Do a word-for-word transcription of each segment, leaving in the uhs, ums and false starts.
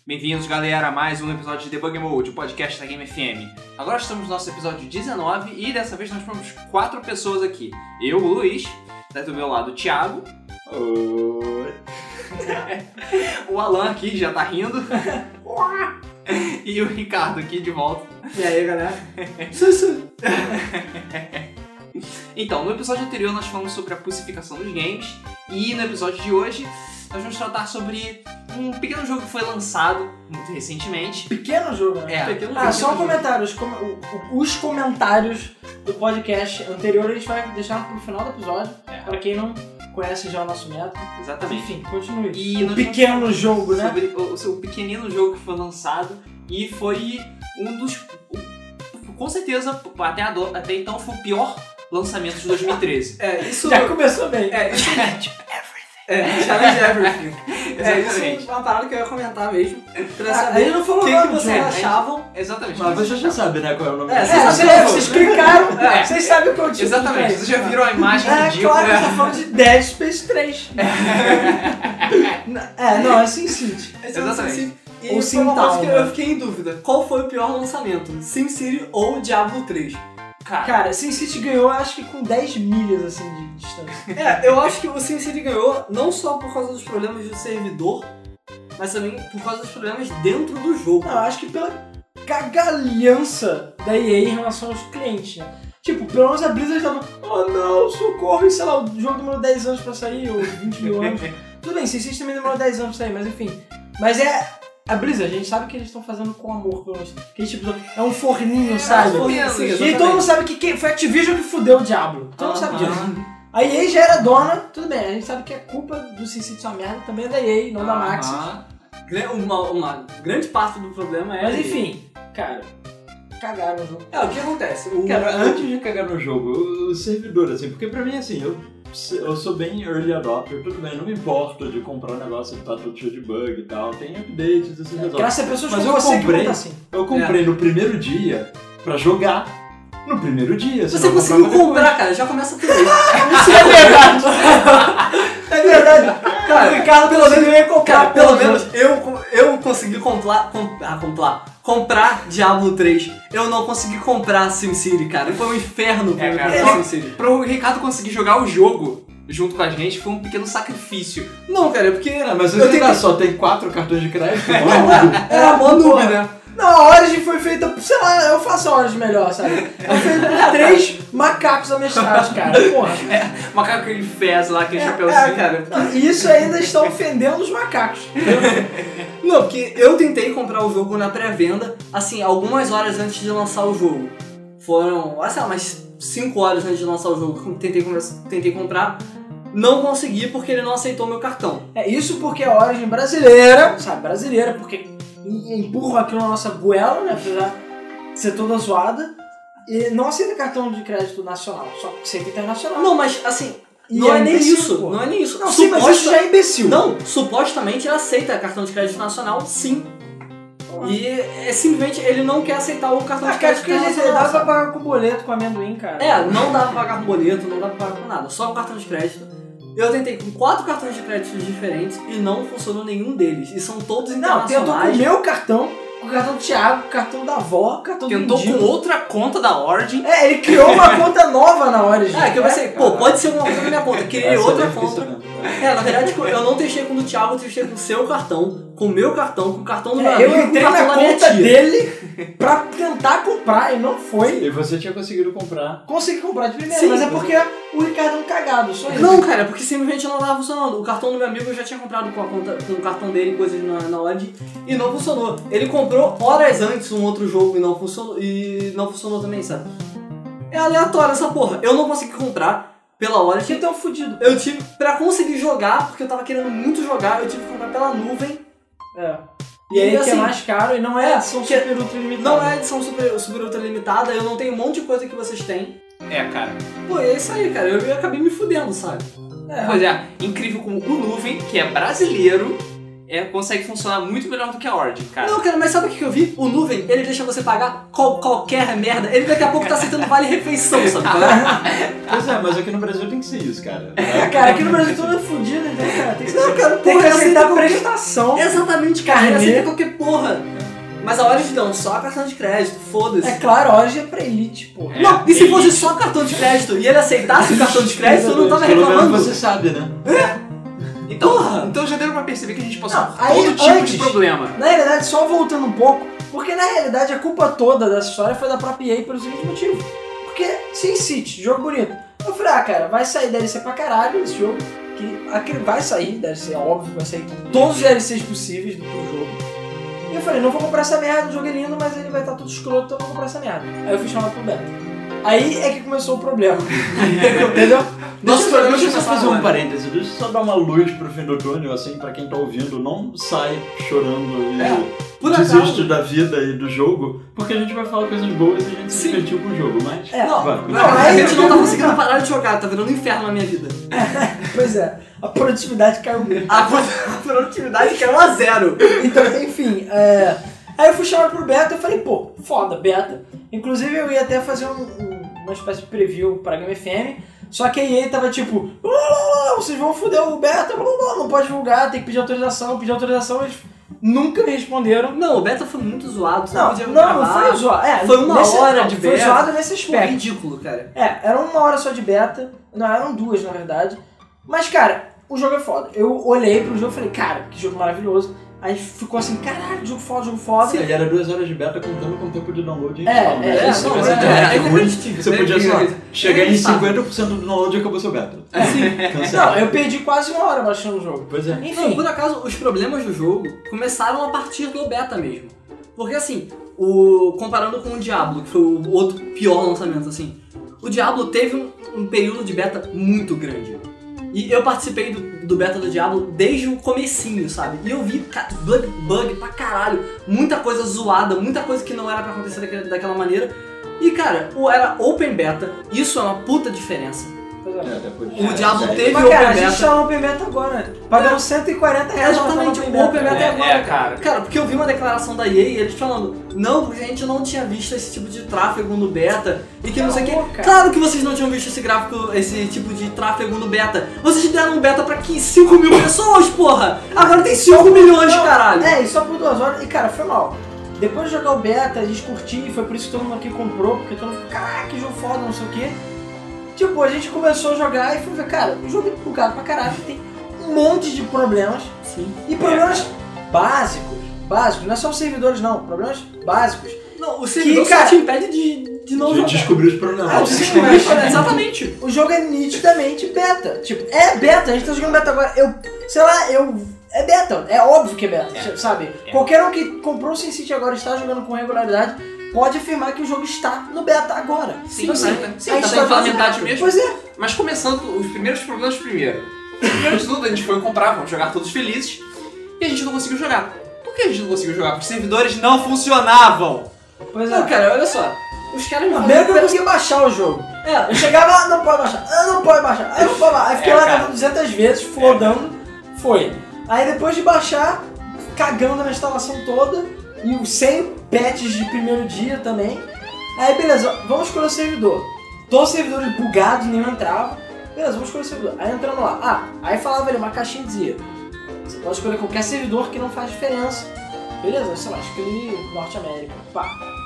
Bem-vindos, galera, a mais um episódio de Debug Mode, o podcast da Game F M. Agora estamos no nosso episódio dezenove e dessa vez nós temos quatro pessoas aqui. Eu, o Luiz, daí do meu lado o Thiago. Oi. O Alan aqui já tá rindo. E o Ricardo aqui de volta. E aí, galera? Então, no episódio anterior nós falamos sobre a pulsificação dos games e no episódio de hoje nós vamos tratar sobre um pequeno jogo que foi lançado muito recentemente. Pequeno jogo, né? É. Pequeno Ah, ah, só um jogo. comentário. Os, com- o- o- os comentários do podcast anterior a gente vai deixar pro final do episódio, É. pra quem não conhece já o nosso método. Mas, Exatamente. enfim, continue. E um nós pequeno vamos jogo, né? sobre o, o seu pequenino jogo que foi lançado e foi um dos, o- com certeza, até, a do- até então foi o pior lançamento de dois mil e treze. É, isso... Já começou bem. É, isso... É, Challenge Everything. É, Exatamente. isso é uma parada que eu ia comentar mesmo. Pra Ah, saber aí não falou o que, nada que do vocês jogo. achavam. Exatamente. Mas você já sabe, né, qual é o nome É, do vocês É, jogo? vocês, sabem. vocês clicaram, É. vocês sabem qual é o tipo Exatamente. de Vocês já viram a imagem É, ridícula. claro que tá falando de Dead Space três. É, não, é SimCity. Exatamente. E Ou foi uma Simtown, coisa que né? eu fiquei em dúvida. Qual foi o pior lançamento? SimCity ou Diablo três? Cara, Cara, SimCity ganhou, acho que com dez milhas, assim, de distância. É, eu acho que o SimCity ganhou não só por causa dos problemas do servidor, mas também por causa dos problemas dentro do jogo. Não, eu acho que pela cagalhança da E A em relação aos clientes, né? Tipo, pelo menos a Blizzard tava, oh não, socorro, e sei lá, o jogo demorou dez anos pra sair, ou vinte mil anos. Tudo bem, SimCity também demorou dez anos pra sair, mas enfim. Mas é... A Blizzard, a gente sabe que eles estão fazendo com amor, pelo menos. Que tipo, é um forninho, sabe? forninho, sim, E exatamente. todo mundo sabe que quem- foi a Activision que fudeu o Diablo. Todo mundo sabe disso. Aham. A E A já era dona, tudo bem, a gente sabe que a culpa do SimCity ser uma merda também é da E A, não da Maxis. Aham. Gra- Uma, uma grande parte do problema é... Mas enfim, cara, cagaram o jogo. É, o que acontece? O... Cara, antes de cagar no jogo, o, o servidor, assim, porque pra mim, assim, eu, eu sou bem early adopter, tudo bem, não me importo de comprar um negócio que tá todo cheio de bug e tal, tem updates, isso resolve. Graças a pessoas Mas como eu você que comprei. não tá assim. Eu comprei no primeiro dia pra jogar no primeiro dia. Você senão eu conseguiu comprava depois. comprar, cara, já começa por aí. Isso é verdade. É verdade. Cara, o Ricardo pelo menos ia comprar. Cara, pelo porra. menos eu, eu consegui comprar, com, ah, comprar, comprar Diablo três. Eu não consegui comprar SimCity, cara. Foi um inferno pra É, mim cara. comprar É. SimCity. Pro Ricardo conseguir jogar o jogo junto com a gente foi um pequeno sacrifício. Não, cara, é porque... Ah, mas eu você tentei... tá, só tem quatro cartões de crédito? Não, Não, é, era mó noob, Porra. né? Não, a Origin foi feita, por- sei lá, eu faço a Origin melhor, sabe? Foi feita por três macacos amestrados, cara. Porra. Macaco aquele fez lá, aquele É, chapeuzinho. É, cara. Não, e isso ainda está ofendendo os macacos. Não, porque eu tentei comprar o jogo na pré-venda, assim, algumas horas antes de lançar o jogo. Foram, ah, sei lá, umas cinco horas antes de lançar o jogo. eu Tentei, comprar- tentei comprar, não consegui porque ele não aceitou meu cartão. É isso porque a Origin brasileira, sabe, brasileira, porque em- empurram aquilo na nossa goela, né, apesar de ser toda zoada, e não aceita cartão de crédito nacional, só aceita internacional. Não, mas assim, E não é, nem imbecil, isso, pô. não é nem isso. Não, sim, mas Suposta- isso já é imbecil. Não, supostamente ele aceita cartão de crédito nacional, sim. E é simplesmente ele não quer aceitar o cartão Ah, de cara, crédito porque a gente internacional. dá pra sabe? pagar com boleto, com amendoim, cara. É, não dá pra pagar com boleto, não dá pra pagar com nada, só com cartão de crédito. Eu tentei com quatro cartões de crédito diferentes e não funcionou nenhum deles. E são todos Não, tentou com o internacionais. meu cartão, com o cartão do Thiago, com o cartão da avó, com o cartão Tentou do com Indinho. outra conta da Origin. É, ele criou uma conta nova na Origin. É, que eu pensei, pô, pode ser uma coisa na minha conta. Criei Essa outra é difícil conta. mesmo. É, na verdade, tipo, eu não testei com o do Thiago, eu testei com o seu cartão, com o meu cartão, com o cartão do meu É, amigo, eu com o entrei cartão na da minha conta tia. dele pra tentar comprar e não foi. E você tinha conseguido comprar. Consegui comprar de primeira, Sim, mas é porque o Ricardo é um cagado, só isso. Não, cara, porque simplesmente não tava funcionando. O cartão do meu amigo eu já tinha comprado com, a conta, com o cartão dele, coisas na, na Origin, e não funcionou. Ele comprou horas antes um outro jogo e não funcionou, e não funcionou também, sabe? É aleatório essa porra. Eu não consegui comprar pela Origin. Porque tão fudido. Eu tive, pra conseguir jogar, porque eu tava querendo muito jogar, eu tive que comprar pela nuvem. É. E aí E, que é assim, mais caro e não é é, edição que- super ultra limitada. Não é edição super, super ultra limitada, eu não tenho um monte de coisa que vocês têm. É, cara. Pô, é isso aí, cara. Eu, eu acabei me fudendo, sabe? É. Pois é, incrível como o Nuvem, que é brasileiro, é, consegue funcionar muito melhor do que a Origin, cara. Não, cara, mas sabe o que que eu vi? O Nuvem, ele deixa você pagar qual- qualquer merda. Ele daqui a pouco tá aceitando vale-refeição, sabe? qual é? Pois é, mas aqui no Brasil tem que ser isso, cara. Cara, aqui no Brasil todo é fudido, então, cara, tem que, Não, cara, tem porra, que aceitar aceita qualquer- prestação. Exatamente, cara. Ele Carnê. aceita qualquer porra. Mas a Origin não, só cartão de crédito, foda-se. É claro, hoje é pra elite, pô. É. Não, e se fosse elite. só cartão de crédito e ele aceitasse o cartão de crédito, eu não tava Pelo menos reclamando. você sabe, né? Então, Porra! então já deu pra perceber que a gente passou Não, por aí todo tipo antes- de problema. Na realidade, só voltando um pouco, porque na realidade a culpa toda dessa história foi da própria E A pelo seguinte motivo. Porque Sin City, jogo bonito. Eu falei, ah, cara, vai sair D L C pra caralho esse jogo. Que aquele vai sair, D L C, é óbvio, vai sair todos os D L Cs possíveis do pro jogo. E eu falei, não vou comprar essa merda, o jogo é lindo, mas ele vai estar tudo escroto, então eu não vou comprar essa merda. Aí eu fui chamado pro beta. Aí é que começou o problema. Entendeu? Deixa, Nossa, eu- deixa eu só começar fazer um agora. parêntese, deixa eu só dar uma luz pro fim do túnel, assim, pra quem tá ouvindo, não sai chorando e É, por desiste acaso. da vida e do jogo, porque a gente vai falar coisas boas e a gente se Sim. divertiu com o jogo, mas... É, Não, vai, não, continua. a gente não tá conseguindo parar de jogar, tá virando um inferno na minha vida. Pois é, a produtividade caiu muito. A pro- a produtividade caiu a zero. Então, enfim, é... aí eu fui chamado pro beta e falei, pô, foda, beta. Inclusive eu ia até fazer um- um- uma espécie de preview pra Game F M, só que a E A tava tipo, "Blá, blá, blá, vocês vão foder o beta, blá, blá, não pode divulgar, tem que pedir autorização, pedir autorização, eles nunca me responderam. Não, o beta foi muito zoado, você Não, podia não, não gravar. foi zoado. É, Foi uma nesse- hora não, de Foi beta. zoado nesse Pô, aspecto. ridículo, cara. É, era uma hora só de beta, não, eram duas na verdade. Mas, cara, o jogo é foda. Eu olhei pro jogo e falei, cara, que jogo maravilhoso. Aí ficou assim, caralho, jogo foda, jogo foda. E era duas horas de beta contando com o tempo de download É, inicial, né? é, Isso, não, mas é, a é, internet é ruim, competitivo, você é podia, sei lá, incrível. chegar É em instável. cinquenta por cento do download e acabou seu beta. Não, Cancela. eu perdi quase uma hora baixando o jogo. Pois é. Não, Enfim, por acaso, os problemas do jogo começaram a partir do beta mesmo. Porque assim, o, comparando com o Diablo, que foi o outro pior lançamento, assim, o Diablo teve um, um período de beta muito grande. E eu participei do, do beta do Diablo desde o comecinho, sabe? E eu vi ca- bug, bug pra caralho, muita coisa zoada, muita coisa que não era pra acontecer daquela, daquela maneira. E cara, o era open beta, isso é uma puta diferença. pois é. É, depois de- O Diablo é, teve Mas, cara, a open gente beta. tá no Open Beta agora. Pagando cento e quarenta reais pra Exatamente, tá no o Open Beta é É, agora, é, cara. Cara, porque eu vi uma declaração da E A e eles falando, não, porque a gente não tinha visto esse tipo de tráfego no beta e que não sei o Calma, que. cara. Claro que vocês não tinham visto esse gráfico, esse tipo de tráfego no beta. Vocês deram um beta pra cinco mil pessoas, porra! Agora tem cinco milhões, Não, caralho! É, e só por duas horas. E, cara, foi mal. Depois de jogar o beta, a gente curtiu, foi por isso que todo mundo aqui comprou, porque todo mundo ficou, caraca, que jogo foda, não sei o quê. Tipo, a gente começou a jogar e foi ver, cara, o jogo é bugado pra caralho, tem um monte de problemas. Sim. E problemas básicos, básicos, não é só os servidores não, problemas básicos. Não, o servidor Que, cara, só te impede de, de não De jogar. descobrir os problemas. Ah, É, descobrir os problemas. Exatamente. O jogo é nitidamente beta, tipo, é beta, a gente tá jogando beta agora, eu, sei lá, eu, é beta, é óbvio que é beta, É. sabe? É. Qualquer um que comprou o Sin City agora e está jogando com regularidade, pode afirmar que o jogo está no beta agora. Sim, Então, sim, assim, sim, a gente tá vai pela fazer- metade mesmo. Pois é, Mas começando os primeiros problemas primeiro. Primeiro de tudo, a gente foi comprar, vamos jogar todos felizes, e a gente não conseguiu jogar. Por que a gente não conseguiu jogar? Porque os servidores não funcionavam. pois é. Não, cara, olha só. Os caras me Primeiro que eu conseguia baixar o jogo. É, Eu chegava, ah, não pode baixar, ah, não pode baixar, aí não pode baixar. Aí fiquei É, lá cara. gravando duzentas vezes, flodando, foi. Aí depois de baixar, cagando na instalação toda, e os cem patches de primeiro dia também. Aí beleza, vamos escolher o servidor. Todos os servidores bugados, nenhum entrava. Beleza, vamos escolher o servidor. Aí entramos lá. Ah, aí falava ali, uma caixinha dizia: você pode escolher qualquer servidor que não faz diferença. Beleza, sei lá, escolhi Norte América. Pá.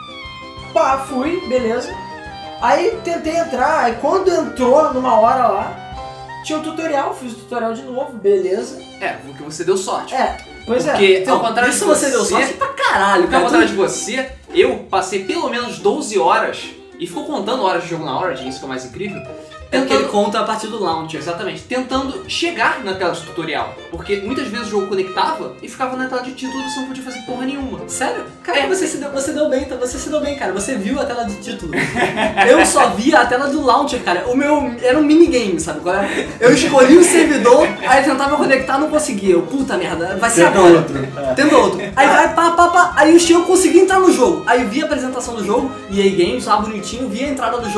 Pá, fui, beleza. Aí tentei entrar, aí quando entrou numa hora lá, tinha um tutorial, fiz o tutorial de novo, beleza. É, porque você deu sorte. É, pois é. Porque, então, ao contrário isso de você você, deu sorte pra caralho, ao cara. contrário de você, eu passei pelo menos doze horas, e ficou contando horas de jogo na Origin, isso que é o mais incrível, É porque ele tentando, conta a partir do launcher. exatamente, tentando chegar na tela de tutorial. Porque muitas vezes o jogo conectava e ficava na tela de título e você não podia fazer porra nenhuma. Sério? Cara, É. você, se deu, você deu bem, tá? Você se deu bem, cara. Você viu a tela de título. Eu só via a tela do launcher, cara. O meu era um minigame, sabe qual é? Eu escolhi o servidor, aí eu tentava conectar, não conseguia. Eu, puta merda, vai ser Tenta agora. outro. É. Tendo outro. Aí vai, pá, pá, pá. Aí eu cheguei, eu consegui entrar no jogo. Aí vi a apresentação do jogo, E A Games, lá bonitinho, vi a entrada do jogo.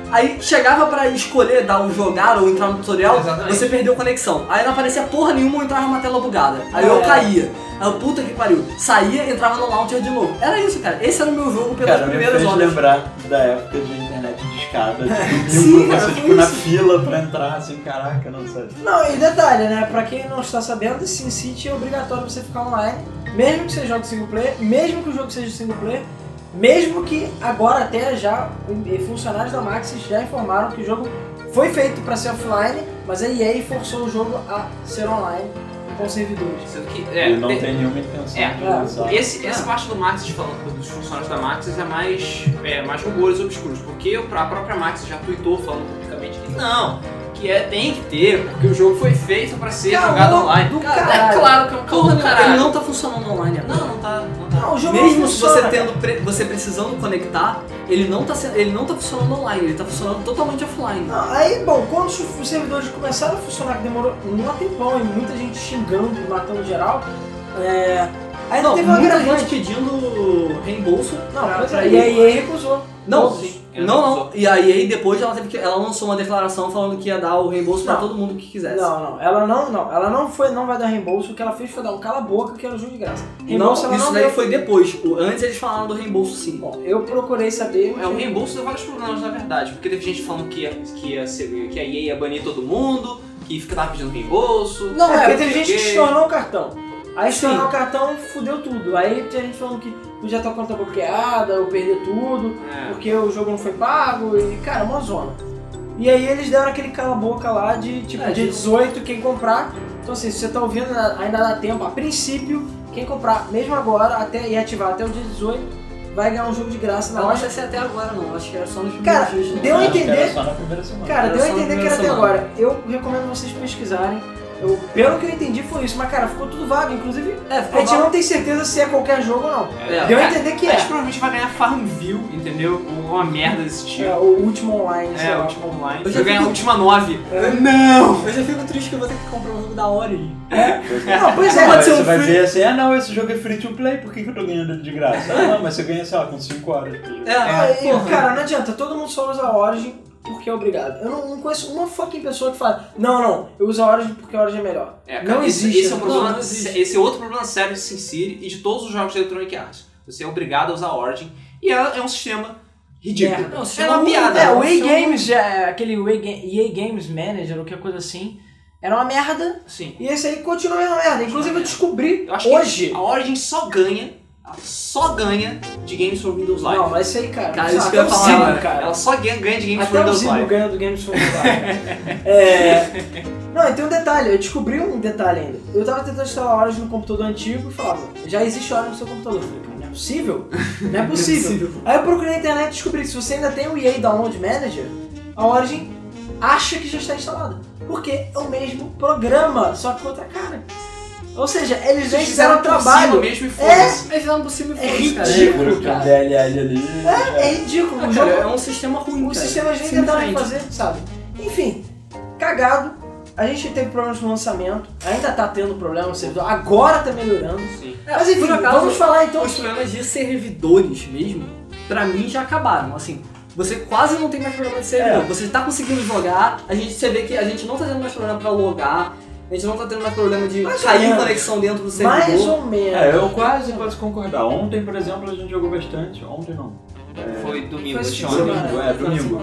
Aí chegava pra escolher dar o jogar ou entrar no tutorial, Exatamente. você perdeu conexão. Aí não aparecia porra nenhuma ou entrava numa tela bugada. Aí É. eu caía. Aí eu, puta que pariu. Saía, entrava no launcher de novo. Era isso, cara. Esse era o meu jogo pelas Cara, me primeiras fez horas. lembrar da época de internet de escada. Tipo, Sim, você cara, foi tipo na isso. fila pra entrar, assim, caraca, não sei. Não, e detalhe, né? Pra quem não está sabendo, SimCity é obrigatório você ficar online, mesmo que você jogue single player, mesmo que o jogo seja single player, mesmo que agora até já funcionários da Maxis já informaram que o jogo foi feito para ser offline, mas a E A forçou o jogo a ser online com servidores. Sendo que, é, e não tem- tem nenhuma intenção É, de é, lançar. Esse, essa parte do Maxis, falando dos funcionários da Maxis, é mais, é, mais rumores obscuros, porque a própria Maxis já tweetou falando publicamente que não, que é, tem que ter, porque o jogo foi feito pra ser Calor jogado online. do Cara, caralho. é claro que é um calor Porra, do caralho. ele não tá funcionando online agora. Não, não tá, não tá. Não, o jogo Mesmo não se funciona, você cara. tendo pre- você precisando conectar, ele não, tá, se- ele não tá funcionando online, ele tá funcionando totalmente offline. Não, aí, bom, quando os os servidores começaram a funcionar, que demorou um tempão e muita gente xingando e matando geral, é... aí não, Não, teve uma muita agravante. gente pedindo reembolso. Não, pra, pois pra é, e a E A recusou. Não, Sim, não, ela não. E a E A depois ela teve que, ela lançou uma declaração falando que ia dar o reembolso pra Não. todo mundo que quisesse. Não, não, ela não, não, ela não foi, não vai dar reembolso, o que ela fez foi dar um cala-boca que era o jogo de graça. Não, Reembolso ela isso não daí deu. foi depois. O- Antes eles falaram do reembolso sim. Bom, eu procurei saber. É, o reembolso deu vários problemas, na verdade, porque teve gente falando que ia, que ia ser, que a E A ia banir todo mundo, que ficava pedindo reembolso. Não, é, é, porque teve gente que estornou o cartão. Aí Sim. estornou o cartão, fudeu tudo. Aí tinha gente falando que podia ter a conta bloqueada, ou perder tudo, É. porque o jogo não foi pago, e cara, uma zona. E aí eles deram aquele cala-boca lá de tipo É, dia de- dezoito, quem comprar. Então assim, se você tá ouvindo, ainda dá tempo. A princípio, quem comprar, mesmo agora, até e ativar até o dia dezoito, vai ganhar um jogo de graça na Eu não loja. sei se é até agora não, acho que era só nos Cara, primeiros dias. deu a Acho que entender- era só na primeira semana. Cara, Era deu a só na entender que era primeira até semana. agora. Eu recomendo vocês pesquisarem. Eu, pelo que eu entendi foi isso, mas cara, ficou tudo vago. Inclusive, É, a ficou gente vago. não tem certeza se é qualquer jogo ou não. É. Deu a Cara, entender que a é. gente provavelmente vai ganhar Farmville, entendeu? Ou uma merda desse tipo. É, o último online, sei É, lá. o último online. Eu já Vai ganhar a fico- última nove. É. Não! Eu já fico triste que eu vou ter que comprar um jogo da Origin. Não, pois é. Não, Pode ser você um vai free- ver assim, ah não, esse jogo é free to play, por que, que eu tô ganhando ele de graça? Ah, não, mas você ganha, sei lá, com cinco horas. por jogo. É, Aí, porra. cara, não adianta, todo mundo só usa a Origin porque é obrigado. Eu não, não conheço uma fucking pessoa que fala, não, não, eu uso a Origin porque a Origin é melhor. É, cara, não esse- existe. Esse é, um né? problema, Não, não existe. esse é outro problema sério de SimCity e de todos os jogos de Electronic Arts. Você é obrigado a usar a Origin e é, é um sistema ridículo. Merda. Não, É sistema uma ruim, piada. É, Não, o E A são- Games, já, aquele E A Ga- E A Games Manager ou qualquer coisa assim, era uma merda. Sim. E esse aí continua a mesma merda. Inclusive eu descobri Eu acho hoje. que a Origin só ganha, ela só ganha de games for Windows Live. Não, mas isso aí, cara. Cara, sei isso lá, que eu ia até o falar Zibo, agora. cara. Ela só ganha, ganha de games for Até o Windows Zibo Live. ganha do Games for Live. É... Não, e tem um detalhe, eu descobri um detalhe ainda. Eu tava tentando instalar a Origin no computador antigo e falava, já existe Origin no seu computador. Eu falei, cara, não é possível? Não é possível. Aí eu procurei na internet e descobri que se você ainda tem o E A Download Manager, a Origin acha que já está instalada. Porque é o mesmo programa, só que com outra cara. Ou seja, eles já Eles fizeram o por cima trabalho. mesmo e foda-se. Eles fizeram possível É foda-se, cara. ridículo. Ridículo, cara. D L L ali. É ridículo. Ah, O cara, jogo é um sistema ruim, O cara. sistema já tentaram Simplesmente. fazer, sabe? Enfim, cagado. A gente teve problemas no lançamento, ainda tá tendo problema no servidor, agora tá melhorando. Sim. É, Mas enfim, por acaso, vamos falar então. Os problemas de servidores mesmo, pra mim já acabaram. Assim, você quase não tem mais problema de servidor. É. Você tá conseguindo jogar, a gente você vê que a gente não tá tendo mais problema pra logar, a gente não tá tendo mais problema de Mais ou cair menos. conexão dentro do servidor. Mais ou menos. É, eu quase posso concordar. Ontem, por exemplo, a gente jogou bastante. Ontem não. É, Foi domingo, Foi esse esse ontem. semana. domingo, é, domingo.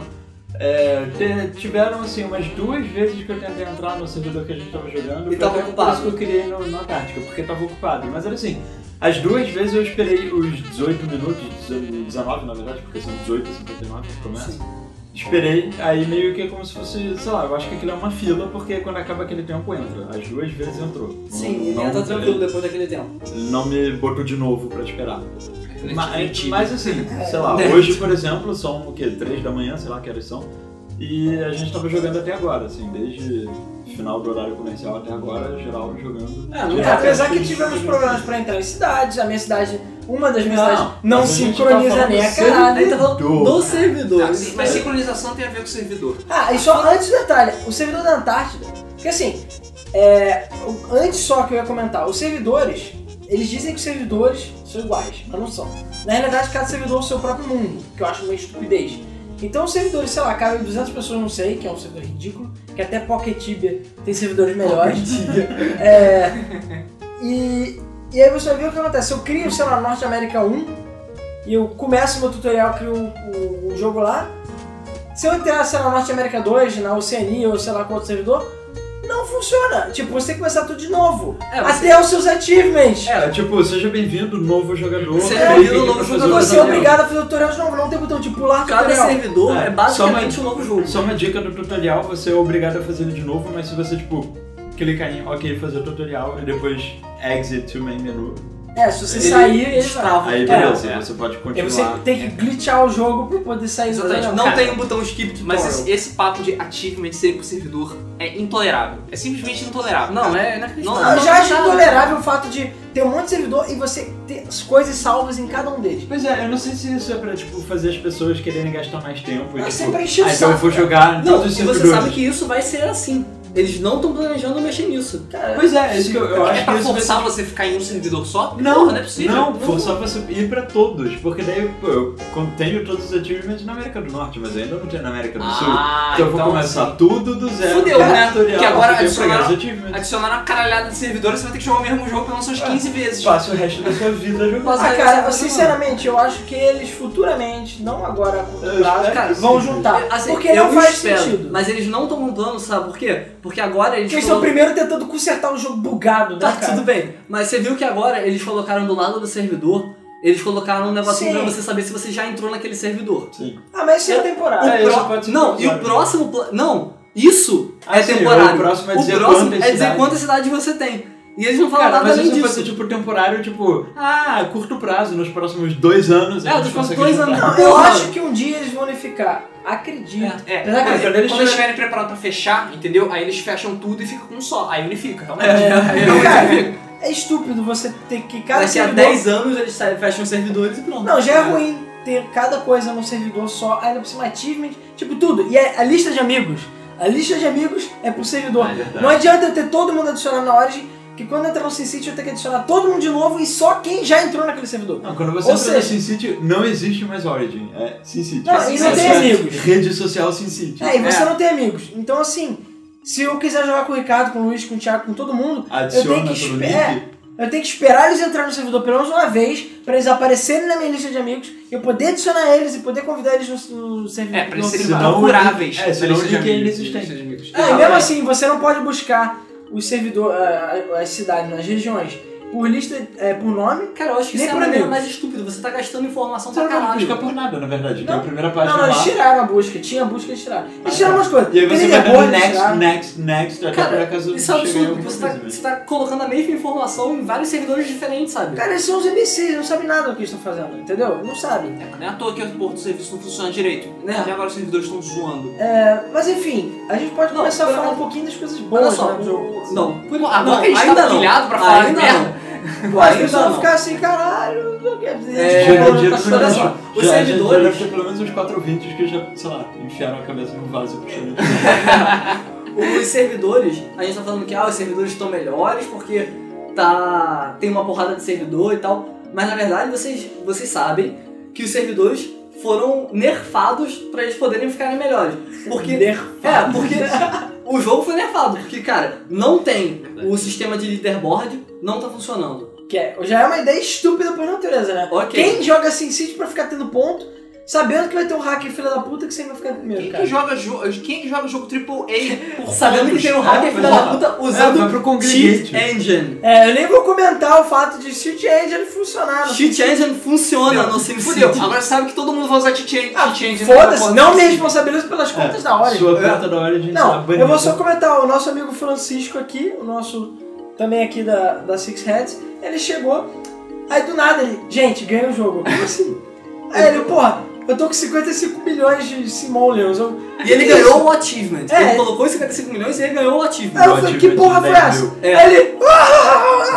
É, te- tiveram assim umas duas vezes que eu tentei entrar no servidor que a gente tava jogando. E foi tava até ocupado. Por isso que eu criei no, na tática, porque tava ocupado. Mas era assim, as duas vezes eu esperei os dezoito minutos, dezenove na verdade, porque são dezoito e cinquenta e nove que começa. Esperei, aí meio que é como se fosse, sei lá, eu acho que aquilo é uma fila, porque quando acaba aquele tempo entra. As duas vezes entrou. Sim, Não- ele não- entra tranquilo depois daquele tempo. Não me botou de novo pra esperar. Mas, Mentira. mas assim, sei lá, É. hoje, por exemplo, são o quê? Três da manhã, sei lá que horas são. E a gente tava jogando até agora, assim, desde o final do horário comercial até agora, geral jogando. É, não direto. tá- Apesar que tivemos problemas pra entrar em cidades, a minha cidade, uma das minhas Não, cidades, não mas a gente tá sincroniza falando nem a sério. caralho. Aí tá falando servidor. do servidor. Ah, sim, mas sincronização tem a ver com o servidor. Ah, e só antes do detalhe, o servidor da Antártida, porque assim, é, o- antes só que eu ia comentar, os servidores, eles dizem que os servidores são iguais, mas não são. Na realidade, cada servidor é o seu próprio mundo, que eu acho uma estupidez. Então os servidores, sei lá, cabem duzentas pessoas, não sei, que é um servidor ridículo, que até Pocket Tibia tem servidores melhores. é, e, e aí você vai ver o que acontece. Se eu crio, sei lá, Norte América um, e eu começo o meu tutorial, crio o, o, o jogo lá, se eu entrar, sei lá, na Norte América dois, na Oceania ou sei lá qual outro servidor, não funciona. Tipo, você tem que começar tudo de novo. É, você... Até os seus achievements. É, tipo, seja bem-vindo, novo jogador. Seja é, bem-vindo, novo jogador. Você é obrigado a fazer o tutorial de novo, não tem botão de pular Cada tutorial. servidor é, É, basicamente só um novo jogo. Só uma dica do tutorial, você é obrigado a fazer ele de novo, mas se você, tipo, clicar em OK, fazer o tutorial e depois exit to main menu, É, se você ele sair, ele destrava. aí É, beleza, é. você pode E continuar. você tem que glitchar o jogo pra poder sair do Exatamente. tutorial. Não Cara, tem um botão skip tutorial. Mas esse, esse papo de achievement ser por servidor é intolerável. É simplesmente intolerável. Não, cara. é inacreditável. Não, eu já acho não, não. intolerável o fato de ter um monte de servidor e você ter as coisas salvas em cada um deles. Pois é, eu não sei se isso é pra, tipo, fazer as pessoas quererem gastar mais tempo. E, Ah, tipo, sempre encher o ah, então eu saco, vou cara. jogar em Não, todos os e você servidores. sabe que isso vai ser assim. Eles não estão planejando mexer nisso. Cara, Pois é, isso que eu, eu É acho pra que isso vai forçar ser... você ficar em um servidor só? Não, Porra, não é possível. não, forçar você ir pra todos, porque daí pô, eu tenho todos os achievements na América do Norte, mas ainda não tenho na América do Sul. Ah, Então eu vou então, começar assim, tudo do zero. Fudeu, no né? tutorial, Que agora porque eu peguei adicionaram- os achievements. Adicionaram uma caralhada de servidores, você vai ter que jogar o mesmo jogo pelo menos umas quinze vezes. Passa o resto da sua vida jogando. Mas- Ah, cara, sinceramente, eu acho que eles futuramente, não agora a curto Eu prazo, espero cara, que vão sim. juntar. Assim, porque eu não faz espero, sentido. Mas eles não estão com plano, sabe por quê? Porque agora eles Porque eles estão colo- primeiro tentando consertar o jogo bugado, né, Tá, cara? tudo bem. Mas você viu que agora eles colocaram do lado do servidor, eles colocaram um negocinho Sim. pra você saber se você já entrou naquele servidor. Sim. Ah, mas isso é O temporário. É, pro- isso pode ser Não, e o temporário. próximo... pla- Não, isso Ah, é sim, temporário. o próximo é dizer próximo quantas é dizer cidades. quantas cidades você tem. E eles não falam Cara, nada mas além isso pode disso. ser tipo temporário, tipo, ah, curto prazo, nos próximos dois anos. É, a gente nos próximos consegue dois juntar. anos. Não, eu Porra. acho que um dia eles vão unificar. Acredito. É, Apesar que quando, quando eles quando eles tiverem- estiverem preparados pra fechar, entendeu? Aí eles fecham tudo e fica com um só. Aí unifica, realmente. É, Aí não, cara, unifica. é estúpido você ter que cada Daqui a servidor... dez anos eles sa- fecham os servidores e pronto. Não, já é ruim ter cada coisa num servidor só, ainda por cima achievement, tipo tudo. E a, a lista de amigos. A lista de amigos é pro servidor. É verdade. Não adianta eu ter todo mundo adicionado na Origin, que quando entrar no SimCity eu tenho que adicionar todo mundo de novo e só quem já entrou naquele servidor. Não, quando você Ou entra seja- no SimCity, não existe mais Origin. É SimCity. Não, É e não tem SimCity. amigos. Rede social SimCity. É, e você É. não tem amigos. Então assim, se eu quiser jogar com o Ricardo, com o Luiz, com o Thiago, com todo mundo, Adiciona eu tenho que pelo espe- é, link. eu tenho que esperar eles entrarem no servidor pelo menos uma vez, pra eles aparecerem na minha lista de amigos, eu poder adicionar eles e poder convidar eles no, no servidor. É, pra eles no serem servidor. Senão- procuráveis. é, senão Pra eles o link é serem inexistente. amigos. É, e mesmo assim, você não pode buscar os servidores, as cidades, nas regiões, por lista, é, por nome. Cara, eu acho que Nem isso é a por maneira amigos. mais estúpida. Você tá gastando informação Você pra não pode caralho. buscar por nada, na verdade. Tem Não. a primeira Não, página não, eles lá. tiraram a busca, tinha a busca, eles tiraram. Eles Ah, tiraram tá. umas coisas. E aí você Tem vai leaderboard, dando eles next, tiraram. next, next, até por Cara, acaso isso é chegar em absurdo, alguma porque você tá, coisa, né? você tá colocando a mesma informação em vários servidores diferentes, sabe? Cara, eles são os imbecis, eles não sabem nada do que eles estão fazendo, entendeu? Não sabem. É, não é à toa que o porto do serviço não funciona direito. É. Até agora os servidores estão zoando. É, mas enfim, a gente pode Não, começar a eu- falar um pouquinho das coisas Olha boas só, né, do jogo. o- não, por, Pô, agora não, que a gente ainda tá não. pilhado pra falar de ainda merda. não. Pô, as Ainda pessoas vão não. ficar assim, caralho, não quer dizer. É, tipo, Gera não dinheiro tá pra olha fazendo- só, os já, servidores- Já deve ter pelo menos uns quatro ouvintes que já, sei lá, enfiaram a cabeça no vaso puxando. Os servidores, a gente tá falando que ah, os servidores estão melhores porque tá, tem uma porrada de servidor e tal, mas na verdade vocês, vocês sabem que os servidores foram nerfados pra eles poderem ficarem melhores. Porque, Nerfado. é, porque o jogo foi nerfado, porque, cara, não tem o sistema de leaderboard, não tá funcionando. Que é, já é uma ideia estúpida por natureza, né? Ok. Quem joga SimCity pra ficar tendo ponto, sabendo que vai ter um hacker filho da puta que sempre vai ficar em primeiro, Quem cara. que joga jogo, quem é que joga jogo triplo A por Sabendo pontos? que tem um hacker É, filho da porra. puta É, vai usando pro Cheat Congregate. Engine. É, eu nem vou comentar o fato de Cheat Engine funcionar. no Cheat SimCity. Engine funciona Meu, no SimCity. Fudeu, agora sabe que todo mundo vai usar cheat engine. Ah, cheat engine foda-se, na não porta me do responsabilizo pelas contas da hora. Sua conta da hora de Não, eu vou só comentar, o nosso amigo Francisco aqui, o nosso, também aqui da, da Six Heads, ele chegou, aí do nada ele, gente, ganha o jogo, como assim? Aí ele, porra, eu tô com cinquenta e cinco milhões de simoleons. Eu... E ele Que isso? ganhou o achievement. É. Ele colocou os cinquenta e cinco milhões e ele ganhou o achievement. Aí eu falei, que porra foi essa? É. Aí ele, ah!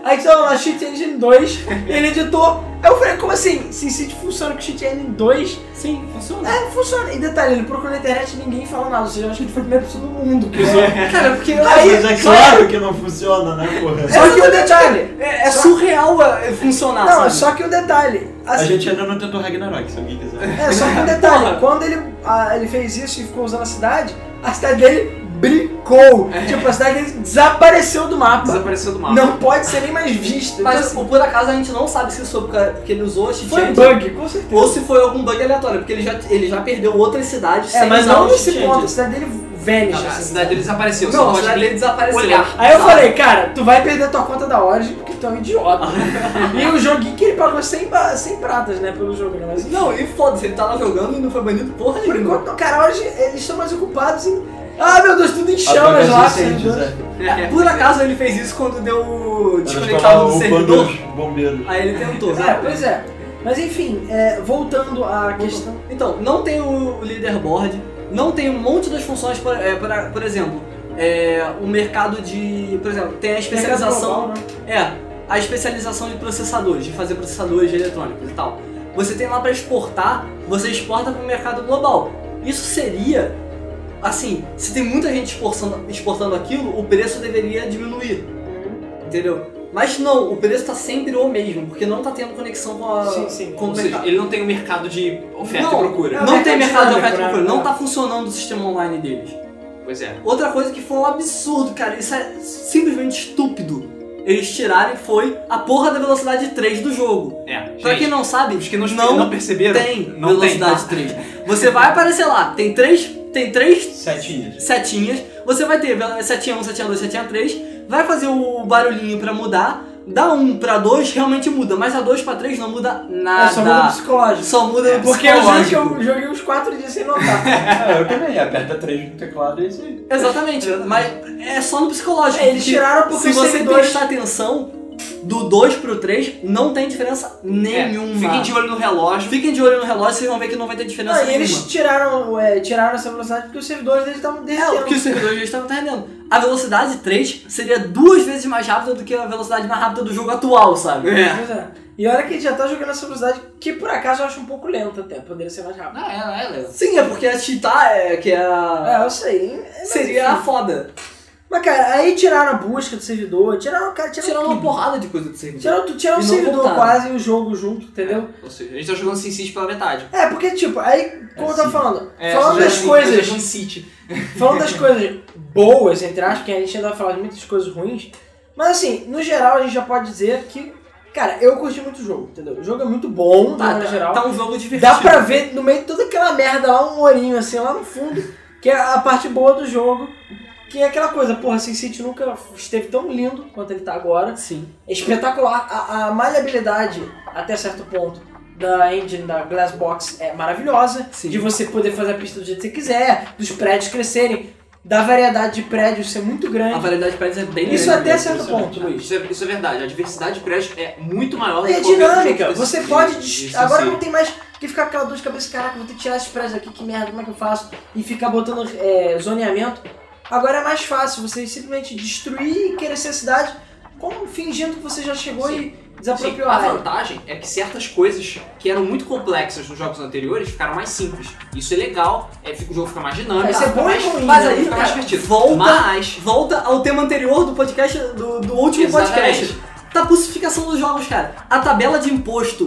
Aí tava lá Cheat Engine dois, ele editou. Aí eu falei, como assim? SimCity funciona com Cheat Engine dois? Sim, funciona. É, funciona. E detalhe, ele procurou na internet e ninguém falou nada. Ou seja, eu acho que ele foi a primeira pessoa do mundo que usou. Cara, porque Aí, Mas é só- claro que não funciona, né, porra? Só que o detalhe... é, é só- surreal é, funcionar, Não, sabe? só que o detalhe... A assim, gente ainda não tentou Ragnarok, se alguém quiser. É, só que um detalhe, Porra. quando ele, ah, ele fez isso e ficou usando a cidade, a cidade dele brincou. Tipo, a cidade dele desapareceu do mapa. Desapareceu do mapa. Não pode ser nem mais vista. Mas Então, assim, por acaso a gente não sabe se foi porque ele usou a cheat foi engine bug, com certeza. ou se foi algum bug aleatório, porque ele já, ele já perdeu outras cidades É, sem mas usar não o nesse cheat ponto, a engine. cidade dele vanish. Não, a assim, cidade dele desapareceu. você Não, a pode cidade nem dele desapareceu. olhar. Aí eu Sabe? falei, cara, tu vai perder tua conta da Origin porque tu é um idiota. E o joguinho que ele pagou cem pratas, né, pelo jogo, né? Mas, Não, e foda-se, ele tá lá jogando e não foi banido porra por nenhuma. enquanto, cara, a Origin, eles estão mais ocupados em... Ah, meu Deus, tudo em chamas Apagar lá. os incêndios, né? é. Por acaso ele fez isso quando deu o Pra desconectado do o servidor. dos bombeiros. Aí ele tentou, É, sabe? pois é. Mas enfim, é, voltando à questão... Então, não tem o leaderboard, não tem um monte das funções, por, é, por, por exemplo, é, o mercado de. Por exemplo, tem a especialização. Global, né? É, a especialização de processadores, de fazer processadores eletrônicos e tal. Você tem lá para exportar, você exporta para o mercado global. Isso seria, assim, se tem muita gente exportando, exportando aquilo, o preço deveria diminuir, entendeu? Mas não, o preço está sempre o mesmo, porque não está tendo conexão com, a, Sim, sim. com o Ou seja, mercado. ele não tem um mercado de oferta Não, e procura. não. Não tem mercado de dinâmico, oferta e né? procura, não É. tá funcionando o sistema online deles. Pois é. Outra coisa que foi um absurdo, cara, isso é simplesmente estúpido. Eles tirarem foi a porra da velocidade três do jogo. É. Pra Gente, quem não sabe, os que não, não, não perceberam, tem não velocidade tem, três. Você vai aparecer lá, tem três, tem três Setinhas. setinhas, você vai ter velo- setinha um, setinha dois, setinha três, vai fazer o barulhinho pra mudar, da um pra dois realmente muda, mas a dois pra três não muda nada. É, só muda o psicológico. Só muda É, o Porque eu juro que psicológico. eu joguei uns quatro dias sem notar. É, eu também. Aperta três no teclado e é isso aí. Exatamente, mas é só no psicológico. É, eles porque tiraram porque se os você servidores- prestar atenção, do dois pro três não tem diferença É, nenhuma. fiquem de olho no relógio. Fiquem de olho no relógio, vocês vão ver que não vai ter diferença Não, e nenhuma. eles tiraram, é, tiraram essa velocidade porque os servidores deles estavam É, derretendo. porque os servidores já estavam rendendo. A velocidade três seria duas vezes mais rápida do que a velocidade mais rápida do jogo atual, sabe? É. Pois é. E olha que ele já tá jogando essa velocidade, que por acaso eu acho um pouco lenta até, poderia ser mais rápido. Ah, é, é, Léo. Sim, é porque a cheatar é que é a... É, eu sei. é, mas seria a enfim. foda. Mas cara, aí tiraram a busca do servidor, tiraram, cara, tiraram, Tiraram uma tudo. porrada de coisa do servidor. Tiraram, tu- tiraram o E não servidor voltaram. quase e o jogo junto, entendeu? Ou seja, a gente tá jogando SimCity pela metade. É, porque tipo, aí, como eu tava sim. falando, É, falando já- das já- coisas, já- City. falando das coisas boas, entre aspas, que a gente ainda vai falar de muitas coisas ruins, mas assim, no geral a gente já pode dizer que, cara, eu curti muito o jogo, entendeu? O jogo é muito bom, de Tá, maneira tá, geral. tá um jogo divertido. Dá pra ver no meio de toda aquela merda lá, um olhinho assim, lá no fundo, que é a parte boa do jogo, que é aquela coisa, porra, SimCity nunca esteve tão lindo quanto ele tá agora. Sim. É espetacular, a, a malhabilidade, até certo ponto, da engine da Glassbox é maravilhosa, Sim. de você poder fazer a pista do jeito que você quiser, dos prédios crescerem, da variedade de prédios ser muito A grande. variedade de prédios é bem Isso grande até mesmo. certo ponto, Luiz. Isso é, isso é verdade. A diversidade de prédios é muito maior do É que qualquer dinâmica, outro você de- pode. de- dis- de Agora SimCity. não tem mais que ficar com aquela dor de cabeça, caraca, vou ter que tirar esses prédios aqui, que merda, como é que eu faço? E ficar botando é, zoneamento. Agora é mais fácil você simplesmente destruir e crescer a cidade, como fingindo que você já chegou Sim. e desapropriou Sim, a a área. vantagem é que certas coisas que eram muito complexas nos jogos anteriores ficaram mais simples. Isso é legal, é, fica- o jogo fica mais dinâmico, É, isso é fica bom e mais, ruim, Mas né? aí, fica mais cara, divertido. volta, Mas, volta ao tema anterior do podcast, do, do último Exatamente. podcast. Da pulsificação dos jogos, cara. A tabela de imposto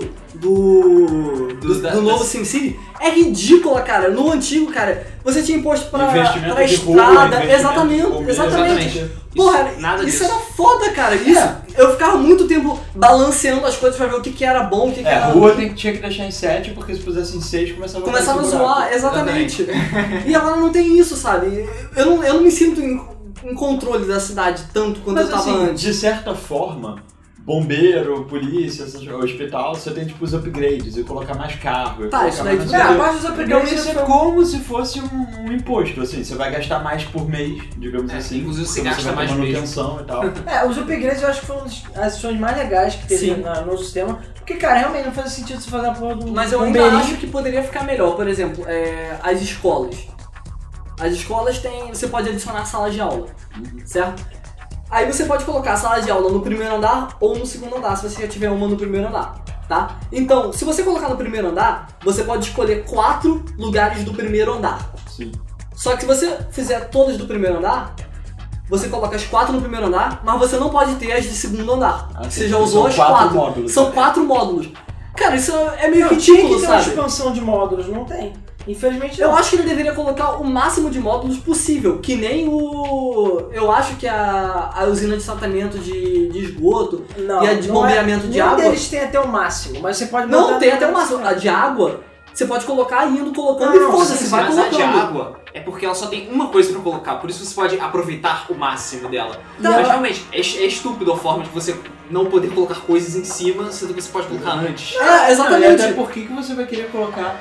do, do, Dos da- do novo das- SimCity é ridícula, cara. No antigo, cara, você tinha imposto pra, Investimento pra de rua, estrada. investimento exatamente, de bombeiro. exatamente. exatamente. Porra, Isso- nada isso disso. era foda, cara. Isso, É. eu ficava muito tempo balanceando as coisas pra ver o que, que era bom, o que, que É, era rua tem, tinha que deixar em sete, porque se pusesse em seis começava, Começava a aparecer buraco. zoar, exatamente. E agora não tem isso, sabe? Eu não, eu não me sinto em, em controle da cidade tanto quanto Mas eu tava assim, antes. de certa forma, bombeiro, polícia, essas- hospital, você tem tipo os upgrades e colocar mais carro. Tá, colocar isso daí mais tudo É, não a sei o quê. parte dos Então upgrades isso é foi- como se fosse um, um imposto, assim, você vai gastar mais por mês, digamos É, assim. inclusive você porque gasta vai mais ter mesmo. manutenção e tal. É, os upgrades eu acho que foram as ações mais legais que teve Sim. na- no sistema. Porque, cara, realmente não faz sentido você fazer a porra do Mas eu ainda bombeirinho. acho que poderia ficar melhor. Por exemplo, é, as escolas. As escolas têm. Você pode adicionar sala de aula, certo? Aí você pode colocar a sala de aula no primeiro andar ou no segundo andar, se você já tiver uma no primeiro andar, tá? Então, se você colocar no primeiro andar, você pode escolher quatro lugares do primeiro andar. Sim. Só que se você fizer todas do primeiro andar, você coloca as quatro no primeiro andar, mas você não pode ter as de segundo andar. Ah, você sim. já usou São as quatro quatro. módulos. São quatro módulos. Cara, isso é meio Não, tinha ridículo, que ter uma sabe? expansão de módulos, não tem. Infelizmente Eu não. acho que ele deveria colocar o máximo de módulos possível, que nem o... Eu acho que a, a usina de tratamento de, de esgoto Não, e a de não bombeamento é, de nenhum água... deles tem até o máximo, mas você pode Não, botar tem no- até o máximo. A de água, você pode colocar indo colocando Não, e foda-se, sim, vai Mas a de colocando. água é porque ela só tem uma coisa pra colocar, por isso você pode aproveitar o máximo dela. Não, Mas ela- realmente, é, é estúpido a forma de você não poder colocar coisas em cima, sendo que você pode colocar antes. É, Não, e exatamente. até por que que você vai querer colocar,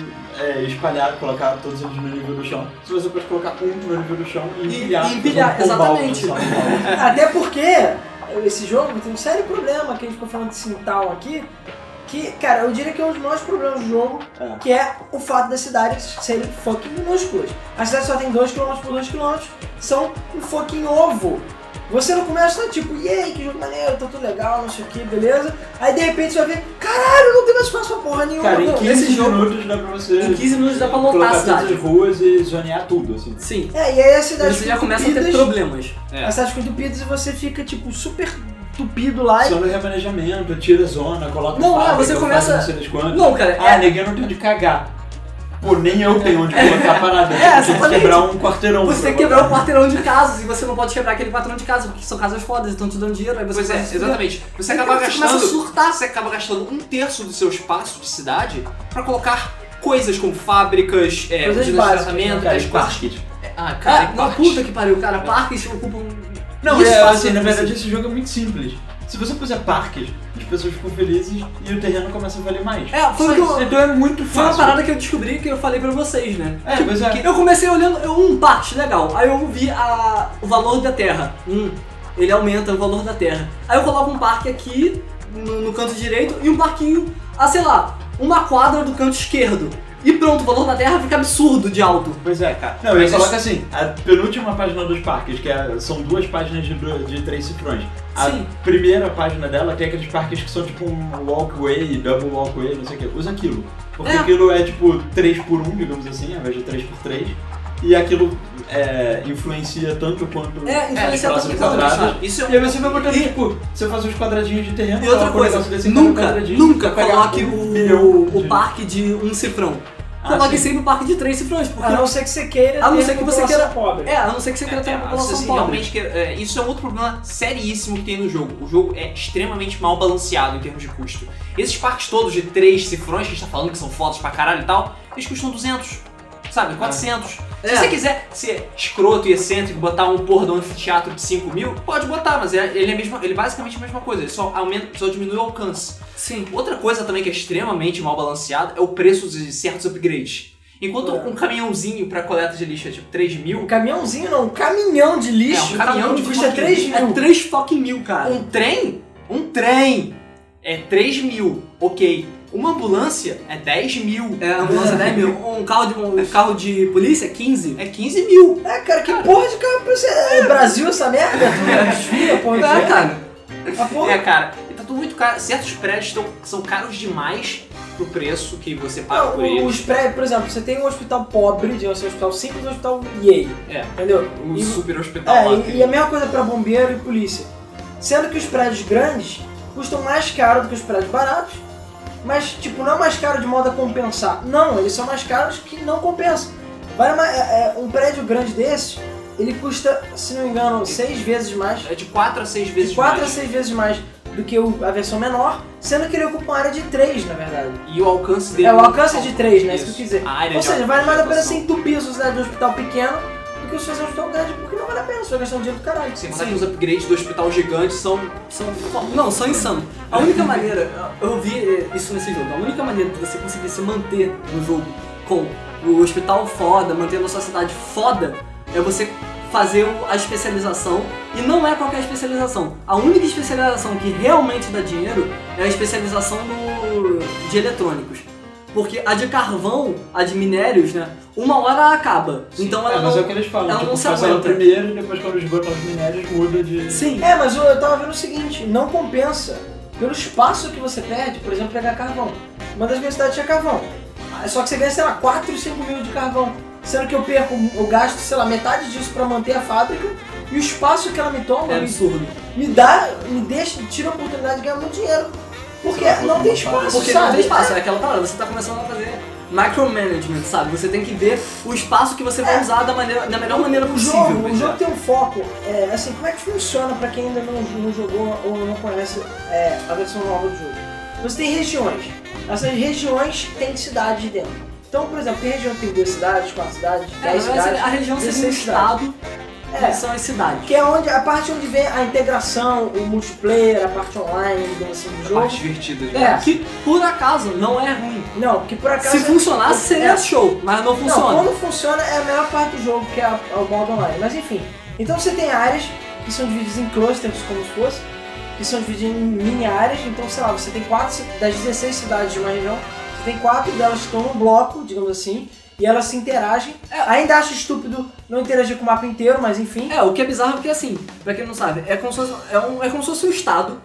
é, espalhar, colocar todos eles no nível do chão? Se você pode colocar um no nível do chão e E- empilhar. e empilhar, fazer um pombal exatamente. no chão. Até porque esse jogo tem um sério problema que a gente ficou falando de Sintal aqui, que, cara, eu diria que é um dos maiores problemas do jogo, É. que é o fato das cidades serem fucking minúsculas. A cidade só tem dois quilômetros por dois quilômetros, são um fucking ovo. Você não começa tipo, e aí, que jogo maneiro, tá tudo legal, não sei o que, beleza? Aí de repente você vai ver, caralho, não tem mais espaço pra porra nenhuma. Cara, em não. quinze nesse jogo- minutos dá pra você Em quinze minutos dá pra lotar colocar a todas cidade. as ruas e zonear tudo, assim. Sim. É, e aí as cidades Você já ficam começa a ter entupidas, problemas. É. as cidades ficam entupidas e você fica, tipo, super tupido lá e... Só no remanejamento, tira a zona, coloca Não, é, fábrica, você faz começa- não sei das quantas. Não, cara, Ah, é... neguinho não tem onde cagar. Pô, nem eu tenho onde colocar a parada. É, Você tem que exatamente. quebrar um quarteirão. Você tem que pra quebrar um botar. quarteirão de casas e você não pode quebrar aquele quarteirão de casa, porque são casas fodas e estão te dando dinheiro, aí você Pois é, começa a se fuder. exatamente. Você Aí, acaba cara, você começa gastando. a surtar. Você acaba gastando um terço do seu espaço de cidade pra colocar coisas como fábricas, é, Coisas usinas de básicas, tratamento, Cara, as e coisas. parques. Ah, cara, Ah, e não, parques. puta que pariu, cara, parques ocupam... Não, Isso, é, fácil, assim, na assim. verdade esse jogo é muito simples. Se você puser parques, as pessoas ficam felizes e o terreno começa a valer mais. É, foi o que eu... Então é muito Foi uma fácil. parada que eu descobri que eu falei pra vocês, né? É, pois é. Eu comecei olhando, eu, um parque, legal. Aí eu vi a, o valor da terra. Hum, ele aumenta o valor da terra. Aí eu coloco um parque aqui, no, no canto direito, e um parquinho, a sei lá, uma quadra do canto esquerdo. E pronto, o valor da terra fica absurdo de alto. Pois é, cara. Não, Mas eu coloco isso- assim, a penúltima página dos parques, que é- são duas páginas de, do- de três cifrões. A Sim. primeira página dela tem aqueles parques que são tipo um walkway, double walkway, não sei o que. Usa aquilo. Porque É. aquilo é tipo três por um, digamos assim, ao invés de três por três. E aquilo é, influencia tanto quanto É, as influencia classes tanto quanto, quadradas. sabe? Isso é E aí você vai botando, E- tipo, você faz os quadradinhos de terreno. E outra coloca um coisa, negócio desse em cada nunca, quadradinho, nunca vai pegar coloque um o, milhão o de- parque de um cifrão. Ah, Coloque sim. sempre o parque de três cifrões, porque... A não ser que você queira A não ter ser que você população queira- pobre. É, a não ser que você queira ter uma É, população assim, pobre. realmente que, é, isso é um outro problema seríssimo que tem no jogo. O jogo é extremamente mal balanceado em termos de custo. Esses parques todos de três cifrões que a gente tá falando que são fotos pra caralho e tal, eles custam duzentos, sabe? quatrocentos. É. Se você quiser ser escroto e excêntrico, botar um porra do anfiteatro de cinco mil, pode botar, mas é- ele é, mesmo, ele é basicamente a mesma coisa, ele só, aumenta, só diminui o alcance. Sim. Outra coisa também que é extremamente mal balanceado é o preço de certos upgrades. Enquanto É. um caminhãozinho pra coleta de lixo é tipo três Um mil, caminhãozinho não, um caminhão de lixo. É, um caminhão de custa fucking três lixo. mil. É três fucking mil, cara. um trem, um trem é três mil, ok. Uma ambulância é dez mil, É, a ambulância é dez mil. Um carro de, um carro de polícia é quinze. é quinze mil. É, cara, que porra de carro pra você... É Brasil essa merda? Tu desvia, porra de É, cara. A porra... É, cara, e tá tudo muito caro. Certos prédios tão, são caros demais pro preço que você paga Não, por o- eles. os prédios, por exemplo, você tem um hospital pobre, digamos assim, um hospital simples e um hospital yay, É, entendeu? o E- super hospital É, lá. e, e a mesma coisa pra bombeiro e polícia. Sendo que os prédios grandes custam mais caro do que os prédios baratos, mas, tipo, não é mais caro de modo a compensar. Não, eles são mais caros que não compensam. Vale mais, é, é, um prédio grande desses, ele custa, se não me engano, seis vezes mais, É de quatro a seis vezes de quatro mais. a seis vezes mais do que o- a versão menor, sendo que ele ocupa uma área de três, na verdade. E o alcance dele... É, o alcance é de três, né? Isso que eu quis dizer. A área Ou de seja, vale mais a pena atuação. você entupir a sociedade de um hospital pequeno do que você fazer um hospital grande, porque não vale a pena, você vai gastar um dinheiro do caralho. Sem contar que os upgrades do hospital gigante são... São fo- Não, são insanos. A única maneira, eu vi eh, isso nesse jogo, a única maneira de você conseguir se manter no jogo com o hospital foda, mantendo a sua cidade foda, é você fazer o- a especialização, e não é qualquer especialização. A única especialização que realmente dá dinheiro é a especialização no, de eletrônicos. Porque a de carvão, a de minérios, né? Uma hora acaba. Sim. Então ela É, mas não... é o que eles falam, ela tipo, não se faz ela aguenta. primeiro e depois quando esgotam os minérios muda de... Sim. É, mas eu, eu tava vendo o seguinte, não compensa pelo espaço que você perde, por exemplo, pegar carvão. Uma das minhas cidades tinha carvão. Só que você ganha, sei lá, quatro, cinco mil de carvão. Sendo que eu perco, eu gasto, sei lá, metade disso pra manter a fábrica e o espaço que ela me toma É me, absurdo. me dá, me deixa, tira a oportunidade de ganhar muito dinheiro. Porque Você vai não tem botar uma espaço, Porque sabe? não tem espaço, é aquela parada, você tá começando a fazer micromanagement, sabe? Você tem que ver o espaço que você vai É. usar da, maneira, da melhor maneira O possível. jogo, o pois jogo é. tem um foco, é, assim, como é que funciona pra quem ainda não, não jogou ou não conhece é, a versão nova do jogo? Você tem regiões, essas regiões têm cidades dentro. Então, por exemplo, tem região que tem duas cidades, quatro cidades, É, dez na verdade, cidades, a região seria um dezesseis cidades. estado, É. que são as cidades. Que é onde, a parte onde vem a integração, o multiplayer, a parte online, digamos assim, do A jogo. parte divertida. É. digamos. Que, por acaso, não é ruim. Não, que por acaso... Se funcionasse, seria É. show, mas não Não, funciona. quando funciona é a melhor parte do jogo, que é a- o modo online. Mas enfim, então você tem áreas que são divididas em clusters, como se fosse, que são divididas em mini áreas. Então, sei lá, você tem quatro ci- das dezesseis cidades de uma região, você tem quatro delas que estão num bloco, digamos assim, e elas se interagem. Ainda acho estúpido não interagir com o mapa inteiro, mas enfim. É, o que é bizarro é porque, assim, pra quem não sabe, é como se fosse, é um, é como se fosse um estado.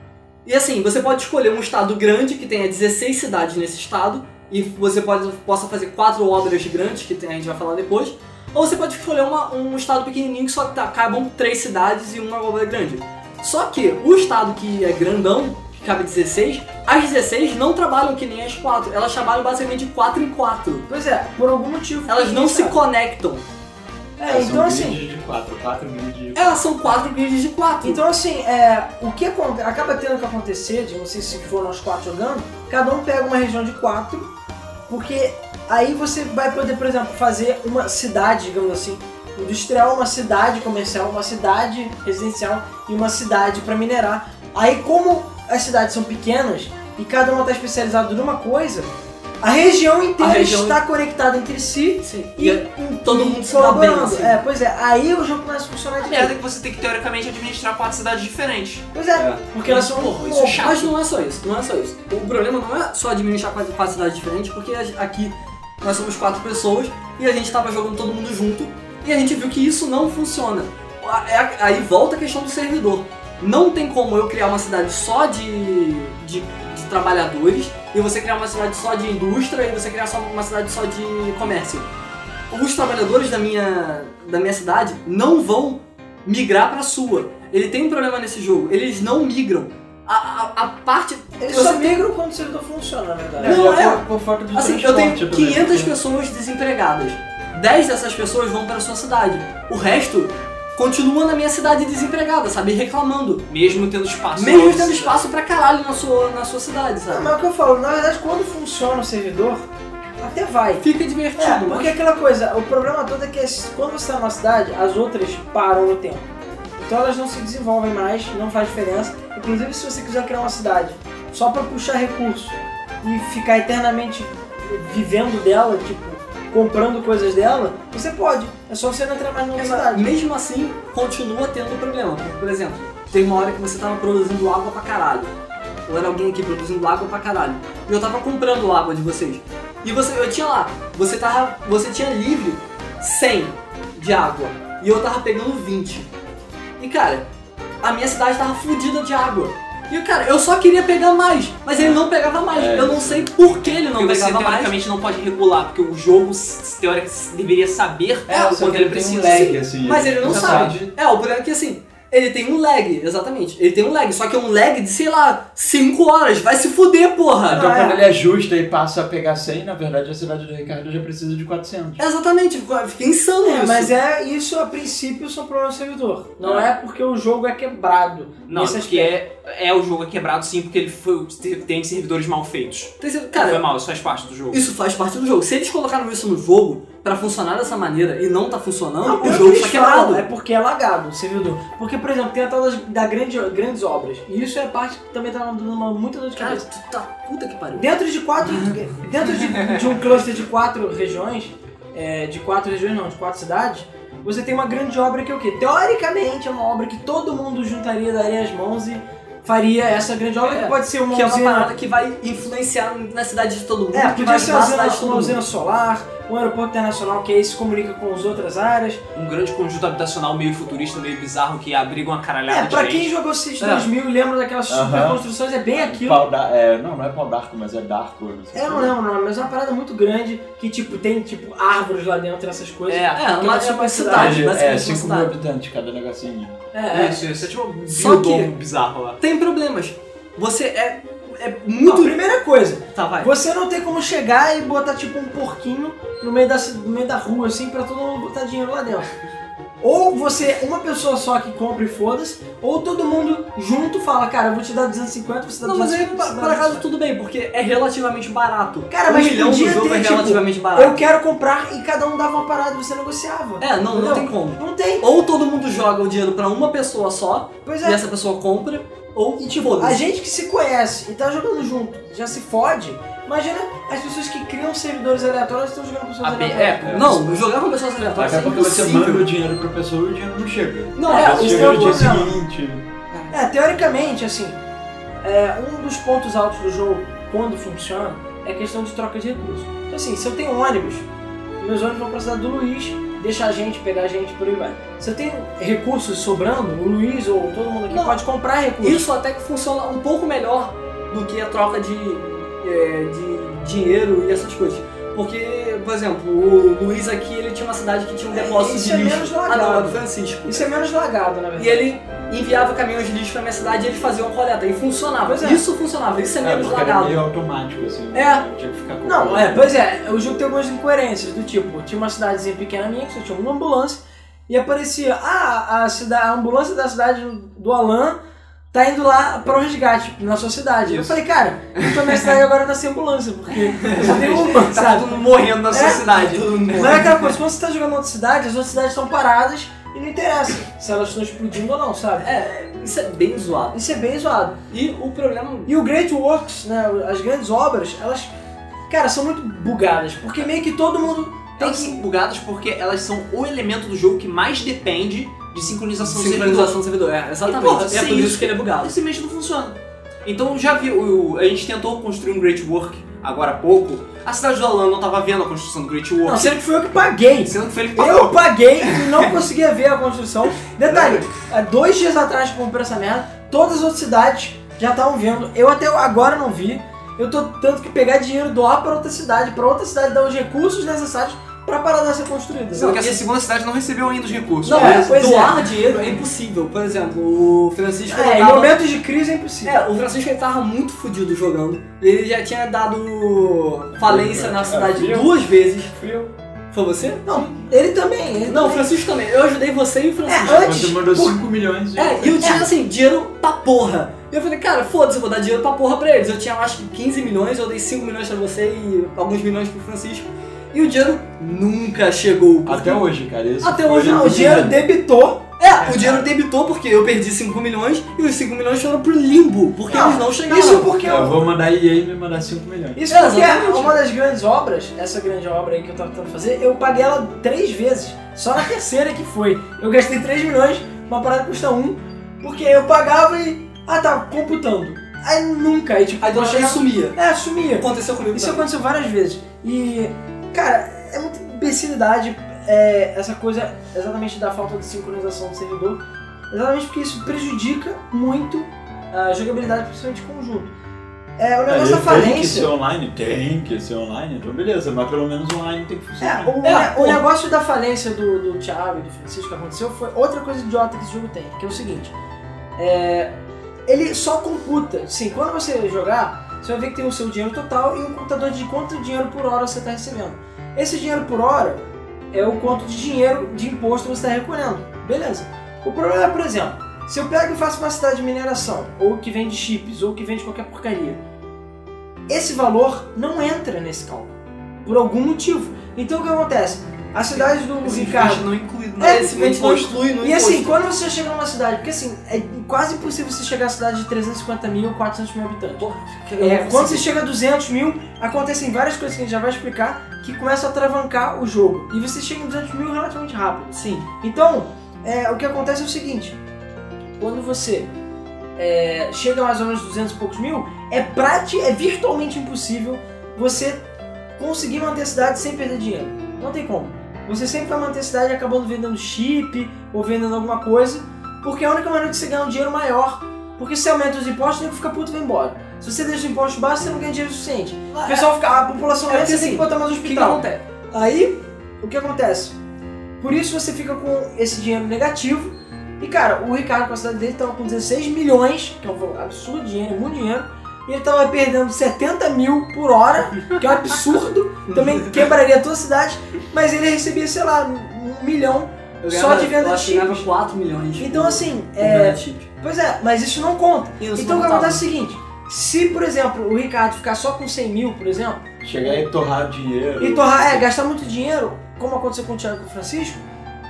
E assim, você pode escolher um estado grande que tenha dezesseis cidades nesse estado, e você pode, possa fazer quatro obras grandes, que tem- a gente vai falar depois, ou você pode escolher uma- um estado pequenininho que só tá, cabam três cidades e uma obra grande. Só que o estado que é grandão, que cabe dezesseis, as dezesseis não trabalham que nem as quatro, elas trabalham basicamente de quatro em quatro. Pois é, por algum motivo. Elas não se sabe? conectam. É, São então assim. grids de quatro, quatro grids de quatro. Elas são quatro grids de quatro. Então assim, é, o que aconte- acaba tendo que acontecer, de não sei se for nós quatro jogando, cada um pega uma região de quatro, porque aí você vai poder, por exemplo, fazer uma cidade, digamos assim, industrial, uma cidade comercial, uma cidade residencial e uma cidade para minerar. Aí como as cidades são pequenas e cada uma está especializada numa coisa, a região inteira A região- está conectada entre si Sim. e, E em- todo e mundo se dá bem, colaborando. assim. É, pois é, aí o jogo começa a funcionar A de merda é que você tem que, teoricamente, administrar quatro cidades diferentes. Pois é, É. porque elas são Porra, isso é chato. Mas não é só isso, não é só isso. O problema não é só administrar quatro quatro cidades diferentes, porque a- aqui nós somos quatro pessoas e a gente tava jogando todo mundo junto e a gente viu que isso não funciona. A- é a- Aí volta a questão do servidor. Não tem como eu criar uma cidade só de, de, de trabalhadores e você criar uma cidade só de indústria e você criar só uma cidade só de comércio. Os trabalhadores da minha, da minha cidade não vão migrar pra sua. Ele tem um problema nesse jogo, eles não migram. A, a, a parte... Eles eu só sei- migram quando o servidor funciona, na verdade. Não, já é. Por, por falta de Assim, eu transporte, tenho por quinhentas exemplo. pessoas desempregadas. dez dessas pessoas vão pra sua cidade. O resto continua na minha cidade desempregada, sabe? Reclamando. Mesmo tendo espaço. Mesmo na tendo cidade. espaço pra caralho na sua, na sua cidade, Não, sabe? mas é o que eu falo, na verdade, quando funciona o servidor, até vai. Fica divertido, É, mas... porque aquela coisa, o problema todo é que as- quando você está numa cidade, as outras param no tempo. Então elas não se desenvolvem mais, não faz diferença. Inclusive, se você quiser criar uma cidade só pra puxar recurso e ficar eternamente vivendo dela, tipo, comprando coisas dela, você pode. É só você não entrar mais numa cidade. Mesmo assim, continua tendo problema. Porque, por exemplo, tem uma hora que você tava produzindo água pra caralho. Ou era alguém aqui produzindo água pra caralho. E eu tava comprando água de vocês. E você, eu tinha lá, você, tava, você tinha livre cem de água. E eu tava pegando vinte. E cara, a minha cidade tava fodida de água. E cara, eu só queria pegar mais, mas ele não pegava mais. É, eu não sei por que ele não Porque você, pegava mais. teoricamente, não pode regular, porque o jogo, teoricamente, deveria saber É, o só quanto que ele ele tem um precisa. lag, assim. Mas ele não Você sabe. É, o problema é que assim, ele tem um lag, exatamente. Ele tem um lag, só que é um lag de, sei lá, cinco horas. Vai se fuder, porra! Então Ah, quando é. ele ajusta e passa a pegar cem, na verdade a cidade do Ricardo já precisa de quatrocentos. Exatamente, fica fica insano É, isso. mas é isso, a princípio, são problemas do servidor. Não é porque o jogo é quebrado. Não, nesse porque aspecto. é, é o jogo é quebrado sim, porque ele foi, tem servidores mal feitos. Tem sido- Cara, foi Cara, mal, isso faz parte do jogo. isso faz parte do jogo. Se eles colocaram isso no jogo pra funcionar dessa maneira e não tá funcionando, Não, o pelo jogo que está eles falam, quebrado. é porque é lagado o servidor. Porque, por exemplo, tem a tal das da grande, grandes obras. E isso é a parte que também tá dando uma, muita dor de Cara, cabeça. tu tá puta que pariu. Dentro de quatro. dentro de, de um cluster de quatro regiões, é, de quatro regiões não, de quatro cidades, você tem uma grande obra que é o quê? Teoricamente é uma obra que todo mundo juntaria, daria as mãos e faria essa grande obra, É, que pode ser uma que é uma usina... parada que vai influenciar na cidade de todo mundo, É, que podia vai ser ajudar a uma cidade usina, de todo uma usina mundo. solar, um aeroporto internacional que aí se comunica com as outras áreas. Um grande conjunto habitacional meio futurista, meio bizarro, que abriga uma caralhada É, de pra gente. quem jogou Cities É. dois mil e lembra daquelas Aham. super construções, é bem aquilo. Pau da- é, não, não é pau d'arco, mas é darko. Não sei Eu o não quê. lembro o nome, mas é uma parada muito grande que tipo, tem tipo árvores lá dentro, essas coisas. É, É, Aquela uma, é super uma cidade, cidade, É, basicamente uma cinco mil cidade. habitantes cada negocinho. É, é. Isso, isso. É tipo um Só que- biodome bizarro lá. Tem problemas. Você é, é Não, muito... primeira coisa, Tá, vai. você não tem como chegar e botar tipo um porquinho no meio da, ci- no meio da rua assim pra todo mundo botar dinheiro lá dentro. Ou você, uma pessoa só que compra e foda-se, ou todo mundo junto fala, cara, eu vou te dar duzentos e cinquenta, você dá Não, mas duzentos e aí, cinquenta. por você dá por acaso, duzentos e tudo bem, porque é relativamente barato. Cara, um mas milhão do podia jogo ter, é tipo, relativamente cinquenta. barato. Eu quero comprar e cada um dava uma parada e você negociava. É, não, não Entendeu? tem como. Não tem. Ou todo mundo joga o dinheiro pra uma pessoa só, Pois e é. essa pessoa compra, ou E tipo, foda-se. a gente que se conhece e tá jogando junto já se fode. Imagina as pessoas que criam servidores aleatórios e estão jogando com pessoas A B- aleatórias. é, Não, jogar com pessoas aleatórias Daqui a é pouco você impossível. manda o dinheiro pra pessoa e o dinheiro não chega. Não, É, Às isso vezes é chega um no dia problema. seguinte. É, teoricamente, assim, é, um dos pontos altos do jogo, quando funciona, é a questão de troca de recursos. Então assim, se eu tenho um ônibus, meus ônibus vão pra cidade do Luiz, deixar a gente, pegar a gente, por aí vai. Se eu tenho recursos sobrando, o Luiz ou todo mundo aqui Não. pode comprar recursos. Isso até que funciona um pouco melhor do que a troca de, é, de dinheiro e essas coisas. Porque, por exemplo, o Luiz aqui, ele tinha uma cidade que tinha um É, depósito isso de é lixo. menos Ah, não, lagado. é Francisco. Isso é menos lagado, na verdade. E ele enviava caminhões de lixo pra minha cidade e eles faziam a coleta. E funcionava. Pois é. Isso funcionava, isso é É, menos porque era lagado. meio automático, assim. É. Tinha que ficar com Não, é, pois é, o jogo tem algumas incoerências, do tipo, tinha uma cidadezinha pequena minha, que só tinha uma ambulância, e aparecia, ah, a, cida, a ambulância da cidade do Alan tá indo lá para o resgate, na sua cidade. Eu Isso. falei, cara, então minha cidade agora tá sem ambulância, porque só tem uma, Tá sabe? todo mundo morrendo na sua É, cidade. Não é aquela coisa, quando você tá jogando em outra cidade, as outras cidades estão paradas e não interessa se elas estão explodindo ou não, sabe? É, isso é bem zoado. Isso é bem zoado. E o problema... E o Great Works, né, as grandes obras, elas, cara, são muito bugadas, porque meio que todo mundo tem Elas que... são bugadas porque elas são o elemento do jogo que mais depende de sincronização do Sincronização do servidor. É, exatamente. E, porra, é sem por isso isso- que ele é bugado. Esse mês não funciona. Então já viu, o- a gente tentou construir um Great Work agora há pouco. A cidade do Alan não tava vendo a construção do Great Work. Não, sendo que foi eu que paguei. Sendo que foi ele que Eu pagou. paguei e não conseguia ver a construção. Detalhe, há dois dias atrás que eu comprei essa merda, todas as outras cidades já estavam vendo. Eu até agora não vi. Eu tô tendo que pegar dinheiro, doar pra outra cidade, pra outra cidade dar os recursos necessários pra parada ser construída. Sendo que essa segunda cidade não recebeu ainda os recursos. Não, É, é, pois doar dinheiro é impossível. Por exemplo, o Francisco... ele É, em tava- momentos de crise é impossível. É, o Francisco ele tava muito fudido jogando. Ele já tinha dado falência na cidade frio. duas vezes. Frio. Foi você? Não, ele também. Ele Não, o também. Francisco também. Eu ajudei você e o Francisco. É, antes- Você mandou por- cinco milhões de... É, e eu tinha assim, dinheiro pra porra. E eu falei, cara, foda-se, eu vou dar dinheiro pra porra pra eles. Eu tinha acho que quinze milhões, eu dei cinco milhões pra você e alguns milhões pro Francisco. E o dinheiro nunca chegou. porque- Até hoje, cara. Esse Até foi- hoje Não, o dinheiro debitou. É, o dinheiro debitou porque eu perdi cinco milhões e os cinco milhões foram pro limbo, porque Não, eles não chegaram. Isso porque Eu eu... vou mandar E A me mandar cinco milhões. Isso É, porque exatamente. uma das grandes obras, essa grande obra aí que eu tava tentando fazer, eu paguei ela três vezes. Só na terceira que foi. Eu gastei três milhões, uma parada custa um, porque eu pagava e... Ah, tá, computando. Aí nunca, aí tipo... Aí quando ela chegava- sumia. É, sumia. Aconteceu comigo Isso também. aconteceu várias vezes. E, cara, é muita imbecilidade é, essa coisa exatamente da falta de sincronização do servidor. Exatamente porque isso prejudica muito a jogabilidade, principalmente de conjunto. É, o negócio da Ele Tem que falência... ser online? Tem que ser online, então beleza, mas pelo menos online tem que É, funcionar. o, É, ne- pô. o negócio da falência do, do Thiago e do Francisco que aconteceu foi outra coisa idiota que esse jogo tem, que é o seguinte. É, ele só computa. Sim, quando você jogar, você vai ver que tem o seu dinheiro total e um computador de quanto dinheiro por hora você está recebendo. Esse dinheiro por hora é o quanto de dinheiro de imposto você está recolhendo. Beleza. O problema é, por exemplo, se eu pego e faço uma cidade de mineração, ou que vende chips, ou que vende qualquer porcaria, esse valor não entra nesse cálculo. Por algum motivo. Então o que acontece? A cidade do Esse Ricardo... não inclui É, esse Simplesmente não inclui no E assim, imposto. quando você chega numa cidade, porque assim, é quase impossível você chegar a cidade de trezentos e cinquenta mil ou quatrocentos mil habitantes. É, quando você chega a duzentos mil, acontecem várias coisas que a gente já vai explicar que começam a travancar o jogo. E você chega em duzentos mil relativamente rápido. Sim. Então, é, o que acontece é o seguinte: quando você é, chega a mais ou menos duzentos e poucos mil, é, prati, é virtualmente impossível você conseguir manter a cidade sem perder dinheiro. Não tem como. Você sempre vai manter a cidade acabando vendendo chip ou vendendo alguma coisa, porque é a única maneira de você ganhar um dinheiro maior. Porque se você aumenta os impostos, o nego fica puto e vai embora. Se você deixa os impostos baixos, você não ganha dinheiro suficiente. O pessoal fica, a população É é, você porque, tem que assim, botar mais um O que, que hospital. acontece? Aí, o que acontece? Por isso você fica com esse dinheiro negativo. E cara, o Ricardo com a cidade dele tava com dezesseis milhões, que é um absurdo dinheiro, é muito dinheiro. E ele tava perdendo setenta mil por hora, que é um absurdo. Também quebraria toda a cidade. Mas ele recebia, sei lá, um milhão Eu só ganhava- de venda eu de acho que eu ganhava chips. quatro milhões. Então por- assim, por é... venda de chip. Pois é, mas isso não conta. E isso Então o não que contava. acontece é o seguinte, se por exemplo o Ricardo ficar só com cem mil, por exemplo, Chegar e torrar dinheiro. e torrar, é, gastar muito dinheiro, como aconteceu com o Thiago e com o Francisco,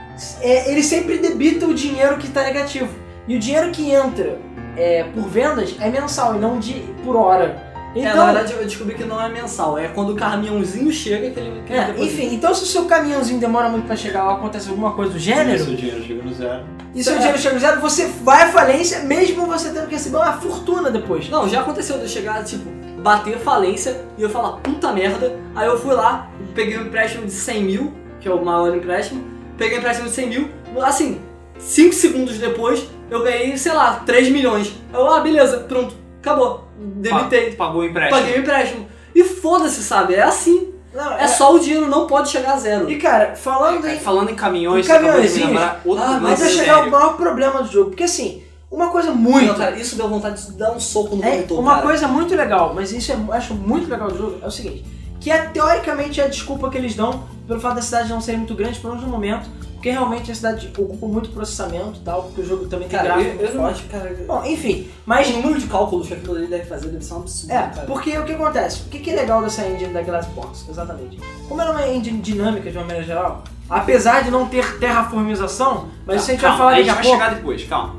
é, ele sempre debita o dinheiro que está negativo. E o dinheiro que entra é, por vendas é mensal e não de por hora. É, Então, na verdade eu descobri que não é mensal, é quando o caminhãozinho chega que ele, que ele é, deposita. enfim, então se o seu caminhãozinho demora muito para chegar ou acontece alguma coisa do gênero, Seu dinheiro chega no zero. e seu É. dinheiro chega no zero, você vai à falência mesmo você tendo que receber uma fortuna depois. Não, já aconteceu de eu chegar, tipo, bater falência e eu falar, puta merda. Aí eu fui lá, peguei um empréstimo de cem mil, que é o maior empréstimo, peguei um empréstimo de cem mil, assim, cinco segundos depois eu ganhei, sei lá, três milhões. Eu, ah, beleza, pronto, acabou, debitei, Pagou o empréstimo. paguei o empréstimo. E foda-se, sabe, é assim, Não, é só o dinheiro não pode chegar a zero. E cara, falando É, em falando em caminhões, Em você acabou de me caminhõezinhos? lembrar outro Ah, Mas lance vai chegar sério. o maior problema do jogo, porque assim, uma coisa muito. Não, cara, isso deu vontade de dar um soco no é, monitor, uma cara. coisa muito legal, mas isso é, eu acho muito legal do jogo, é o seguinte, que é teoricamente a desculpa que eles dão pelo fato da cidade não ser muito grande, pelo menos no momento, porque realmente a cidade ocupa muito processamento e tal, porque o jogo também tem Cara, eu, gráfico eu não forte. acho, cara... Bom, enfim, Mas mas o número de cálculos que aquilo ali deve fazer deve ser um absurdo, é, cara. porque o que acontece? O que que é legal dessa engine da Glassbox, exatamente? Como ela é uma engine dinâmica de uma maneira geral, apesar de não ter terraformização, mas isso a gente vai Calma, falar a daqui gente a vai pouco. chegar depois, calma.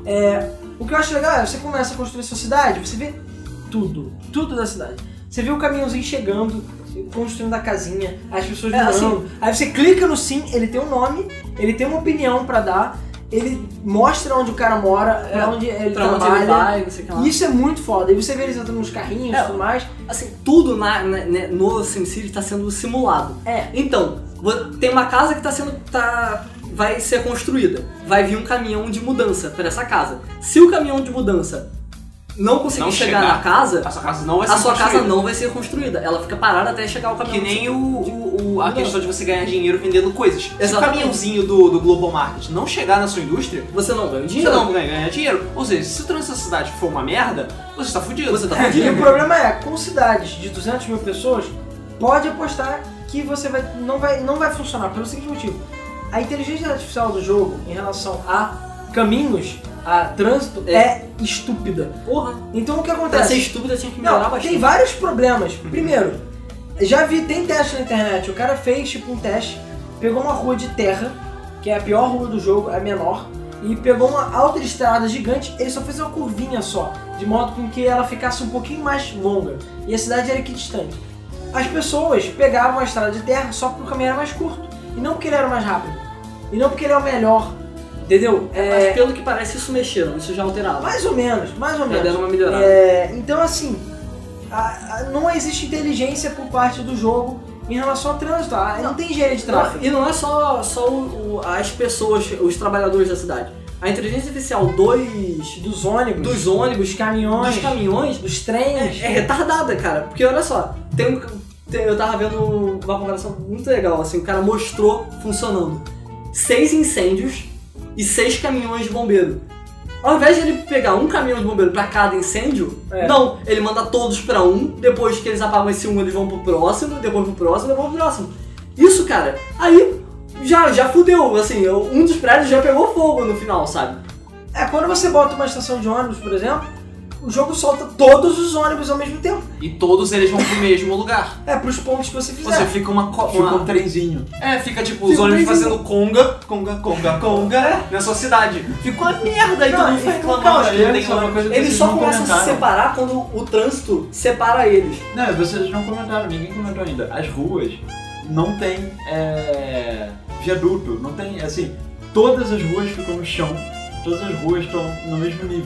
O que eu acho legal é, você começa a construir sua cidade, você vê tudo, tudo da cidade. Você vê o caminhãozinho chegando, construindo a casinha, as pessoas É, morando. assim- Aí você clica no sim, ele tem um nome, ele tem uma opinião pra dar, ele mostra onde o cara mora, É, pra onde ele Pra onde trabalha. ele vai, não sei o que lá. E isso é muito foda. Aí você vê eles entrando nos carrinhos e É. tudo mais. Assim, tudo na, na- né, no SimCity está sendo simulado. É. Então, vo- tem uma casa que tá sendo. Tá, vai ser construída. Vai vir um caminhão de mudança para essa casa. Se o caminhão de mudança não conseguir Não chegar, chegar, na casa, A sua casa não vai ser a sua construída. casa não vai ser construída. Ela fica parada até chegar o caminhão. Que nem o, o- o- a Não. questão de você ganhar dinheiro vendendo coisas. Se o Exatamente. caminhãozinho do, do Global Market não chegar na sua indústria, Você não ganha você dinheiro. não vai ganhar dinheiro. Ou seja, se o trânsito da cidade for uma merda, você está fudido. Você tá E fudido. o problema é, com cidades de duzentas mil pessoas, pode apostar que você vai, não, vai, não vai funcionar, pelo seguinte motivo. A inteligência artificial do jogo, em relação a caminhos, a trânsito, é, É. estúpida. Porra. Então o que Pra acontece? ser estúpida tinha que melhorar Não, bastante. tem vários problemas. Primeiro, já vi, tem teste na internet, o cara fez tipo um teste, pegou uma rua de terra, que é a pior rua do jogo, a menor, e pegou uma autoestrada gigante, ele só fez uma curvinha só, de modo com que ela ficasse um pouquinho mais longa, e a cidade era equidistante. As pessoas pegavam a estrada de terra só porque o caminho era mais curto, e não porque ele era mais rápido, e não porque ele é o melhor, entendeu? Mas É, pelo que parece, isso mexeram, isso já alteraram. mais ou menos, mais ou Já menos. deram uma melhorada. É, então, assim, a- a- não existe inteligência por parte do jogo em relação ao trânsito. Ah, não, Não. tem engenharia de Não, tráfego. e não é só, só o- o- as pessoas, os trabalhadores da cidade. A inteligência artificial dos, Dos ônibus, dos ônibus, dos caminhões, dos caminhões, dos trens. é, é retardada, cara. Porque olha só, tem um, tem- eu tava vendo uma comparação muito legal, assim, o cara mostrou funcionando. Seis incêndios e seis caminhões de bombeiro. Ao invés de ele pegar um caminhão de bombeiro pra cada incêndio, É. não, ele manda todos pra um, depois que eles apagam esse um, eles vão pro próximo, depois pro próximo, depois pro próximo. Isso, cara, aí já, já fudeu, assim, um dos prédios já pegou fogo no final, sabe? É, quando você bota uma estação de ônibus, por exemplo, o jogo solta todos os ônibus ao mesmo tempo. E todos eles vão pro mesmo lugar. É, pros pontos que você fizer. Você fica uma... co- Fica um uma trenzinho. é, fica tipo os Fica um ônibus trenzinho. fazendo conga, conga, conga, conga na sua cidade. Fica uma merda e Não, todo mundo e fica fica um reclamando caos, que não Olha, tem isso é uma ônibus. coisa que Eles vocês só não começam a se comentaram. separar quando o trânsito separa eles. Não, vocês não comentaram, ninguém comentou ainda. As ruas não tem é, viaduto, não tem, assim, todas as ruas ficam no chão, todas as ruas estão no mesmo nível.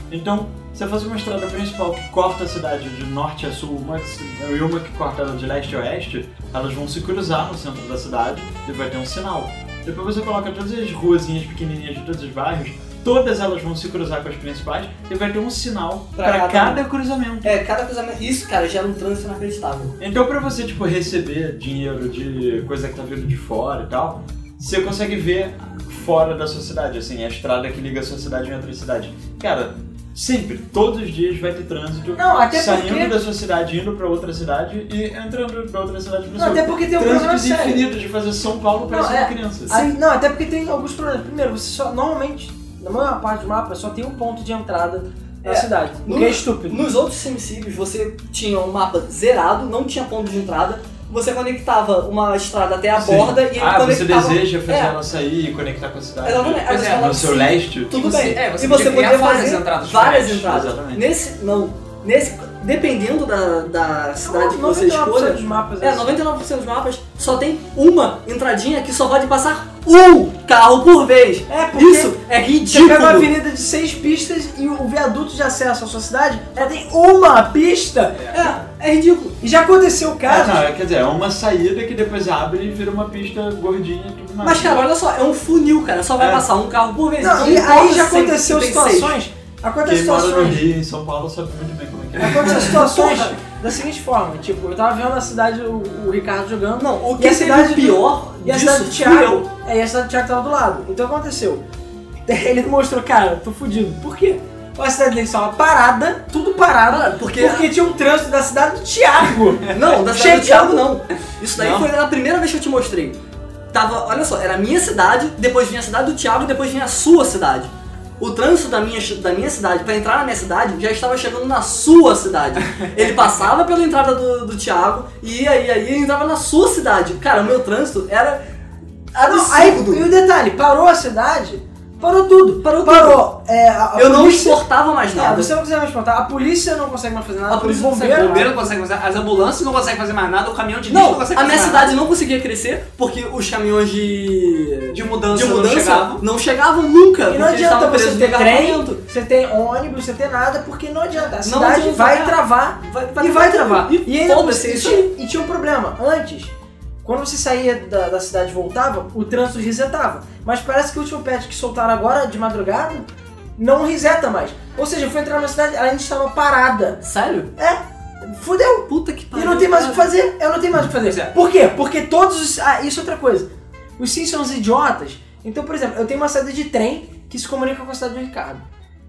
Então, se fosse uma estrada principal que corta a cidade de norte a sul, uma, e uma que corta ela de leste a oeste, elas vão se cruzar no centro da cidade e vai ter um sinal. Depois você coloca todas as ruazinhas pequenininhas de todos os bairros, todas elas vão se cruzar com as principais e vai ter um sinal Pra para cada cada um. cruzamento. É, cada cruzamento. Isso, cara, gera um trânsito inacreditável. Então, pra você, tipo, receber dinheiro de coisa que tá vindo de fora e tal, você consegue ver fora da sua cidade, assim, a estrada que liga a sua cidade em outra cidade. Cara, sempre, todos os dias vai ter trânsito Não, até saindo porque- da sua cidade, indo pra outra cidade e entrando pra outra cidade pra Não, sua. até porque tem um problema Trânsitos sério. infinitos de fazer São Paulo parecendo é. criança. Ah, não, até porque tem alguns problemas. Primeiro, você só, normalmente, na maior parte do mapa, só tem um ponto de entrada na É, cidade. O no- que é estúpido. Nos outros SimCities você tinha um mapa zerado, não tinha ponto de entrada, você conectava uma estrada até a Sim. borda e ele Ah, você conectava... deseja fazer É. ela sair e conectar com a cidade. Exatamente. Aí Pois você é, falava No seu sim, leste. tudo Você- bem. é, você e você podia criar poderia várias fazer entradas várias diferentes. entradas. Exatamente. Nesse, não, nesse, dependendo da, da cidade que você noventa e nove por cento escolha, dos mapas é, assim. noventa e nove por cento dos mapas só tem uma entradinha que só pode passar um carro por vez. É, porque Isso é você ridículo. pega uma avenida de seis pistas e o viaduto de acesso à sua cidade só tem uma pista. É, é ridículo. E já aconteceu É, casos. não, é, quer dizer, é uma saída que depois abre e vira uma pista gordinha e tudo mais. Mas, cara, olha só, é um funil, cara. Só vai É. passar um carro por vez. Não, Então, e não aí importa já se tem- aconteceu se tem seis. situações. Aconteceu Quem mora no situações. Rio, em São Paulo, sabe muito bem como é que é. Aconteceu situações da seguinte forma, tipo, eu tava vendo a cidade, o, o Ricardo jogando. Não, o E que a cidade cidade pior E a disso cidade do fui Thiago. eu. É, e a cidade do Thiago tava do lado. Então aconteceu. Ele mostrou, cara, tô fudido. Por quê? A cidade dele estava parada, tudo parado, Parado, porque- porque tinha um trânsito da cidade do Thiago. Não, da cidade do Chegando- Thiago não. Isso daí Não? foi a primeira vez que eu te mostrei. Tava, olha só, era a minha cidade, depois vinha a cidade do Thiago e depois vinha a sua cidade. O trânsito da minha, da minha cidade pra entrar na minha cidade já estava chegando na sua cidade. Ele passava pela entrada do, do Thiago e ia, ia, ia e entrava na sua cidade. Cara, o meu trânsito era Não, aí, absurdo. e o detalhe, parou a cidade, parou tudo. Parou Parou. É, a, a Eu não polícia- exportava mais É, nada. você não consegue mais exportar. A polícia não consegue mais fazer nada. A polícia os não consegue bombeiros. O bombeiro não consegue fazer, as ambulâncias não conseguem fazer mais nada, o caminhão de lixo Não, não consegue a fazer minha mais cidade não conseguia crescer porque os caminhões de nada. De mudança, de mudança não chegavam. não chegavam nunca. E porque não eles adianta estavam você presos ter no trem, carregamento. você tem ônibus, você tem nada, porque não adianta. A Não cidade adianta, vai é. travar Vai, e vai travar. E, E ainda foda-se e isso. tinha, e tinha um problema. Antes, quando você saía da, da cidade e voltava, o trânsito resetava. Mas parece que o último patch que soltaram agora, de madrugada, não reseta mais. Ou seja, eu fui entrar na cidade, ela ainda estava parada. Sério? É, fudeu. Puta que E pariu. não tem mais o que cara. fazer. Eu não tenho mais o que fazer. Pois é. Por quê? Porque todos os... Ah, isso é outra coisa. Os Sims são os idiotas. Então, por exemplo, eu tenho uma saída de trem que se comunica com a cidade do Ricardo.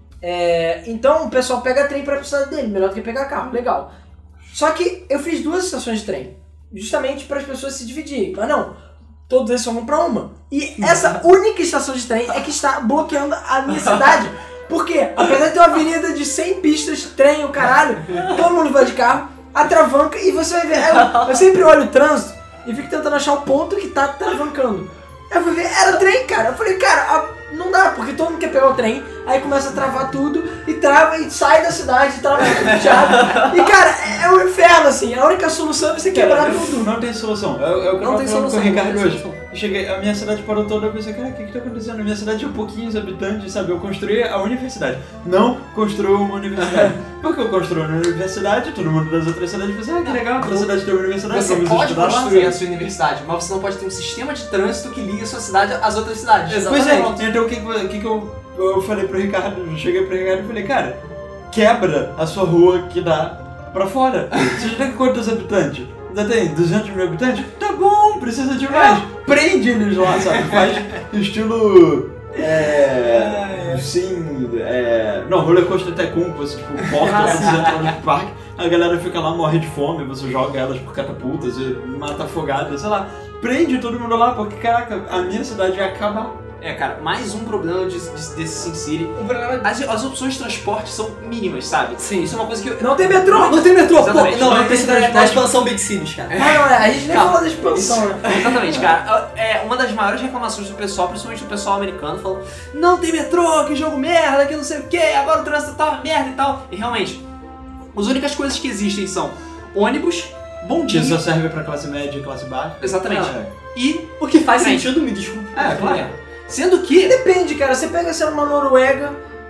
É, então o pessoal pega trem pra ir pra cidade dele, melhor do que pegar carro, legal. Só que eu fiz duas estações de trem, justamente para as pessoas se dividirem. Mas não, todos eles só vão pra uma. E essa única estação de trem é que está bloqueando a minha cidade. Por quê? Apesar de ter uma avenida de cem pistas, trem, o caralho, todo mundo vai de carro, atravanca e você vai ver. Eu, eu sempre olho o trânsito e fico tentando achar o ponto que tá travancando. Aí eu fui ver, era trem, cara. Eu falei, cara, a- não dá, porque todo mundo quer pegar o trem, aí começa a travar tudo, e trava e sai da cidade, e trava tudo, Thiago. E cara, é, é um inferno, assim. A única solução é você quebrar tudo. Não tem solução. É, é o que eu Não tava tem falando solução, com o Ricardo não tem hoje. solução. Eu cheguei, a minha cidade parou toda, eu pensei, cara, o que que tá acontecendo? A minha cidade tinha pouquinhos habitantes, sabe? Eu construí a universidade. Não construiu uma universidade. Porque eu construí uma universidade, todo mundo das outras cidades pensou, ah, que legal, aquela cidade tem uma universidade, Você vamos pode estudar lá, construir sabe? a sua universidade, mas você não pode ter um sistema de trânsito que liga a sua cidade às outras cidades. Exatamente. Pois é, então o que, que, que que eu, eu falei pro Ricardo, eu cheguei pro Ricardo e falei, cara, quebra a sua rua que dá pra fora. Você já tem quantos habitantes? Já tem duzentos mil habitantes? Tá bom, precisa de mais. Prende eles lá, sabe? Faz estilo... É... Sim, é... Não, Roller Coaster Tycoon, você tipo, corta Ah, pra sim. entrar no parque, a galera fica lá, morre de fome, você joga elas por catapultas e mata afogadas, sei lá. Prende todo mundo lá, porque, caraca, a minha cidade ia acabar. É, cara, mais um problema de, de, desse SimCity. O problema As, as opções de transporte são mínimas, sabe? Sim. Isso é uma coisa que eu... Não tem metrô! Não, não tem metrô, pô. Exatamente. Não, Não não tem tem da, da transporte. expansão Big Cities, cara. Mas não é, a gente nem Calma. falou da expansão, né? Exatamente, cara. É uma das maiores reclamações do pessoal, principalmente do pessoal americano, falando não tem metrô, que jogo merda, que não sei o que, agora o trânsito tá uma merda e tal. E realmente, as únicas coisas que existem são ônibus, Que bondinho, só serve pra classe média e classe baixa. exatamente, É. e... O que faz Trem. sentido, me desculpe. É, claro. Sendo que... Depende, cara. Você pega, sei lá, uma Noruega,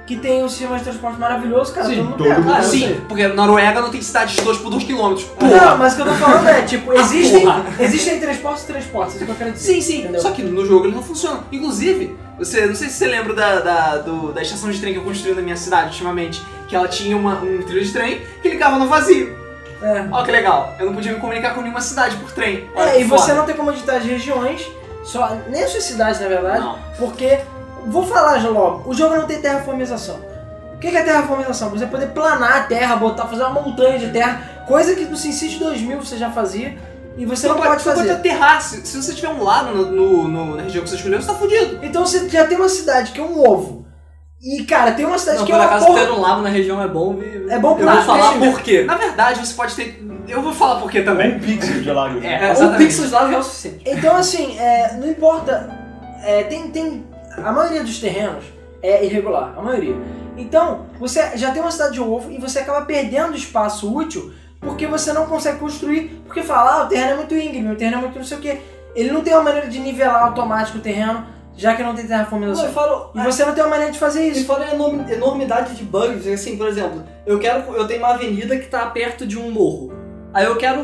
que tem um sistema de transporte maravilhoso, cara, Sim, todo mundo todo pega. mundo- Ah, eu sei. Sim, porque Noruega não tem cidades todas por dois quilômetros. Não, mas o que eu tô falando é, tipo, existem, porra. existem transportes e transportes, isso que eu quero dizer. Sim, sim, Entendeu? só que no jogo ele não funciona. Inclusive, você, não sei se você lembra da, da, do- da estação de trem que eu construí na minha cidade ultimamente, que ela tinha uma, um trilho de trem que ligava no vazio. É. Olha que legal, eu não podia me comunicar com nenhuma cidade por trem. Olha É, que e você foda. não tem como editar as regiões, só, nem as suas cidades, na verdade, Não. porque, vou falar já logo, o jogo não tem terraformização. O que que é terraformização? Você poder planar a terra, botar, fazer uma montanha de terra, coisa que no SimCity dois mil você já fazia, e você não pode Você fazer. pode aterrar, se, se você tiver um lago no, no- no- na região que você escolheu, você tá fudido. Então você já tem uma cidade que é um ovo, e cara, tem uma cidade Não, que por é uma acaso porra... ter um lago na região é bom e... É bom Eu pra vou falar frente. por quê. Na verdade, você pode ter... Eu vou falar por quê também. Um pixel de lago. É. né? É, um exatamente. pixel de lado já é o suficiente. Então assim, é, não importa, é, tem, tem, a maioria dos terrenos é irregular, a maioria. Então, você já tem uma cidade de ovo e você acaba perdendo espaço útil porque você não consegue construir, porque fala, ah, o terreno é muito íngreme, o terreno é muito não sei o que. Ele não tem uma maneira de nivelar automático o terreno, já que não tem Não, terraformização. eu falo... E você não tem uma maneira de fazer E isso. fora a enorm- enormidade de bugs, assim, por exemplo, eu quero, eu tenho uma avenida que tá perto de um morro. Aí eu quero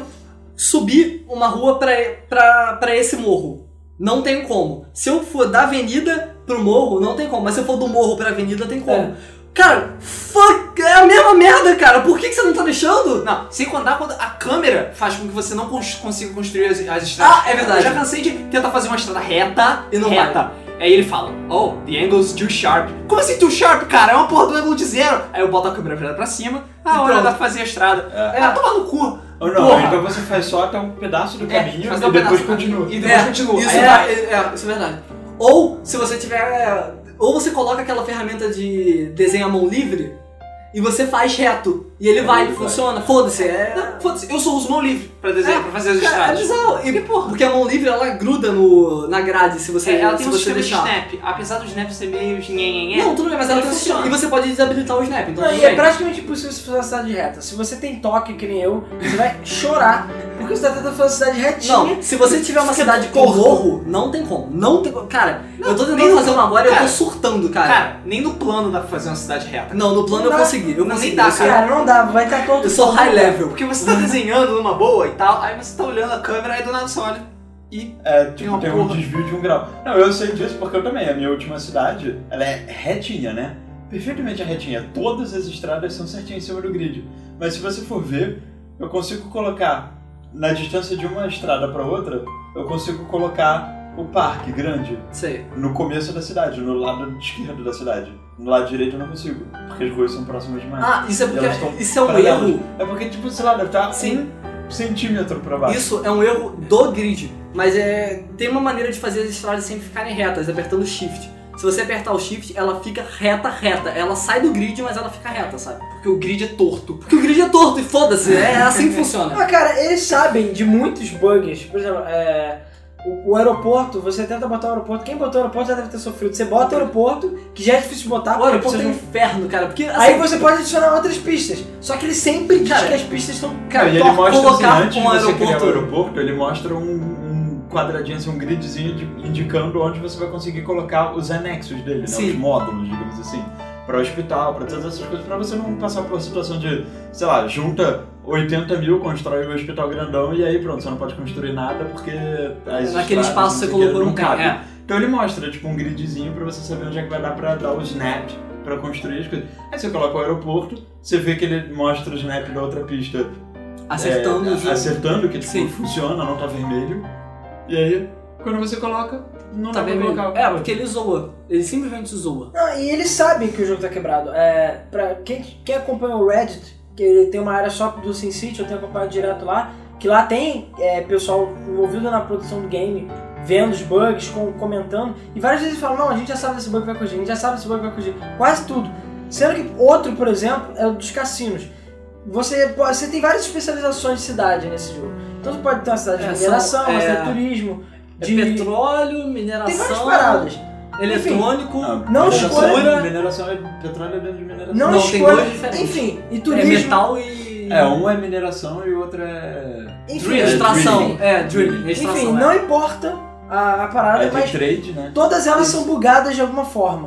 subir uma rua pra, pra, pra esse morro. Não tem como. Se eu for da avenida pro morro, não tem como. Mas se eu for do morro pra avenida, tem como. É. Cara, fuck, é a mesma merda, cara. Por que, que você não tá deixando? Não, sem contar quando a câmera faz com que você não cons- consiga construir as, as estradas. Ah, é verdade. Eu já cansei de tentar fazer uma estrada reta E não reta. Aí ele fala, oh, the angle's too sharp. Como assim too sharp, cara? É uma porra do ângulo de zero. Aí eu boto a câmera virada pra cima, ah, E olha, pronto. dá pra fazer a estrada. É. Ah, toma no cu. Ou não, Porra. então você faz só até um pedaço do É, caminho faz e um depois pedaço do continua. caminho. E depois continua. Isso Aí é, vai. é, é, isso é verdade. Ou, se você tiver... Ou você coloca aquela ferramenta de desenho à mão livre e você faz reto. E ele É, vai, ele vai. funciona. Foda-se, é... Não, foda-se, eu só uso mão livre pra desenhar, É, pra fazer as Cara, é estradas. bizarro. E, porra. porque a mão livre, ela gruda no, na grade se você, É, ela se tem um você sistema deixar. de snap. Apesar do snap ser meio nhenhenhé. Não, tudo bem, mas ela ele tem um sistema. funciona. E você pode desabilitar o snap, então Não, tudo e é bem. praticamente impossível você fazer uma cidade reta. Se você tem toque, que nem eu, você vai chorar porque você tá tentando fazer uma cidade retinha. Não, se você tiver uma Fica cidade com torto. morro, não tem como. Não tem como. Cara, Não, eu tô nem tentando no- fazer uma agora e eu cara, tô surtando, cara. Cara, nem no plano dá pra fazer uma cidade reta. não, no plano não eu dá. consegui. Eu Não, consegui. nem dá, eu sou- Cara, não dá, vai estar todo Eu sou high level. Porque você tá desenhando numa boa e tal, aí você tá olhando a câmera, aí do nada você olha e... É, Tem tipo, uma tem um porra. desvio de um grau. Não, eu sei disso porque eu também. A minha última cidade, ela é retinha, né? Perfeitamente retinha. Todas as estradas são certinhas em cima do grid. Mas se você for ver, eu consigo colocar, na distância de uma estrada pra outra, eu consigo colocar o parque grande Sei. no começo da cidade, no lado esquerdo da cidade. No lado direito eu não consigo, porque as ruas são próximas demais. Ah, isso é E elas estão porque. Isso é um paralelas. erro. É porque, tipo, sei lá, deve estar Sim. um centímetro pra baixo. Isso é um erro do grid. Mas é. Tem uma maneira de fazer as estradas sempre ficarem retas, apertando o shift. Se você apertar o shift, ela fica reta, reta. Ela sai do grid, mas ela fica reta, sabe? Porque o grid é torto. Porque o grid é torto e foda-se, é assim que funciona. Ah, cara, eles sabem de muitos bugs. Por exemplo, é, o, o aeroporto, você tenta botar o aeroporto. Quem botou o aeroporto já deve ter sofrido. Você bota o aeroporto, que já é difícil de botar. O porque aeroporto é um precisa de inferno, cara. Porque um- assim, Aí você pode adicionar outras pistas. Só que ele sempre diz Cara, que as pistas estão. cara, e ele to- mostra assim, colocar antes um de você criar aeroporto. o aeroporto, ele mostra um, um quadradinho, assim, um gridzinho de- indicando onde você vai conseguir colocar os anexos dele, né? Sim. Os módulos, digamos assim. Para o hospital, para todas essas coisas, para você não passar por situação de, sei lá, junta oitenta mil, constrói um hospital grandão e aí pronto, você não pode construir nada porque as naquele estradas, espaço você não sei o quê, colocou não não cabe. cabe. É. Então ele mostra, tipo, um gridzinho pra você saber onde é que vai dar pra dar o snap pra construir as coisas. Aí você coloca o aeroporto, você vê que ele mostra o snap da outra pista Acertando é, o jogo. acertando, que tipo, Sim. funciona, não tá vermelho. E aí, quando você coloca, não Tá dá pra vermelho. colocar. É, porque ele zoa. Ele simplesmente zoa. Não, e eles sabem que o jogo tá quebrado. É, pra quem, quem acompanha o Reddit, que ele tem uma área só do SimCity, eu tenho acompanhado direto lá, que lá tem é, pessoal envolvido na produção do game, vendo os bugs, com, comentando, e várias vezes falam, não, a gente já sabe desse bug vai corrigir, a gente já sabe desse bug vai corrigir, quase tudo. Sendo que outro, por exemplo, é o dos cassinos. Você, pode- você tem várias especializações de cidade nesse jogo. Então você pode ter uma cidade de É, mineração, são- uma cidade é- de turismo, É de... petróleo, mineração. Tem várias paradas. Eletrônico. Não, Não mineração, escolha- mineração é petróleo dentro de mineração. Não, Não, tem escolha... dois diferentes. Enfim, e É turismo... metal e. É, um é mineração e o outro é... Enfim, Drill, é extração. drilling. É, drilling, extração. Enfim, é. não importa a, a parada, É de mas trade, né? todas elas Isso. são bugadas de alguma forma.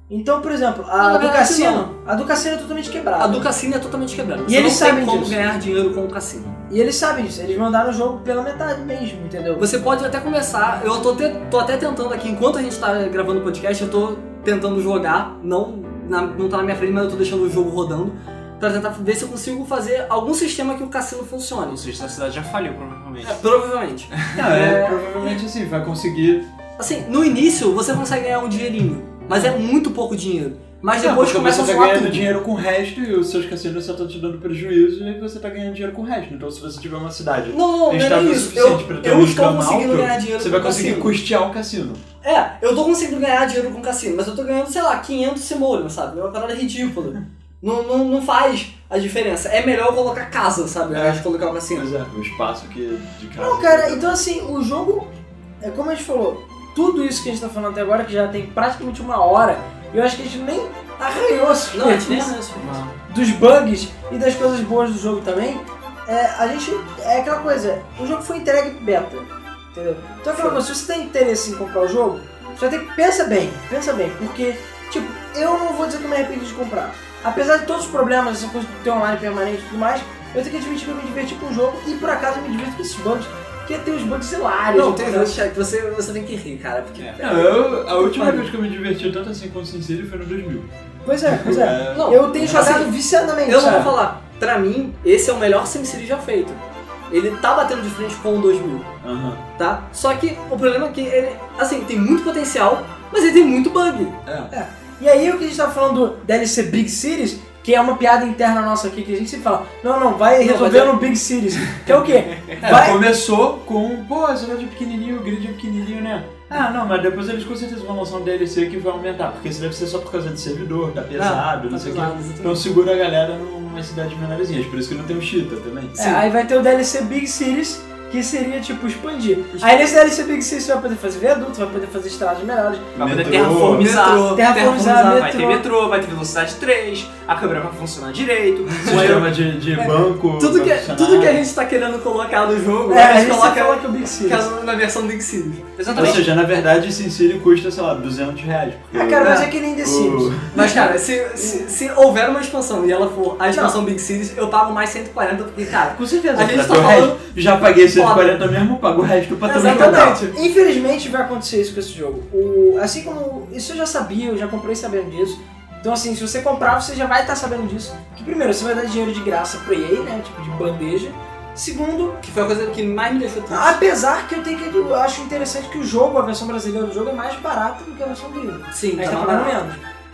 Então, por exemplo, a Não, na do verdade, cassino, a do cassino é totalmente quebrada. A do cassino é totalmente quebrada. E Você eles não sabem tem como disso. ganhar dinheiro com o cassino. E eles sabem disso, eles mandaram o jogo pela metade mesmo, entendeu? Você pode até começar, eu tô, te, tô até tentando aqui, enquanto a gente tá gravando o podcast, eu tô tentando jogar, não, na, não tá na minha frente, mas eu tô deixando o jogo rodando, pra tentar ver se eu consigo fazer algum sistema que o cassino funcione. Ou seja, essa cidade já faliu, provavelmente. É, provavelmente. Não, é, provavelmente assim, vai conseguir... Assim, no início você consegue ganhar um dinheirinho, mas é muito pouco dinheiro. Mas Não, depois porque começa a você tá soar ganhando tudo. dinheiro com o resto e os seus cassinos só estão te dando prejuízo e aí você tá ganhando dinheiro com o resto. Então se você tiver uma cidade Não, não, não é estável nem o isso. suficiente Eu, pra ter eu um estou income conseguindo alto, ganhar dinheiro você com vai o conseguir cassino. custear o cassino. É, eu tô conseguindo ganhar dinheiro com cassino, mas eu tô ganhando, sei lá, quinhentos simoleons, sabe? É uma parada ridícula. não, não, não faz a diferença. É melhor eu colocar casa, sabe? Ao invés de colocar o cassino. Pois é, o espaço que de casa. Não, cara, então assim, o jogo, é como a gente falou, tudo isso que a gente tá falando até agora, que já tem praticamente uma hora, eu acho que a gente nem arranhou a Não, a gente nem superfície não. dos bugs e das coisas boas do jogo também. É, a gente, é aquela coisa, o jogo foi entregue beta, entendeu? Então é aquela coisa, se você tem interesse em comprar o jogo, você vai ter que, pensa bem, pensa bem, porque, tipo, eu não vou dizer que eu me arrependi de comprar. Apesar de todos os problemas, essa coisa de ter online permanente e tudo mais, eu tenho que admitir que eu me diverti com o jogo e por acaso eu me divirto com esses bugs, porque tem os bugs hilários. Não, tem entendeu? vezes que você, você tem que rir, cara, porque... É. Não, eu, a última vez que eu me diverti tanto assim com o Sin City foi no dois mil. Pois é, pois é. É, Não, Eu tenho jogado assim, viciadamente, eu não sabe? vou falar, pra mim, esse é o melhor SimCity já feito. Ele tá batendo de frente com o dois mil, Aham. tá? Só que o problema é que ele, assim, tem muito potencial, mas ele tem muito bug. É. E aí o que a gente tá falando do D L C Big Cities, que é uma piada interna nossa aqui, que a gente sempre fala, não, não, vai Não, resolver mas é- no Big Cities. Que é o quê? É, Vai... começou com, pô, a cidade é pequenininho, o grid é pequenininho, né? Ah, não, mas depois eles com certeza vão lançar um D L C que vai aumentar, porque isso deve ser só por causa de servidor, tá pesado, tá não sei o pesado, quê. exatamente. Então segura a galera numas cidades menorzinhas, por isso que não tem o Cheetah também. É, aí vai ter o D L C Big Cities, que seria tipo expandir. Aí nesse D L C Big Cities você vai poder fazer viaduto, vai poder fazer estradas melhores. Vai poder Metrô, terraformizar. metrô, terraformizar, Vai metrô. ter metrô, vai ter velocidade três, a câmera vai funcionar direito. o Sistema de, de banco. Tudo que, vai funcionar. tudo que a gente tá querendo colocar no jogo, É, a a gente gente coloca fala que é o Big Cities. caso na versão Big Cities. Ou Exatamente. seja, na verdade, Sin City custa, sei lá, duzentos reais. porque Ah, cara, mas É. é que nem The Sims. o- Mas cara, se, se, se houver uma expansão e ela for a expansão Big Cities, eu pago mais cento e quarenta, porque, cara, Com certeza, A gente pra tá ter o falando- resto, já paguei cento e quarenta mesmo, pago o resto pra também Exatamente. pagar. Infelizmente vai acontecer isso com esse jogo. O, assim como. Isso eu já sabia, eu já comprei sabendo disso. Então assim, se você comprar, você já vai estar sabendo disso. Que primeiro, você vai dar dinheiro de graça pro E A, né? Tipo de bandeja. Segundo, que foi a coisa que mais me deixou triste. apesar que eu tenho que. Eu acho interessante que o jogo, a versão brasileira do jogo, é mais barata do que a versão gringa. Sim, A gente tá tá pagando barato. menos.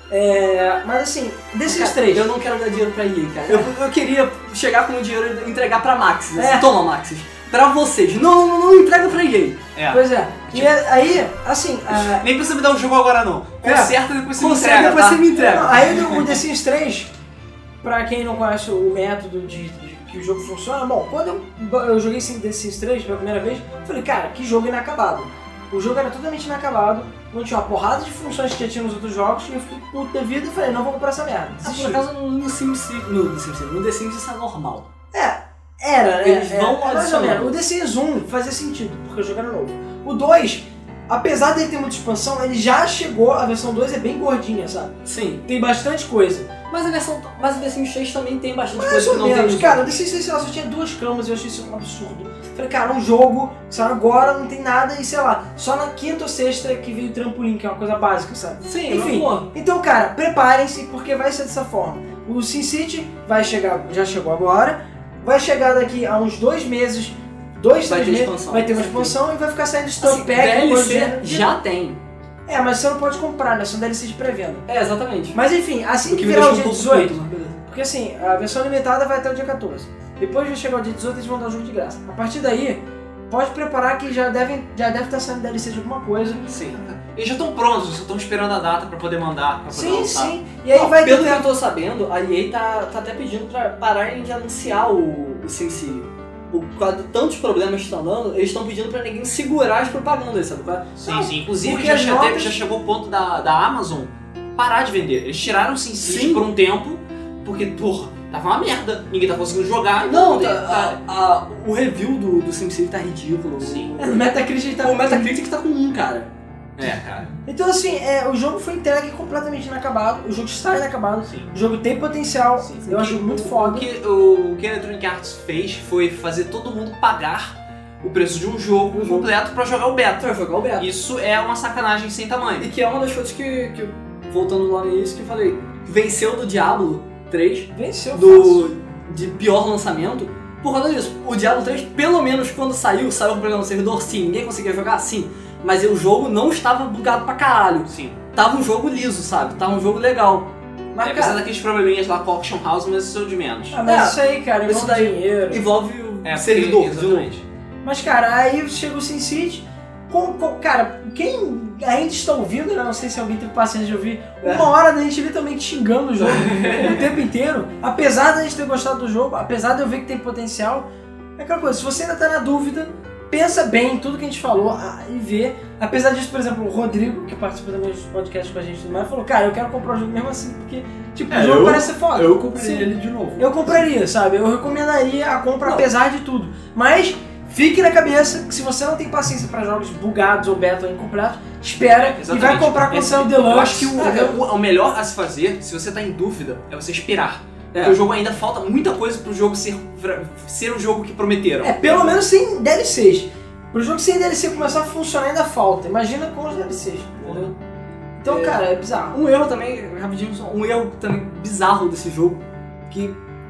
É, mas assim, desses Cara, três. Eu não quero dar dinheiro pra E A, cara. Eu, eu queria chegar com o dinheiro e entregar pra Maxis. É. Assim, toma, Maxis. Pra vocês. Não, não, não entrega pra E É. Pois é. E aí, assim. a- Nem precisa me dar o jogo agora não. É. Conserta e depois você me Conserta entrega, depois tá? você me entrega. Não, aí o The Sims três, pra quem não conhece o método de, de que o jogo funciona, bom, quando eu, eu joguei The Sims três pela primeira vez, eu falei, cara, que jogo inacabado. O jogo era totalmente inacabado, não tinha uma porrada de funções que tinha nos outros jogos, e eu fiquei puto da vida e falei, não vou comprar essa merda. Ah, Desisti. por acaso no, no SimCity, no, no, SimCity, no The Sims isso é normal. É, era, né? Eles É, vão é, mais ou adicionando. menos. O The Sims um fazia sentido, porque o jogo era novo. O dois, apesar dele ter muita expansão, ele já chegou, a versão dois é bem gordinha, sabe? Sim. Tem bastante coisa. Mas a versão. Mas o The Sims três também tem bastante Mais coisa ou que não menos, tem. cara, o The Sims três, sei lá, só tinha duas camas e eu achei isso um absurdo. Falei, cara, um jogo, saiu agora, não tem nada e sei lá, só na quinta ou sexta que veio o trampolim, que é uma coisa básica, sabe? Sim, Enfim, mas, pô, então, cara, preparem-se porque vai ser dessa forma. O SimCity vai chegar, já chegou agora, vai chegar daqui a uns dois meses, dois, Vai três ter meses, expansão. vai ter uma expansão e vai ficar saindo stock assim, pack. D L coisa C do gênero. já tem. É, mas você não pode comprar, né? São D L C de pré-venda. É, exatamente. Mas enfim, assim O que que me virar o deixou um dia pouco dezoito, puto, mas beleza. porque assim, a versão limitada vai até o dia quatorze. Depois vai chegar o dia dezoito e eles vão dar o jogo de graça. A partir daí, pode preparar que já devem, já deve estar saindo D L C de alguma coisa. Sim. Eles já estão prontos, só estão esperando a data pra poder mandar, pra poder Sim, lançar. sim. E aí Não, vai pelo ter... que eu tô sabendo, a E A tá, tá até pedindo pra pararem de anunciar o, o SimCity. Por causa de tantos problemas que estão dando, eles estão pedindo pra ninguém segurar as propagandas, sabe? qual é? Sim, Não, sim. Inclusive porque já, as já, notas- teve- já chegou o ponto da, da Amazon parar de vender. Eles tiraram o SimCity Sim. por um tempo, porque, porra, tava uma merda. Ninguém tá conseguindo jogar. Não, então, tá, a- a- o review do, do SimCity tá ridículo. Sim. O Metacritic tá... O Metacritic tá com um, cara. É, cara. Então, assim, é, o jogo foi entregue completamente inacabado, o jogo está inacabado, Sim. o jogo tem potencial, Sim. eu O acho que- muito o- foda. O que, o que a Electronic Arts fez foi fazer todo mundo pagar o preço de um jogo Um jogo. completo pra jogar o beta. Pra jogar o beta. Isso é uma sacanagem sem tamanho. E que é uma das coisas que, que voltando lá no início, que eu falei, venceu do Diablo três, Venceu fácil. do, de pior lançamento, por causa disso. O Diablo três, pelo menos quando saiu, saiu com problema no servidor, sim, ninguém conseguia jogar, sim. Mas o jogo não estava bugado pra caralho. Sim. Tava um jogo liso, sabe? Tava um jogo legal. Mas, É, apesar cara, daqueles probleminhas lá com o Auction House, mas isso é o de menos. Ah, mas É, isso aí, cara, isso envolve daí dinheiro. envolve o É, servidor, porque- de novo. exatamente. Mas, cara, aí chega o SimCity. Com, com, cara, quem ainda está ouvindo, né? Não sei se alguém teve paciência de ouvir, É. uma hora da gente literalmente xingando o jogo o tempo inteiro. Apesar da gente ter gostado do jogo, apesar de eu ver que tem potencial, é aquela coisa, se você ainda tá na dúvida, pensa bem em tudo que a gente falou ah, e vê. Apesar disso, por exemplo, o Rodrigo, que participa também dos podcasts com a gente e tudo mais, falou, cara, eu quero comprar o jogo mesmo assim, porque, tipo, É, o jogo eu- parece ser foda. Eu comprei Sim. ele de novo. Eu compraria, sabe? Eu recomendaria a compra Não. apesar de tudo. Mas fique na cabeça que se você não tem paciência para jogos bugados ou beta ou incompletos, espera e vai Exatamente. comprar quando Esse- sair o Deluxe. Eu acho que o, entendeu? o, o melhor a se fazer, se você tá em dúvida, é você esperar. É. Porque o jogo ainda falta muita coisa pro jogo ser, pra- ser o jogo que prometeram. É, pelo menos sem D L Cs. Pro jogo sem D L C começar a funcionar ainda falta. Imagina com os D L Cs, entendeu? Então, É. cara, é bizarro. Um erro também, rapidinho, só, um erro também bizarro desse jogo, que,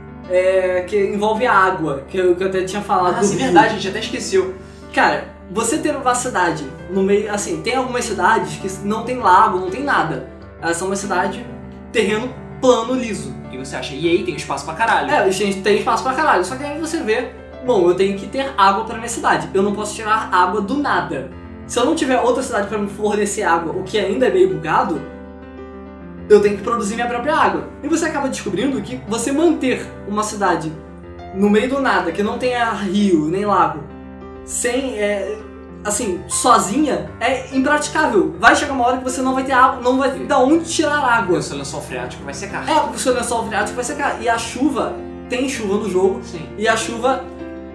é, que envolve a água, que eu, que eu até tinha falado. Ah, do sim, rio. verdade, a gente até esqueceu. Cara, você ter uma cidade no meio, assim, tem algumas cidades que não tem lago, não tem nada. Elas são uma cidade, terreno plano, liso. E você acha, e aí tem espaço pra caralho. É, a gente tem espaço pra caralho, só que aí você vê, bom, eu tenho que ter água pra minha cidade, eu não posso tirar água do nada. Se eu não tiver outra cidade pra me fornecer água, o que ainda é meio bugado, eu tenho que produzir minha própria água. E você acaba descobrindo que você manter uma cidade no meio do nada, que não tenha rio nem lago, sem, é, assim, sozinha, é impraticável. Vai chegar uma hora que você não vai ter água, não vai ter de onde tirar água. O seu lençol freático vai secar. É, porque o seu lençol freático vai secar. E a chuva, tem chuva no jogo, Sim. e a chuva,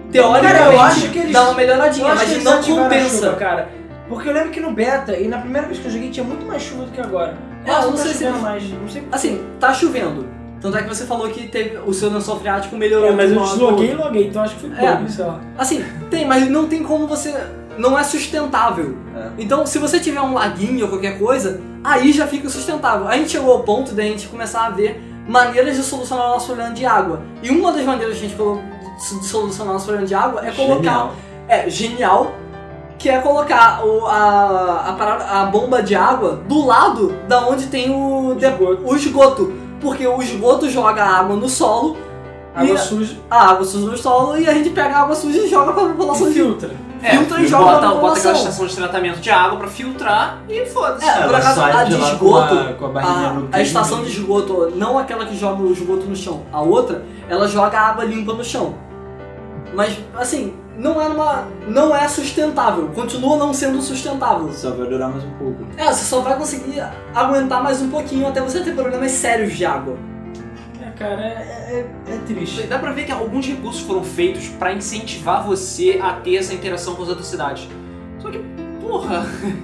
Cara, eu acho que teoricamente, eles- dá uma Eu melhoradinha, acho que mas eles não ativaram a compensa. chuva, cara. Porque eu lembro que no beta, e na primeira vez que eu joguei, tinha muito mais chuva do que agora. É, Quase eu não não tá sei se- chovendo mais, não sei por Assim, tá chovendo. Tanto é que você falou que teve, o seu lençol freático melhorou. É, mas de eu uma hora desloguei e pra outra. loguei, então acho que foi É. pouco, sei lá. Assim, tem, mas não tem como você... Não é sustentável. É. Então, se você tiver um laguinho ou qualquer coisa, aí já fica sustentável. A gente chegou ao ponto de a gente começar a ver maneiras de solucionar o nosso problema de água. E uma das maneiras que a gente falou de solucionar o nosso problema de água é colocar... Genial. É, genial. Que é colocar o, a, a, parada- a bomba de água do lado da onde tem o, de- esgoto. o esgoto. Porque o esgoto joga a água no solo, Água E- suja a água suja no solo, e a gente pega a água suja e joga pra população e de... filtra. É, Filtra e e joga bota, na bota aquela população. estação de tratamento de água pra filtrar e foda-se. É, por Ela acaso, sai a de de lá esgoto, com a, com a barrinha A, no a pino. estação de esgoto, não aquela que joga o esgoto no chão, a outra, ela joga água limpa no chão. Mas, assim, não é, uma, não é sustentável, continua não sendo sustentável. Só vai durar mais um pouco. É, você só vai conseguir aguentar mais um pouquinho até você ter problemas sérios de água. É, cara, é, é, é triste. Dá pra ver que alguns recursos foram feitos pra incentivar você a ter essa interação com as outras cidades. Só que, porra,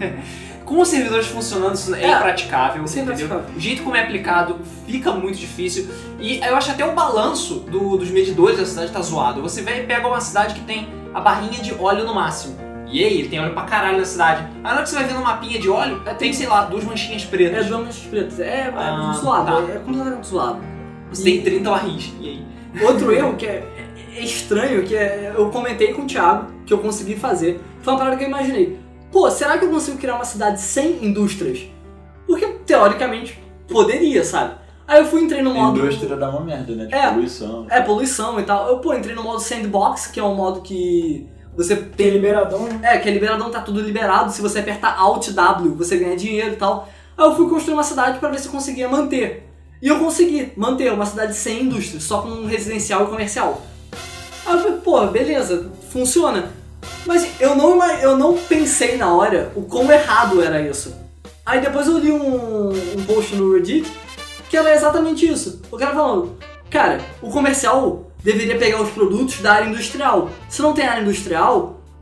com os servidores funcionando isso é, É, impraticável, isso é entendeu? impraticável. O jeito como é aplicado fica muito difícil. E eu acho até o balanço do- dos medidores da cidade tá zoado. Você vai e pega uma cidade que tem a barrinha de óleo no máximo. E aí, ele tem óleo pra caralho na cidade. Aí na hora que você vai ver no mapinha de óleo, tem, sei lá, duas manchinhas É pretas. damas pretas, é, é Ah, zoado, tá. é completamente zoado. Você E- tem trinta barris. E aí? Outro erro que é, é estranho, que é, eu comentei com o Thiago, que eu consegui fazer, foi uma parada que eu imaginei. Pô, será que eu consigo criar uma cidade sem indústrias? Porque, teoricamente, poderia, sabe? Aí eu fui, entrei no A modo... indústria dá uma merda, né? Tipo, É. poluição. É, poluição e tal. Eu, pô, entrei no modo sandbox, que é um modo que você Tem tem... liberadão, né? É, que é liberadão, tá tudo liberado. Se você apertar Alt W, você ganha dinheiro e tal. Aí eu fui construir uma cidade pra ver se eu conseguia manter. E eu consegui manter uma cidade sem indústria, só com residencial e comercial. Aí eu falei, pô, beleza, funciona. Mas eu não, ima- eu não pensei na hora o quão errado era isso. Aí depois eu li um, um post no Reddit que era exatamente isso. O cara falando, cara, o comercial deveria pegar os produtos da área industrial. Se não tem área industrial,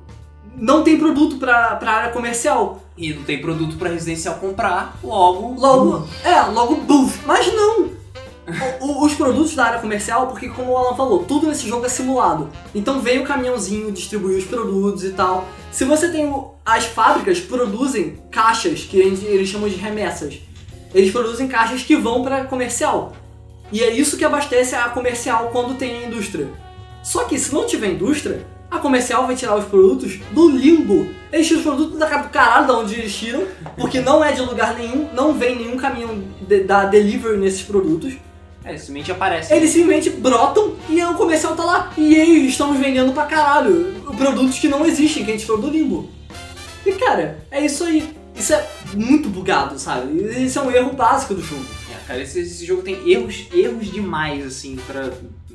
não tem produto pra, pra área comercial. E não tem produto pra residencial comprar, logo... Logo, é, logo boof. Mas não! O- o- os produtos da área comercial, porque como o Alan falou, tudo nesse jogo é simulado. Então vem o caminhãozinho distribuir os produtos e tal. Se você tem o, as fábricas produzem caixas, que a gente- eles chamam de remessas. Eles produzem caixas que vão pra comercial. E é isso que abastece a comercial quando tem a indústria. Só que se não tiver indústria, a comercial vai tirar os produtos do limbo. Eles tiram os produtos da cara do caralho de onde eles tiram, porque não é de lugar nenhum, não vem nenhum caminhão de, da delivery nesses produtos. É, simplesmente aparece. Eles simplesmente brotam e o comercial tá lá. E aí, estamos vendendo pra caralho produtos que não existem, que a gente tirou do limbo. E cara, é isso aí. Isso é muito bugado, sabe? Isso é um erro básico do jogo. É, cara, esse, esse jogo tem erros, erros demais, assim, pra,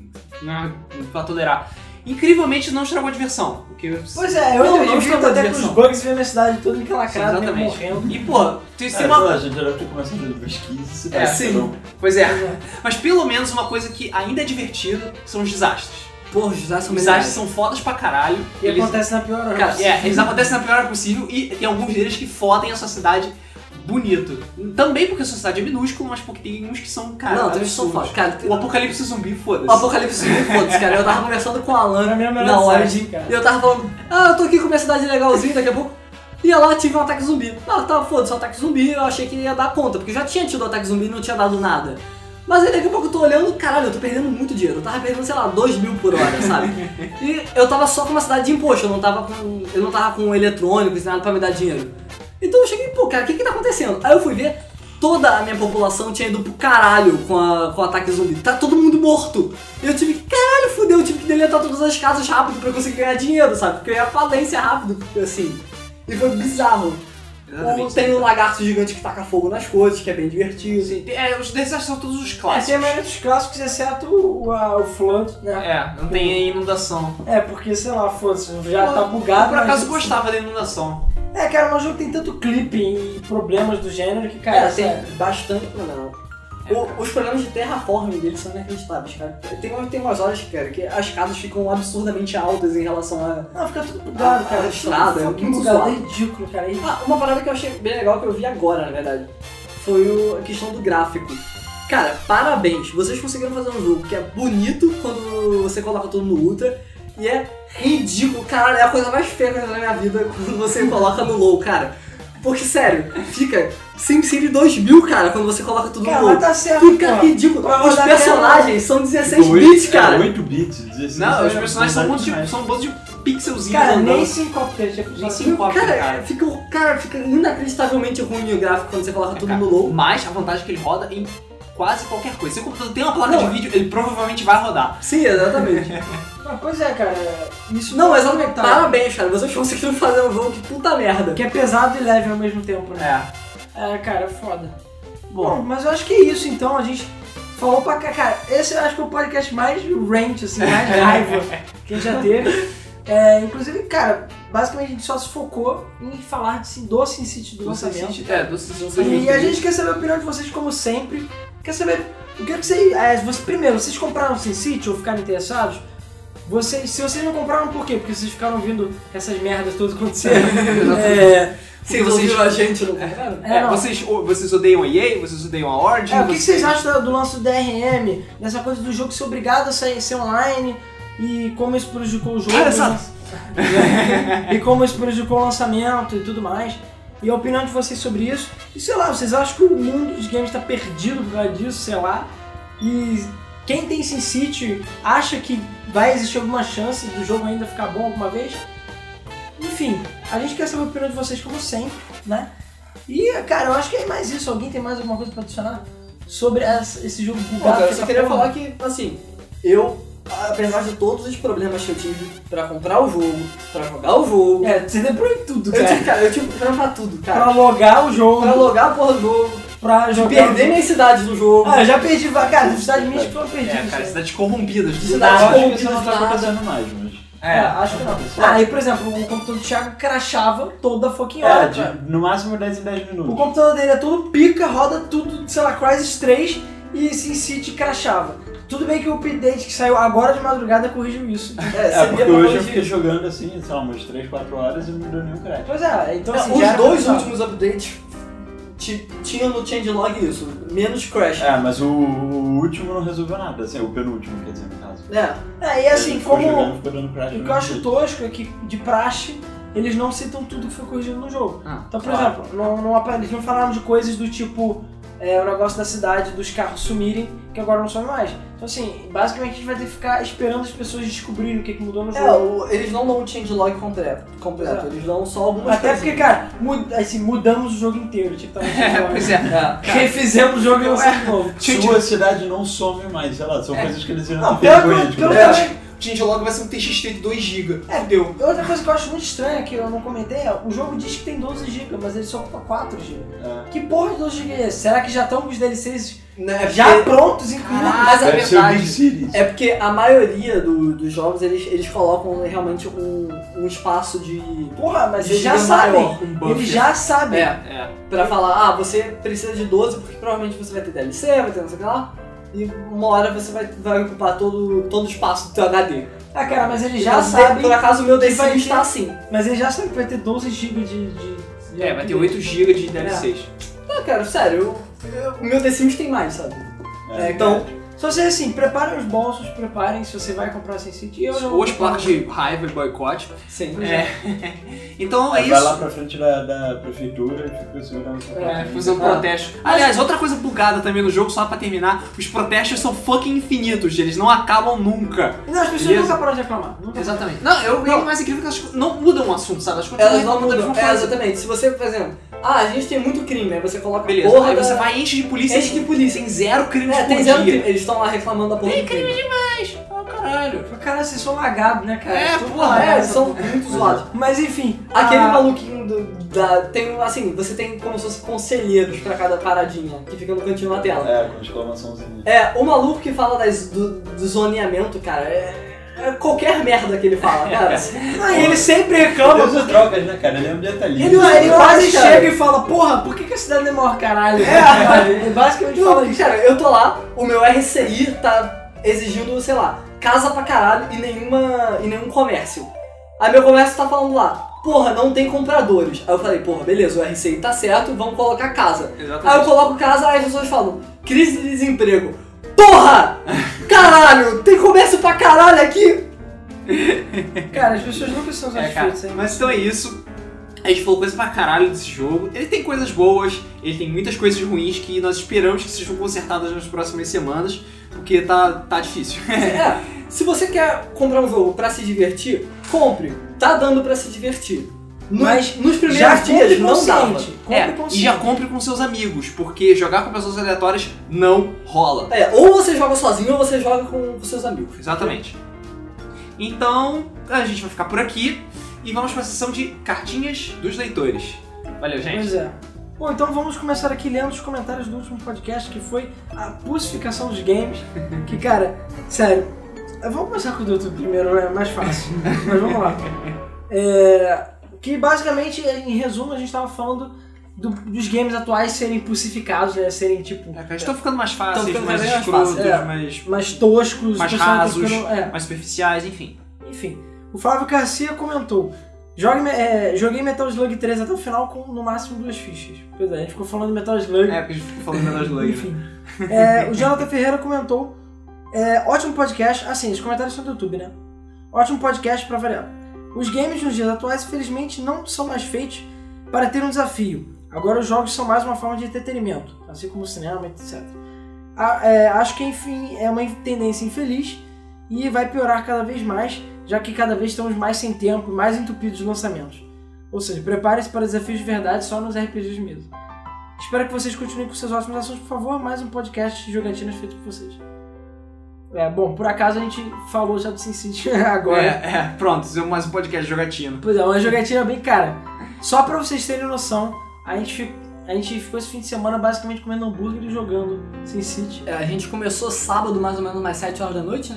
pra tolerar. Incrivelmente não estragou a diversão. Porque... Pois é, eu, Não, eu, não eu vi estragou a até com os diversão. bugs vendo a cidade toda encalacrada, né, Exatamente. morrendo. E, pô, tem, É, tem uma... pô, a gente já deve ter começado em pesquisa. Se É, tá sim. não. Pois é. Mas pelo menos uma coisa que ainda é divertida são os desastres. Porra, os desastres são Os desastres são fodas pra caralho. E Eles- acontece na pior hora. Cara, é, eles acontecem na pior hora possível e tem alguns deles que fodem a sua cidade bonito. Também porque a sua cidade é minúscula, mas porque tem uns que são, cara, Não, tem uns que são absurdos. foda. Cara, tem- O apocalipse zumbi, foda-se. O Apocalipse Zumbi, foda-se, cara. Eu tava conversando com o Alan Pra mim é a melhor na hora cidade, de. cara. E eu tava falando, ah, eu tô aqui com minha cidade legalzinha, daqui a pouco. Ia lá, tive um ataque zumbi. Ah, tá, foda-se, um ataque zumbi, eu achei que ia dar conta, porque já tinha tido um ataque zumbi e não tinha dado nada. Mas aí daqui a pouco eu tô olhando, caralho, eu tô perdendo muito dinheiro. Eu tava perdendo, sei lá, dois mil por hora, sabe? E eu tava só com uma cidade de imposto, eu não tava com. Eu não tava com eletrônicos, nada pra me dar dinheiro. Então eu cheguei, pô, cara, o que que tá acontecendo? Aí eu fui ver, toda a minha população tinha ido pro caralho com, a, com o ataque zumbi. Tá todo mundo morto. E eu tive que, caralho, fudeu, eu tive que deletar todas as casas rápido pra eu conseguir ganhar dinheiro, sabe? Porque eu ia à falência rápido, assim. E foi bizarro. Exatamente. Tem um lagarto gigante que taca fogo nas coisas, que é bem divertido. Sim, tem- é, os desastres são todos os É, clássicos. tem a maioria dos clássicos, exceto o, a- o Flood, né? É, não tem inundação. É, porque, sei lá, foda-se, já Eu- tá bugado. Eu, por acaso, mas- gostava da inundação. É, cara, mas o jogo tem tanto clipping e problemas do gênero que, cara, É, tem sério. bastante problema. É, O- cara. os problemas de terraforming deles são inacreditáveis, cara. Tem, tem umas horas, cara, que as casas ficam absurdamente altas em relação a... Não, fica tudo bugado, A- cara. a estrada, é fucking muito bugado, é zoado. ridículo, cara. É ridículo. Ah, uma parada que eu achei bem legal, que eu vi agora, na verdade, foi o- a questão do gráfico. Cara, parabéns, vocês conseguiram fazer um jogo que é bonito quando você coloca tudo no Ultra e é ridículo. Caralho, é a coisa mais feia que eu já vi na minha vida quando você coloca no Low, cara. Porque, sério, fica SimCity dois mil, cara, quando você coloca tudo Cara, no Low. mas tá certo, Fica pô. ridículo. Pra Os rodar personagens são dezesseis Oito- bits, cara. É, oito bits, dezesseis. Não, os é personagens são um monte demais. de, são um monte de pixelzinhos Cara, andando. nem se encopia, tipo, Nem se só- encopia, Cara, cara. Fica, cara, fica inacreditavelmente ruim o gráfico quando você coloca tudo no Low. Mas a vantagem é que ele roda em quase qualquer coisa. Se o computador tem uma placa Não. de vídeo, ele provavelmente vai rodar. Sim, exatamente. Ah, pois é, cara. Isso Não, é exatamente. vantagem. Parabéns, cara. Vocês conseguiram fazer um jogo que puta merda. Que é pesado e leve ao mesmo tempo, né? É. É, cara, é foda. Bom, Bom, mas eu acho que é isso, então. A gente falou pra cá. Cara, esse eu acho que é o podcast mais rant, assim, mais raiva que a gente já teve. É, inclusive, cara, basicamente a gente só se focou em falar de, do SimCity do Doce lançamento. City- é, Doce City. E a gente quer saber a opinião de vocês, como sempre. Quer saber o que, é que vocês. É, você, primeiro, vocês compraram o SimCity ou ficaram interessados? Vocês, se vocês não compraram, por quê? Porque vocês ficaram vendo essas merdas todas acontecerem. é, Sim, vocês ouviram a gente, não compraram? É, É, não. vocês, vocês odeiam a E A, vocês odeiam a Origin. É, o que, que vocês vocês acham do- do lance do D R M, dessa coisa do jogo ser obrigado a sair, ser online e como isso prejudicou o jogo? Olha né? só. E como isso prejudicou o lançamento e tudo mais. E a opinião de vocês sobre isso. E sei lá, vocês acham que o mundo dos games está perdido por causa disso, sei lá. E quem tem SimCity acha que vai existir alguma chance do jogo ainda ficar bom alguma vez? Enfim, a gente quer saber a opinião de vocês como sempre, né? E, cara, eu acho que é mais isso. Alguém tem mais alguma coisa pra adicionar sobre essa- esse jogo Bom, bugado? cara, eu essa só queria porra? falar que, assim, eu, apesar de todos os problemas que eu tive pra comprar o jogo, pra jogar o jogo, É, você demorou em tudo, eu cara. tive, cara, eu tive problema pra tudo, cara. Pra logar o jogo, Pra logar a porra do jogo, pra jogar. perder minhas cidades do jogo. Ah, eu já perdi. va- Cara, as cidades minhas foram perdidas. É, cara, cidades corrompidas. Cidade Eu acho que corrompida isso não tá do nada. acontecendo mais, mas... É, acho que não. Ah, aí, por exemplo, o computador do Thiago crashava toda fucking É, hora. de- no máximo dez em dez O minutos. computador dele é todo pica, roda tudo, sei lá, Crysis três e SimCity crashava. Tudo bem que o update que saiu agora de madrugada corrigiu isso. É, É, porque pra hoje eu corrigir. fiquei jogando assim, sei lá, umas três, quatro horas e não me deu nenhum crédito. Pois é, então É, assim, os já era dois pra- últimos updates ti- tinham no changelog isso, menos crash. É, mas o, o último não resolveu nada, assim, o penúltimo, quer dizer, no caso. É. É, e assim, Ele ficou como jogando, ficou dando crash o que no eu acho jeito. tosco é que de praxe eles não citam tudo que foi corrigido no jogo. Ah, Então, por claro. exemplo, não, não, apare- eles não falaram de coisas do tipo é, o negócio da cidade dos carros sumirem, que agora não some mais. Então assim, basicamente a gente vai ter que ficar esperando as pessoas descobrirem o que, que mudou no É, jogo. o- eles não dão um changelog completo, completo. É. Eles dão só algumas Até coisas. porque, cara, mud- assim, mudamos o jogo inteiro. Tipo, tava É, pois é. É. refizemos o jogo e lançamos de novo. Sua cidade não some mais, sei lá, são É. coisas que eles Não, não pelo têm vergonha que- de pelo colocar. que- É, o changelog vai ser um T X T de dois gigas. É, Fudeu. outra coisa que eu acho muito estranha, que eu não comentei, é o jogo diz que tem doze gigas, mas ele só ocupa quatro gigas. É. Que porra de doze gigas é esse? Será que já estão com os D L Cs Né, já porque- prontos, incluídos? Mas é Deve ser o verdade. Big Cities. É porque a maioria do- dos jogos eles, eles colocam realmente um, um espaço de. Porra, mas de eles já giga sabem. maior. Um buffer. Eles já sabem. É, É. pra falar, ah, você precisa de doze porque provavelmente você vai ter D L C, vai ter não sei o que lá. E uma hora você vai, vai ocupar todo, todo o espaço do teu H D. Ah, cara, mas eles já Mas, sabem. Por acaso o meu que D C vai está ter- assim. Mas eles já sabem que vai ter doze gigas de, de, de É, vai ter oito gigas de D L Cs. Ah, cara, sério, eu- eu- o meu The Sims tem mais, sabe? É, então, Só seja assim, preparem os bolsos, preparem se você vai comprar sem sítio. Eu já vou Ou as comprar. placas de raiva e boicote. sim. É. Então é Aí vai lá isso. pra frente da, da prefeitura e fica segurando essa É, plaquinha. fazendo Ah. protesto. Aliás, outra coisa bugada também no jogo, só pra terminar, os protestos são fucking infinitos, eles não acabam nunca. Não, as pessoas Beleza? nunca param de reclamar. Nunca Exatamente. Não, eu Não. o mais incrível é que elas não mudam o assunto, sabe? Elas continuam Elas não reclamando da mudam. mesma É, coisa. exatamente. Se você, por exemplo, ah, a gente tem muito crime, aí você coloca Beleza, porra aí da... você vai enche de polícia, Enche de polícia. tem zero crimes É, por tem zero dia. crime. Eles estão lá reclamando da porra Tem do crime. demais. Oh, caralho. Cara, vocês são lagados, né, cara? É, Tudo porra, lagado, É, essa são porra. muito zoados. Mas enfim. Aquele a- maluquinho do, da... Tem, assim, você tem como se fosse conselheiros pra cada paradinha, que fica no cantinho na tela. É, com exclamaçãozinha. É, o maluco que fala das, do, do zoneamento, cara, é, é qualquer merda que ele fala, cara. Ah, e ele sempre reclama. Deus trocas, né, cara? Ele é ambientalista. Ele, ele quase cara. chega e fala, porra, por que, que a cidade é maior caralho? É. Ele basicamente fala Não, isso. cara, eu tô lá, o meu R C I tá exigindo, sei lá, casa pra caralho e, nenhuma, e nenhum comércio. Aí meu comércio tá falando lá, porra, não tem compradores. Aí eu falei, porra, beleza, o R C I tá certo, vamos colocar casa. Aí eu Exatamente. coloco casa, aí as pessoas falam, crise de desemprego. Porra! Caralho, tem comércio pra caralho aqui! Cara, as pessoas nunca são É, cara, satisfeitas, hein? mas então é isso. A gente falou coisa pra caralho desse jogo. Ele tem coisas boas, ele tem muitas coisas ruins que nós esperamos que sejam consertadas nas próximas semanas, porque tá, tá difícil. É, se você quer comprar um jogo pra se divertir, compre. Tá dando pra se divertir. No- Mas nos primeiros já dias compre não dava. consciente. Compre É, e consciente. já compre com seus amigos, porque jogar com pessoas aleatórias não rola. É, ou você joga sozinho ou você joga com seus amigos. Exatamente. Então, a gente vai ficar por aqui e vamos para a sessão de cartinhas dos leitores. Valeu, gente. Pois é. Bom, então vamos começar aqui lendo os comentários do último podcast, que foi a pussificação dos games. Que, cara, sério, vamos começar com o do YouTube primeiro, é mais fácil. Mas vamos lá. É, que basicamente, em resumo, a gente tava falando do- dos games atuais serem pussificados, né? Serem tipo. É, cara, estão ficando mais fáceis, ficando mais cada vez mais escrotos, fáceis, é. mais, mais toscos, mais o pessoal tá rasos, ficando- é. mais superficiais, enfim. Enfim, o Flávio Garcia comentou: Jogue, é, joguei Metal Slug três até o final com no máximo duas fichas. Pois é, a gente ficou falando de Metal Slug. É, porque a gente ficou falando Metal Slug, né? Enfim. É, o Jonathan Ferreira comentou: é, ótimo podcast. Assim, os comentários são do YouTube, né? Ótimo podcast pra variar. Os games nos dias atuais, infelizmente, não são mais feitos para ter um desafio. Agora os jogos são mais uma forma de entretenimento, assim como o cinema, etcétera. A- é, acho que, enfim, é uma tendência infeliz e vai piorar cada vez mais, já que cada vez estamos mais sem tempo e mais entupidos de lançamentos. Ou seja, prepare-se para desafios de verdade só nos R P Gs de mesa. Espero que vocês continuem com seus ótimos assuntos, por favor. Mais um podcast de jogatinas feito por vocês. É, bom, por acaso a gente falou já do SimCity agora. É, é, pronto, isso é mais um podcast de jogatina. Pois é, uma jogatina bem cara. Só pra vocês terem noção, a gente, fi- a gente ficou esse fim de semana basicamente comendo hambúrguer e jogando SimCity. É, a gente começou sábado, mais ou menos, umas sete horas da noite, né?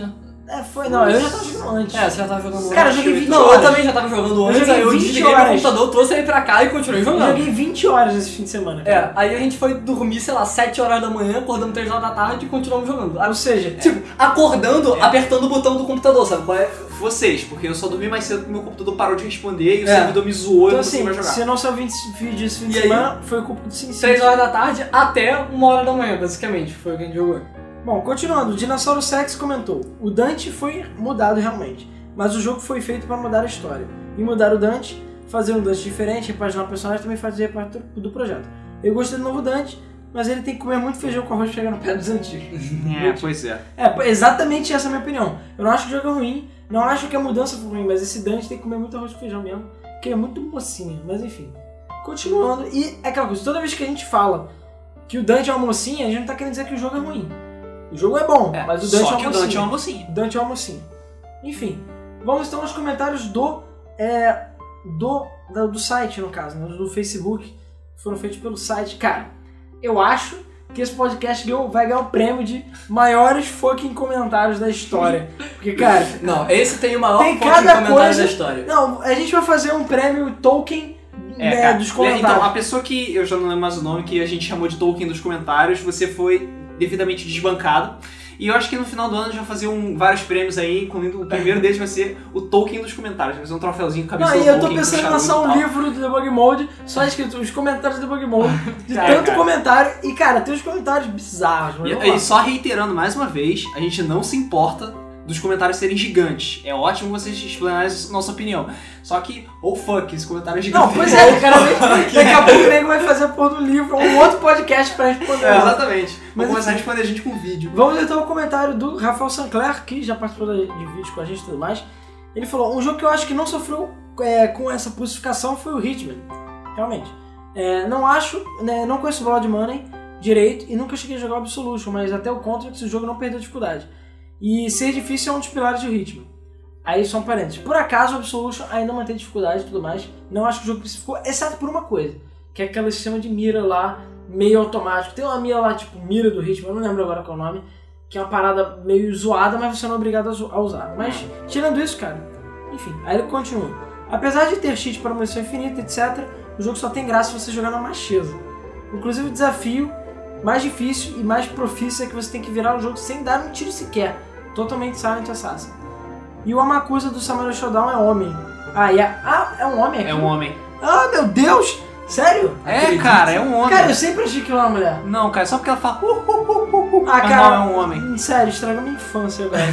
É, foi, não, eu já tava jogando antes. É, você já tava jogando Cara, eu antes. joguei vinte Não, horas. eu também já tava jogando antes, joguei aí eu vinte desliguei meu horas. computador, trouxe ele pra cá e continuei Eu jogando. joguei vinte horas esse fim de semana, É, cara. aí a gente foi dormir, sei lá, sete horas da manhã, acordamos três horas da tarde e continuamos jogando. Ou seja, Tipo, acordando, apertando o botão do computador, sabe qual é? Vocês, porque eu só dormi mais cedo que meu computador parou de responder e o É. servidor me zoou e então não consegui assim, mais jogar. se eu não só vi esse vídeo esse fim de E aí? semana, foi culpa do Sim Sim. três horas da tarde até uma hora da manhã, basicamente, foi o que a gente jogou. Bom, continuando, o Dinossauro Sex comentou: o Dante foi mudado realmente, mas o jogo foi feito para mudar a história. E mudar o Dante, fazer um Dante diferente, repaginar o personagem também fazia parte do- do projeto. Eu gostei do novo Dante, mas ele tem que comer muito feijão com arroz pra chegar no pé dos antigos. É, pois é. É, exatamente essa é a minha opinião. Eu não acho que o jogo é ruim, não acho que a mudança foi ruim, mas esse Dante tem que comer muito arroz com feijão mesmo, porque ele é muito mocinho, mas enfim. Continuando, e é aquela coisa, toda vez que a gente fala que o Dante é uma mocinha, a gente não tá querendo dizer que o jogo é ruim. O jogo é bom, É, mas o Dante só é que uma o Dante é mocinha. uma mocinha. O Dante é uma mocinha. Enfim, vamos então aos comentários do, é, do, da- do site, no caso, né, do Facebook, que foram feitos pelo site. Cara, eu acho que esse podcast ganhou- vai ganhar o prêmio de maiores fucking comentários da história. Porque, cara, Não, esse tem o maior Tem fonte de cada comentários coisa- da história. não, a gente vai fazer um prêmio Tolkien É, né, cara. dos comentários. Então, a pessoa que, eu já não lembro mais o nome, que a gente chamou de Tolkien dos comentários, você foi devidamente desbancado. E eu acho que no final do ano a gente vai fazer um, vários prêmios aí, incluindo o primeiro deles vai ser o Tolkien dos comentários. Vai ser um troféuzinho com a cabeça Não, do e eu tô Tolkien, pensando em com lançar charuto um e tal. livro do Debug Mode, só escrito os comentários do Debug Mode, de Cara, tanto cara. comentário. E, cara, tem uns comentários bizarros, mas vamos E, lá. e só reiterando mais uma vez, a gente não se importa dos comentários serem gigantes. É ótimo vocês explanarem a nossa opinião. Só que, oh fuck, esse comentário é gigante. Não, pois é, cara, daqui a pouco o nego vai fazer a porra do livro, um outro podcast pra responder. É, exatamente. Mas Vou começar a enfim. responder a gente com vídeo. Vamos então ao comentário do Rafael Sancler, que já participou de vídeos com a gente e tudo mais. Ele falou: um jogo que eu acho que não sofreu é, com essa pulsificação foi o Hitman. Realmente. É, não acho, né, não conheço o Blood Money direito e nunca cheguei a jogar o Absolution, mas até o Contract o jogo não perdeu dificuldade. E ser difícil é um dos pilares do Hitman. Aí só um parênteses. Por acaso o Absolution ainda mantém dificuldade e tudo mais. Não acho que o jogo pulsificou, exceto por uma coisa, que é aquele sistema de mira lá, meio automático. Tem uma mira lá, tipo mira do Hitman, eu não lembro agora qual é o nome, que é uma parada meio zoada, mas você não é obrigado a, zo- a usar. Mas, tirando isso, cara, enfim, aí ele continua. Apesar de ter cheat para munição infinita, etcétera, o jogo só tem graça se você jogar na macheza. Inclusive o desafio mais difícil e mais profício é que você tem que virar o jogo sem dar um tiro sequer. Totalmente Silent Assassin. E o Amakusa do Samurai Shodown é homem. Ah, e a, ah, é um homem aqui? É um homem. Ah, meu Deus! Sério? É, Acredite. cara, é um homem. Cara, eu sempre achei que era uma mulher. Não, cara, só porque ela fala. Uh, uh, uh, uh, uh, Ah, mas cara, não, é um homem. Sério, estragou minha infância agora.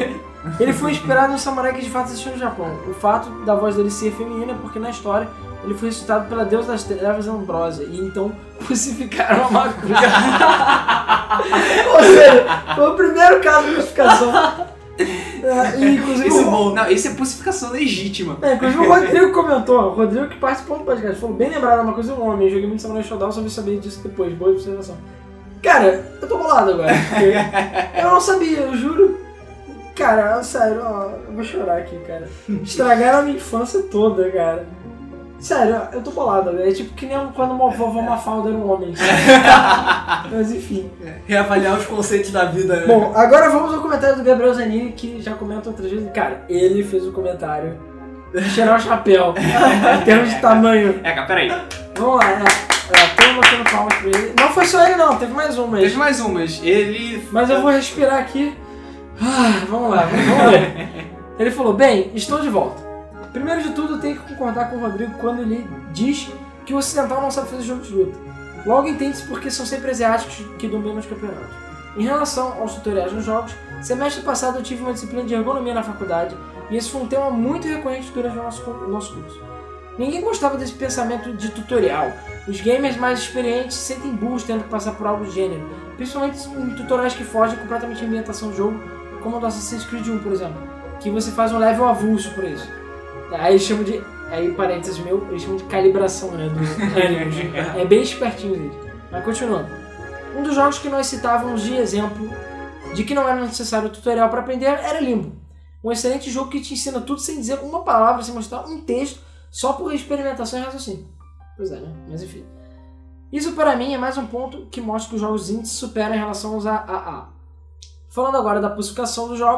Ele foi inspirado no samurai que de fato existiu no Japão. O fato da voz dele ser feminina é porque na história ele foi ressuscitado pela deusa das trevas Ambrosia e então crucificaram a Makusa. Ou seja, foi o primeiro caso de crucificação. É, e, inclusive, Esse, o, não, esse é pulsificação legítima. é, inclusive o Rodrigo comentou, o Rodrigo que participou do podcast, falou bem lembrado, uma coisa, um homem, eu joguei muito Samurai Shodown, só vi saber disso depois, boa observação. Cara, eu tô bolado agora, porque eu não sabia, eu juro. Cara, sério, ó, eu vou chorar aqui, cara. Estragaram a minha infância toda, cara. Sério, eu tô bolado, é tipo que nem quando uma vovó Mafalda era um homem. Mas enfim. Reavaliar os conceitos da vida, né? Bom, agora vamos ao comentário do Gabriel Zanini, que já comenta outras vezes. Cara, ele fez o comentário de tirar o chapéu, em termos de tamanho. É, cara, peraí. Vamos lá, é. É, tô botando palmas pra ele. Não foi só ele não, teve mais um, mas... Teve mais umas. Ele. Mas eu vou respirar aqui. Ah, vamos lá, vamos ver. Ele falou, bem, estou de volta. Primeiro de tudo, eu tenho que concordar com o Rodrigo quando ele diz que o ocidental não sabe fazer jogo de luta. Logo entende-se porque são sempre asiáticos que dominam os campeonatos. Em relação aos tutoriais nos jogos, semestre passado eu tive uma disciplina de ergonomia na faculdade e esse foi um tema muito recorrente durante o nosso, o nosso curso. Ninguém gostava desse pensamento de tutorial. Os gamers mais experientes se sentem burros tendo que passar por algo do gênero, principalmente em tutoriais que fogem completamente da ambientação do jogo, como o do Assassin's Creed um, por exemplo, que você faz um level avulso por isso. Aí eles chamam de, aí parênteses meu, eles chamam de calibração, né, do ânimos. É bem espertinho eles. Mas continuando. Um dos jogos que nós citávamos de exemplo de que não era necessário tutorial para aprender era Limbo. Um excelente jogo que te ensina tudo sem dizer uma palavra, sem mostrar um texto, só por experimentação e raciocínio. Pois é, né? Mas enfim. Isso para mim é mais um ponto que mostra que os jogos indies superam em relação aos A A A. Falando agora da pulsificação dos jogos,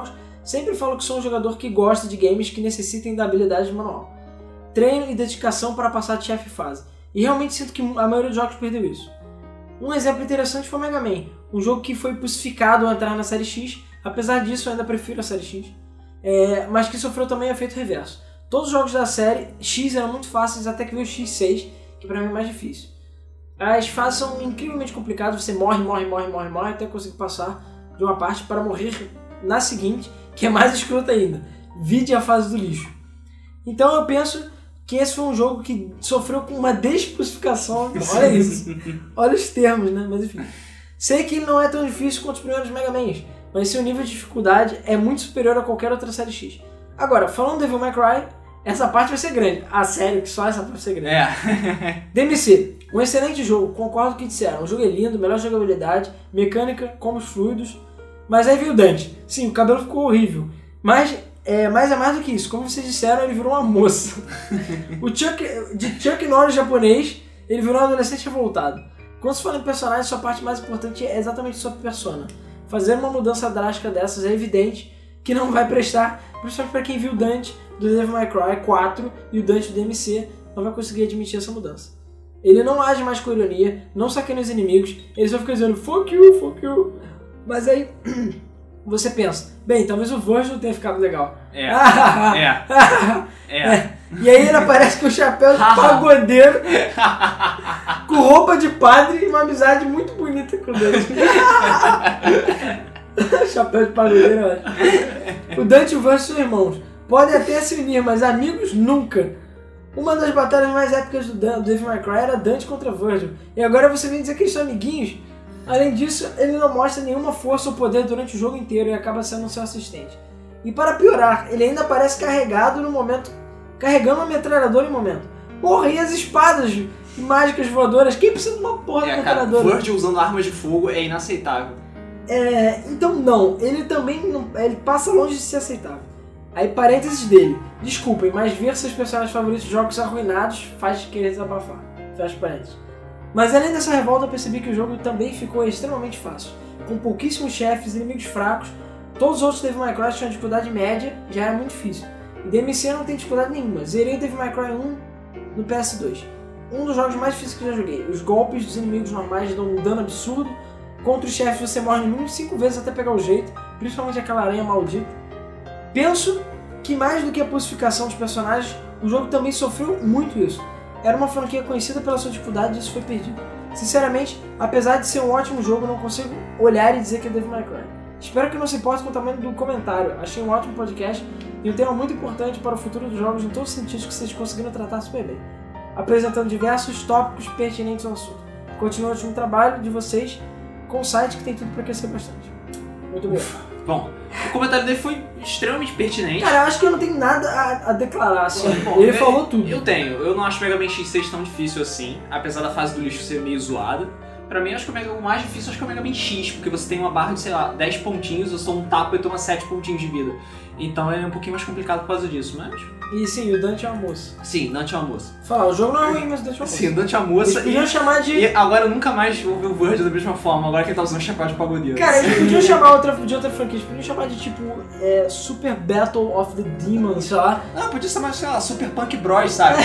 Sempre falo que sou um jogador que gosta de games que necessitem da habilidade manual, treino e dedicação para passar de chefe fase. E realmente sinto que a maioria dos jogos perdeu isso. Um exemplo interessante foi o Mega Man, um jogo que foi pussificado ao entrar na série X, apesar disso eu ainda prefiro a série X, é, mas que sofreu também efeito reverso. Todos os jogos da série X eram muito fáceis até que veio o X seis, que pra mim é mais difícil. As fases são incrivelmente complicadas, você morre, morre, morre, morre, morre, até conseguir passar de uma parte para morrer na seguinte, que é mais escrota ainda. Vide a fase do lixo. Então eu penso que esse foi um jogo que sofreu com uma despussificação. Olha isso. Olha os termos, né? Mas enfim. Sei que ele não é tão difícil quanto os primeiros Mega Mans, mas seu nível de dificuldade é muito superior a qualquer outra série X. Agora, falando do Devil May Cry, essa parte vai ser grande. Ah, sério, que só essa parte vai ser grande. É. D M C, um excelente jogo, concordo com o que disseram. O jogo é lindo, melhor jogabilidade, mecânica, combos fluidos. Mas aí veio o Dante. Sim, o cabelo ficou horrível. Mas é, mas é mais do que isso. Como vocês disseram, ele virou uma moça. O Chuck, de Chuck Norris japonês, ele virou um adolescente revoltado. Quando se fala em personagem, sua parte mais importante é exatamente sua persona. Fazer uma mudança drástica dessas é evidente que não vai prestar, principalmente para quem viu Dante do Devil May Cry quatro e o Dante do D M C, não vai conseguir admitir essa mudança. Ele não age mais com ironia, não sacaneia os inimigos, ele só fica dizendo fuck you, fuck you. Mas aí você pensa, bem, talvez o Virgil tenha ficado legal. É. é. É. É. E aí ele aparece com o chapéu de pagodeiro, com roupa de padre e uma amizade muito bonita com o Dante. Chapéu de pagodeiro, eu acho. O Dante e o Virgil são irmãos. Podem até se unir, mas amigos nunca. Uma das batalhas mais épicas do, Dan, do Devil May Cry era Dante contra Virgil. E agora você vem dizer que eles são amiguinhos? Além disso, ele não mostra nenhuma força ou poder durante o jogo inteiro e acaba sendo seu assistente. E para piorar, ele ainda aparece carregado no momento, carregando uma metralhadora em momento. Porra, e as espadas mágicas voadoras? Quem precisa de uma porra é, de cara, metralhadora? Virgil usando armas de fogo é inaceitável. É, então não, ele também não, ele passa longe de ser aceitável. Aí parênteses dele, desculpem, mas ver seus personagens favoritos de jogos arruinados faz querer desabafar. Fecha parênteses. Mas além dessa revolta, eu percebi que o jogo também ficou extremamente fácil. Com pouquíssimos chefes, inimigos fracos, todos os outros Devil May Cry tinham dificuldade média, já era muito difícil. E D M C não tem dificuldade nenhuma, zerei Devil May Cry um no P S dois. Um dos jogos mais difíceis que já joguei. Os golpes dos inimigos normais dão um dano absurdo, contra os chefes você morre no mínimo cinco vezes até pegar o jeito, principalmente aquela aranha maldita. Penso que mais do que a pussificação dos personagens, o jogo também sofreu muito isso. Era uma franquia conhecida pela sua dificuldade e isso foi perdido. Sinceramente, apesar de ser um ótimo jogo, não consigo olhar e dizer que é Devil May Cry. Espero que não se importe com o tamanho do comentário. Achei um ótimo podcast e um tema muito importante para o futuro dos jogos em todos os sentidos que vocês conseguiram tratar super bem, apresentando diversos tópicos pertinentes ao assunto. Continue o ótimo trabalho de vocês com o site que tem tudo para crescer bastante. Muito obrigado. Bom, o comentário dele foi extremamente pertinente. Cara, eu acho que eu não tenho nada a, a declarar, assim. Bom, ele eu, falou tudo. Eu tenho. Eu não acho o Mega Man X seis tão difícil assim, apesar da fase do lixo ser meio zoada. Pra mim, eu acho que o, Mega, o mais difícil acho que é o Mega Man X, porque você tem uma barra de, sei lá, dez pontinhos, eu sou um tapa e toma sete pontinhos de vida. Então ele é um pouquinho mais complicado por causa disso, mas... E sim, o Dante é uma moça. Sim, Dante é uma moça. Fala, o jogo não é ruim, mas o Dante é uma moça. Sim, o Dante é uma moça. Eles podiam e, chamar de... e agora eu nunca mais vou ver o Virgil da mesma forma, agora que ele tá usando chapéu de pagodeiro. Cara, eles podiam chamar outra, de outra franquia, eles podiam chamar de tipo é, Super Battle of the Demons, sei lá. Não, podia chamar, sei lá, Super Punk Bros, sabe?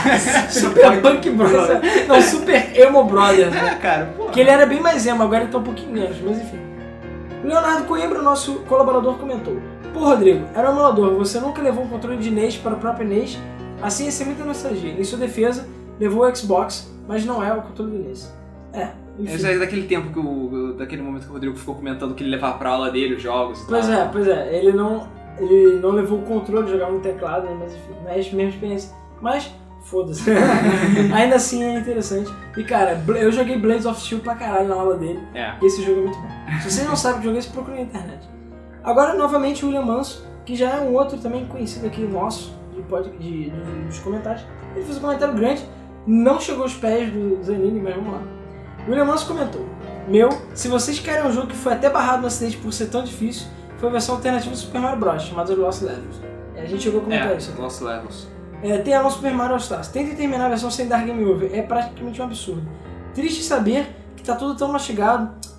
Super Punk Bros. Não, Super Emo Brothers. É, cara, pô. Porque ele era bem mais emo, agora ele tá um pouquinho menos, mas enfim. O Leonardo Coimbra, nosso colaborador, comentou: Pô, Rodrigo, era um emulador, você nunca levou um controle de N E S para o próprio N E S? Assim ia ser muita nostalgia. Em sua defesa, levou o Xbox, mas não é o controle do N E S. É, enfim. Isso é daquele tempo, que o, daquele momento que o Rodrigo ficou comentando que ele levava pra aula dele os jogos e Pois tal. é, pois é, ele não, ele não levou o controle, jogava no teclado, né, mas enfim, não é a mesma experiência. Mas, foda-se. Ainda assim é interessante. E cara, eu joguei Blades of Steel pra caralho na aula dele. É. E esse jogo é muito bom. Se você não sabe jogar, você procura na internet. Agora, novamente, o William Manso, que já é um outro também conhecido aqui nosso, de, pod, de, de, dos comentários. Ele fez um comentário grande, não chegou aos pés do Zanini, mas vamos lá. O William Manso comentou: Meu, se vocês querem um jogo que foi até barrado no acidente por ser tão difícil, foi a versão alternativa do Super Mario Bros, chamada Lost Levels. É, a gente chegou a comentar é, isso. Né? Lost Levels. É, tem a no Super Mario All Stars. Tentem terminar a versão sem dar game over. É praticamente um absurdo. Triste saber que tá tudo tão mastigado.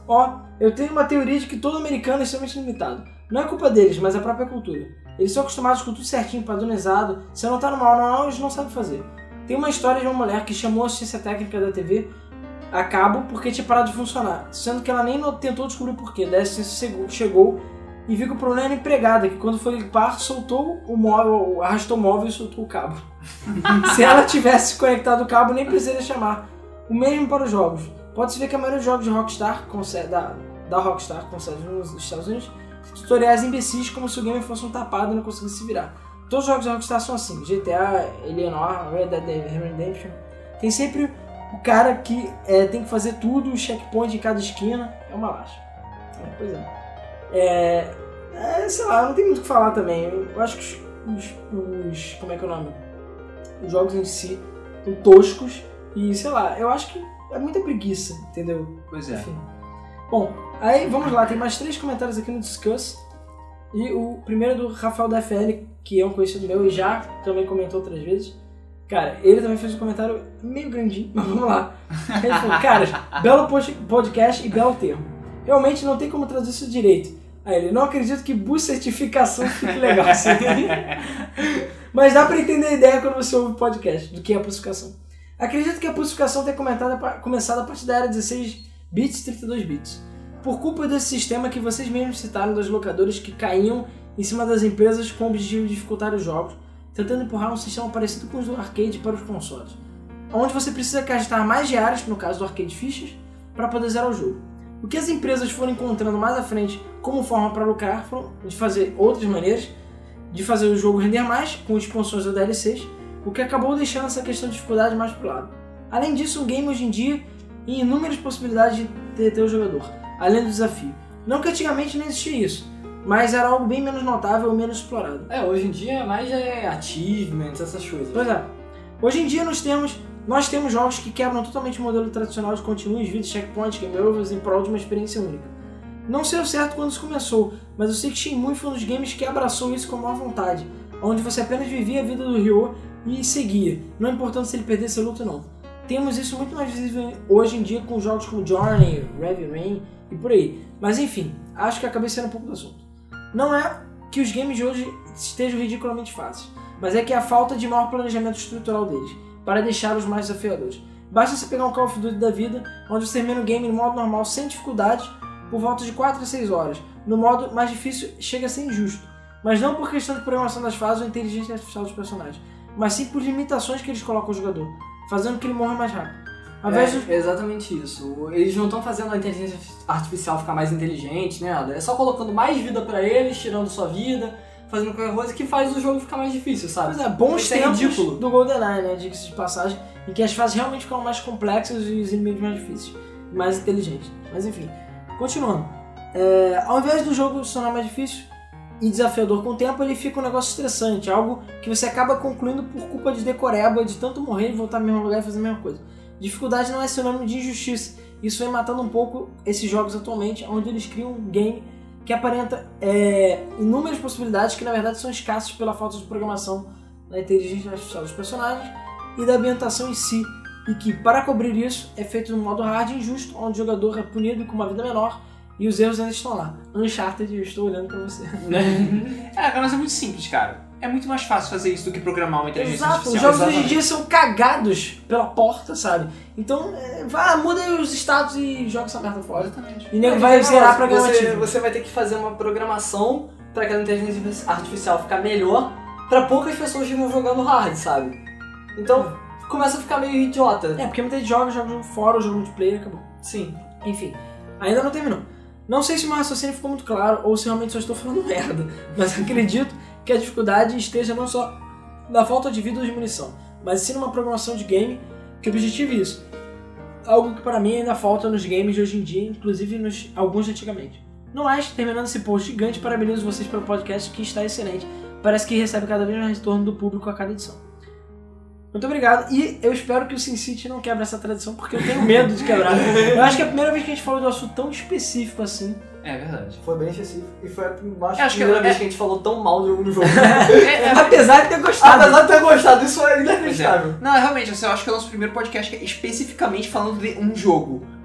Ó, eu tenho uma teoria de que todo americano é extremamente limitado. Não é culpa deles, mas a própria cultura. Eles são acostumados com tudo certinho, padronizado. Se não tá no manual, eles não sabem fazer. Tem uma história de uma mulher que chamou a assistência técnica da T V a cabo porque tinha parado de funcionar, sendo que ela nem tentou descobrir o porquê. Daí a assistência chegou e viu que o problema era a empregada, que quando foi limpar, soltou o móvel, arrastou o móvel e soltou o cabo. Se ela tivesse conectado o cabo, nem precisaria chamar. O mesmo para os jogos. Pode-se ver que a maioria dos jogos de Rockstar, com sede, da, da Rockstar, com sede nos Estados Unidos, tutoriais imbecis como se o game fosse um tapado e não conseguisse se virar. Todos os jogos da Rockstar são assim. G T A, Eleanor, Red Dead Redemption. Tem sempre o cara que é, tem que fazer tudo, o checkpoint em cada esquina. É uma laxa. É, pois é. é. É, sei lá, não tem muito o que falar também. Eu acho que os, os, os... Como é que é o nome? Os jogos em si são toscos. E, sei lá, eu acho que é muita preguiça, entendeu? Pois é. Enfim. Bom, aí vamos lá. Tem mais três comentários aqui no Discuss. E o primeiro é do Rafael da F L, que é um conhecido meu e já também comentou outras vezes. Cara, ele também fez um comentário meio grandinho, mas vamos lá. Ele falou, cara, belo podcast e belo termo. Realmente não tem como traduzir isso direito. Aí ele, não acredito que boost certificação fique legal assim. Mas dá pra entender a ideia quando você ouve o podcast, do que é a pulsificação. Acredito que a pulsificação tenha começado a partir da era dezesseis bits e trinta e dois bits. Por culpa desse sistema que vocês mesmos citaram das locadoras que caíam em cima das empresas com o objetivo de dificultar os jogos, tentando empurrar um sistema parecido com os do arcade para os consoles, onde você precisa gastar mais diárias, no caso do arcade fichas, para poder zerar o jogo. O que as empresas foram encontrando mais à frente como forma para lucrar foram de fazer outras maneiras, de fazer o jogo render mais, com expansões ou D L Cs, o que acabou deixando essa questão de dificuldade mais pro lado. Além disso, um game hoje em dia tem inúmeras possibilidades de deter o jogador, além do desafio. Não que antigamente não existia isso, mas era algo bem menos notável ou menos explorado. É, hoje em dia mais é achievements, essas coisas. Pois é. Hoje em dia nós temos, nós temos jogos que quebram totalmente o modelo tradicional de continues, vidas, checkpoints, game overs em prol de uma experiência única. Não sei o certo quando isso começou, mas eu sei que Shenmue foi um dos games que abraçou isso com maior vontade, onde você apenas vivia a vida do Ryo e seguia, não importando se ele perdesse a luta ou não. Temos isso muito mais visível hoje em dia com jogos como Journey, Heavy Rain e por aí. Mas enfim, acho que acabei sendo um pouco do assunto. Não é que os games de hoje estejam ridiculamente fáceis, mas é que é a falta de maior planejamento estrutural deles, para deixá-los mais desafiadores. Basta você pegar um Call of Duty da vida, onde você termina o game no modo normal sem dificuldades, por volta de quatro a seis horas. No modo mais difícil chega a ser injusto, mas não por questão de programação das fases ou inteligência artificial dos personagens, mas sim por limitações que eles colocam ao jogador, fazendo que ele morra mais rápido. Ao invés É de... exatamente isso. Eles não estão fazendo a inteligência artificial ficar mais inteligente, né? É só colocando mais vida pra eles, tirando sua vida, fazendo qualquer coisa que faz o jogo ficar mais difícil, sabe? Pois é, bons Isso é tempos ridículo. do GoldenEye, né, diga-se de passagem, em que as fases realmente ficam mais complexas e os inimigos mais difíceis, mais inteligentes. Mas enfim, continuando. É, ao invés do jogo se tornar mais difícil e desafiador com o tempo, ele fica um negócio estressante, algo que você acaba concluindo por culpa de decoreba, de tanto morrer e voltar ao mesmo lugar e fazer a mesma coisa. Dificuldade não é sinônimo de injustiça. Isso vem matando um pouco esses jogos atualmente, onde eles criam um game que aparenta é, inúmeras possibilidades que na verdade são escassas pela falta de programação da inteligência artificial dos personagens e da ambientação em si, e que para cobrir isso é feito no modo hard e injusto, onde o jogador é punido com uma vida menor e os erros ainda estão lá. Uncharted, eu estou olhando pra você. É, mas é muito simples, cara. É muito mais fácil fazer isso do que programar uma inteligência Exato, artificial. os jogos Exatamente. hoje em dia são cagados pela porta, sabe? Então, é, vá, muda aí os status e joga essa merda fora. Exatamente. E nego vai zerar pra ganhar você, ativo. você vai ter que fazer uma programação pra aquela inteligência artificial ficar melhor pra poucas pessoas que vão jogando hard, sabe? Então, começa a ficar meio idiota. É, porque muita gente joga, joga fora, joga multiplayer e acabou. Sim. Enfim, ainda não terminou. Não sei se o meu raciocínio ficou muito claro ou se realmente só estou falando merda, mas acredito que a dificuldade esteja não só na falta de vida ou de munição, mas sim numa programação de game que objetive isso. Algo que para mim ainda falta nos games de hoje em dia, inclusive nos alguns de antigamente. No mais, terminando esse post gigante, parabenizo vocês pelo podcast que está excelente. Parece que recebe cada vez mais retorno do público a cada edição. Muito obrigado, e eu espero que o SimCity não quebre essa tradição, porque eu tenho medo de quebrar. Eu acho que é a primeira vez que a gente falou de um assunto tão específico assim. É verdade. Foi bem específico. E foi a acho, acho que primeira é- vez é- que a gente falou tão mal de um jogo. É, é- Apesar de ter gostado. Apesar de ter gostado, isso é Pois é. inacreditável. Não, realmente, assim, eu acho que é o nosso primeiro podcast que é especificamente falando de um jogo.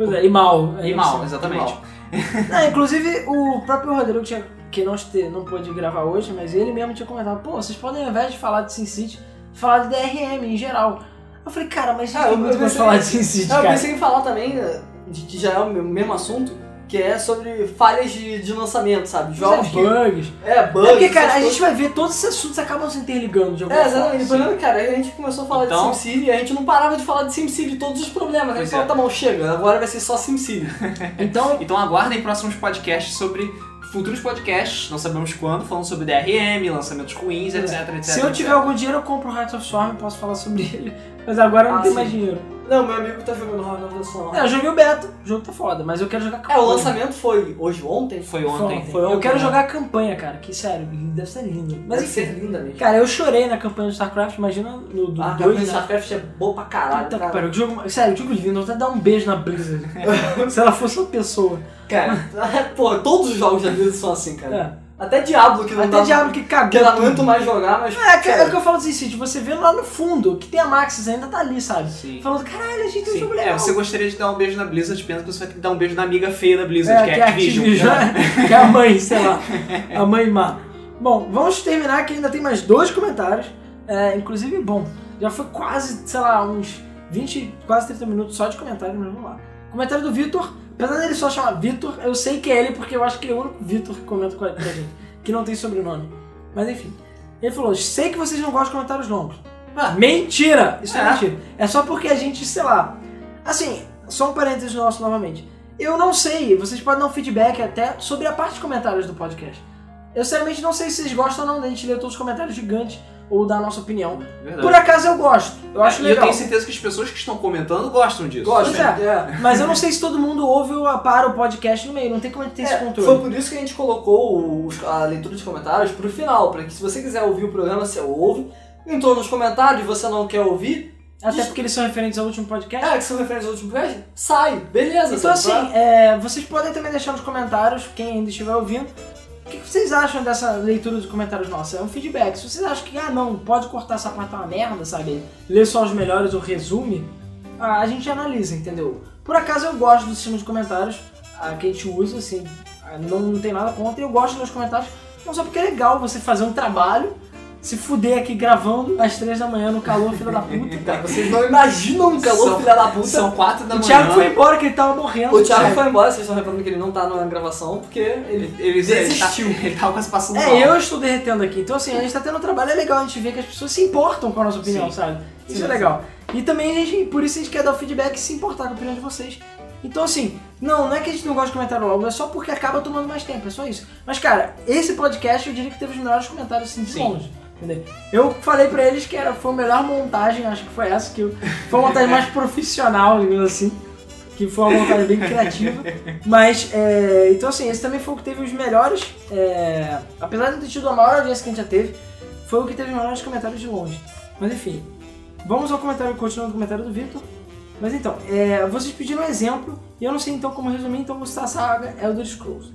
Pois é, e mal. E mal, exatamente. Não, inclusive, o próprio Rodrigo, tinha, que não, te, não pôde gravar hoje, mas ele mesmo tinha comentado, pô, vocês podem, ao invés de falar de SimCity, falar de D R M em geral. Eu falei, cara, mas Ah, tem eu- muito eu mais pensei- falar de SimCity, Ah, eu cara. pensei em falar também, né, de que já é o mesmo assunto, que é sobre falhas de, de lançamento, sabe? Jogos que... bugs. É, bugs. É porque, cara, essas a gente coisas. vai ver todos esses assuntos acabam se interligando de alguma É, forma. exatamente. O problema, cara, a gente começou a falar Então- de SimCity e a gente não parava de falar de SimCity, todos os problemas. Né? A Pois gente falou, é. tá bom, chega, agora vai ser só SimCity. Então, Então aguardem próximos podcasts sobre futuros podcasts, não sabemos quando, falando sobre D R M, lançamentos ruins, etc, etc. se eu tiver algum dinheiro, eu compro o Hearts of Storm e posso falar sobre ele. Mas agora eu não Ah, tenho sim. mais dinheiro. Não, meu amigo tá jogando Heart of the Storm. É, eu joguei o beta, o jogo tá foda, mas eu quero jogar É, campanha. o lançamento foi hoje, ontem? Foi Foi ontem. ontem. Foi Eu ontem, quero né? jogar a campanha, cara, que sério, deve ser lindo. Mas Deve ser enfim, linda mesmo. cara, eu chorei na campanha do StarCraft, imagina no do Ah, a dois, campanha de né? StarCraft é boa pra caralho, Puta que cara. pariu, que jogo, sério, que jogo lindo, eu vou até dar um beijo na Blizzard. Se ela fosse uma pessoa. Cara, pô, todos os jogos da Blizzard são assim, cara. É. Até Diablo, que não Até dá... Diablo que cagou. Que eu não tudo. aguento mais jogar, mas... É, que- é o que eu falo do SimCity, você vê lá no fundo que tem a Maxis ainda tá ali, sabe? Sim. Falando, caralho, a gente tem um Sim. jogo É, legal. você gostaria de dar um beijo na Blizzard, pensa que você vai ter que dar um beijo na amiga feia da Blizzard, É, que é a Activision. que é a mãe, sei lá. A mãe má. Bom, vamos terminar que ainda tem mais dois comentários. É, inclusive, bom, já foi quase, sei lá, uns vinte, quase trinta minutos só de comentário, mas vamos lá. Comentário do Vitor. Apesar dele só chamar Vitor, eu sei que é ele porque eu acho que ele é o único Vitor que comenta com a pra gente, que não tem sobrenome. Mas enfim. Ele falou, sei que vocês não gostam de comentários longos. Ah. Mentira! Isso é. É. mentira. É só porque a gente, sei lá... Assim, só um parênteses nosso novamente. Eu não sei, vocês podem dar um feedback até sobre a parte de comentários do podcast. Eu sinceramente não sei se vocês gostam ou não da gente ler todos os comentários gigantes ou dar a nossa opinião. Verdade. Por acaso eu gosto, eu acho E eu legal. tenho certeza que as pessoas que estão comentando gostam disso. Gosto, Pois é. é. Mas eu não sei se todo mundo ouve ou para o podcast no meio, não tem como a gente ter esse É, controle. foi por isso que a gente colocou os- a leitura de comentários pro final, pra que se você quiser ouvir o programa, você ouve. Entrou nos comentários, você não quer ouvir, Até porque eles são referentes ao último podcast. é, que são referentes ao último podcast, sai, beleza. Então sabe? assim, é, vocês podem também deixar nos comentários, quem ainda estiver ouvindo, o que que vocês acham dessa leitura dos comentários nossos? É um feedback. Se vocês acham que, ah não, pode cortar essa parte, é uma merda, sabe? Ler só os melhores ou resume, ah, a gente analisa, entendeu? Por acaso eu gosto do sistema de comentários ah, que a gente usa, assim, ah, não, não tem nada contra, e eu gosto dos comentários, não só porque é legal você fazer um trabalho, se fuder aqui gravando às três da manhã no calor, filha da puta. Cara, vocês não imaginam o calor, São- filha da puta. São quatro da O manhã. Thiago foi embora que ele tava morrendo. O Thiago Sério. foi embora, vocês estão reparando que ele não tá na gravação, porque ele... Ele, ele, Desistiu. Ele, tá, ele tava quase passando mal. É, eu estou derretendo aqui. Então, assim, a gente tá tendo um trabalho, é legal a gente ver que as pessoas se importam com a nossa opinião, Sim. sabe? Isso Sim, é legal. E também, a gente, por isso a gente quer dar o feedback e se importar com a opinião de vocês. Então, assim, não, não é que a gente não gosta de comentário logo, é só porque acaba tomando mais tempo, é só isso. Mas, cara, esse podcast eu diria que teve os melhores comentários, assim, de Sim. longe. Entendeu? Eu falei pra eles que era, foi a melhor montagem, acho que foi essa, que eu, foi a montagem mais profissional, digamos assim. Que foi uma montagem bem criativa. Mas, é, então assim, esse também foi o que teve os melhores. É, apesar de não ter tido a maior audiência que a gente já teve, foi o que teve os melhores comentários de longe. Mas enfim, vamos ao comentário, continuando o comentário do Victor. Mas então, é, vocês pediram um exemplo, e eu não sei então como resumir, então vou citar a saga Elder Scrolls.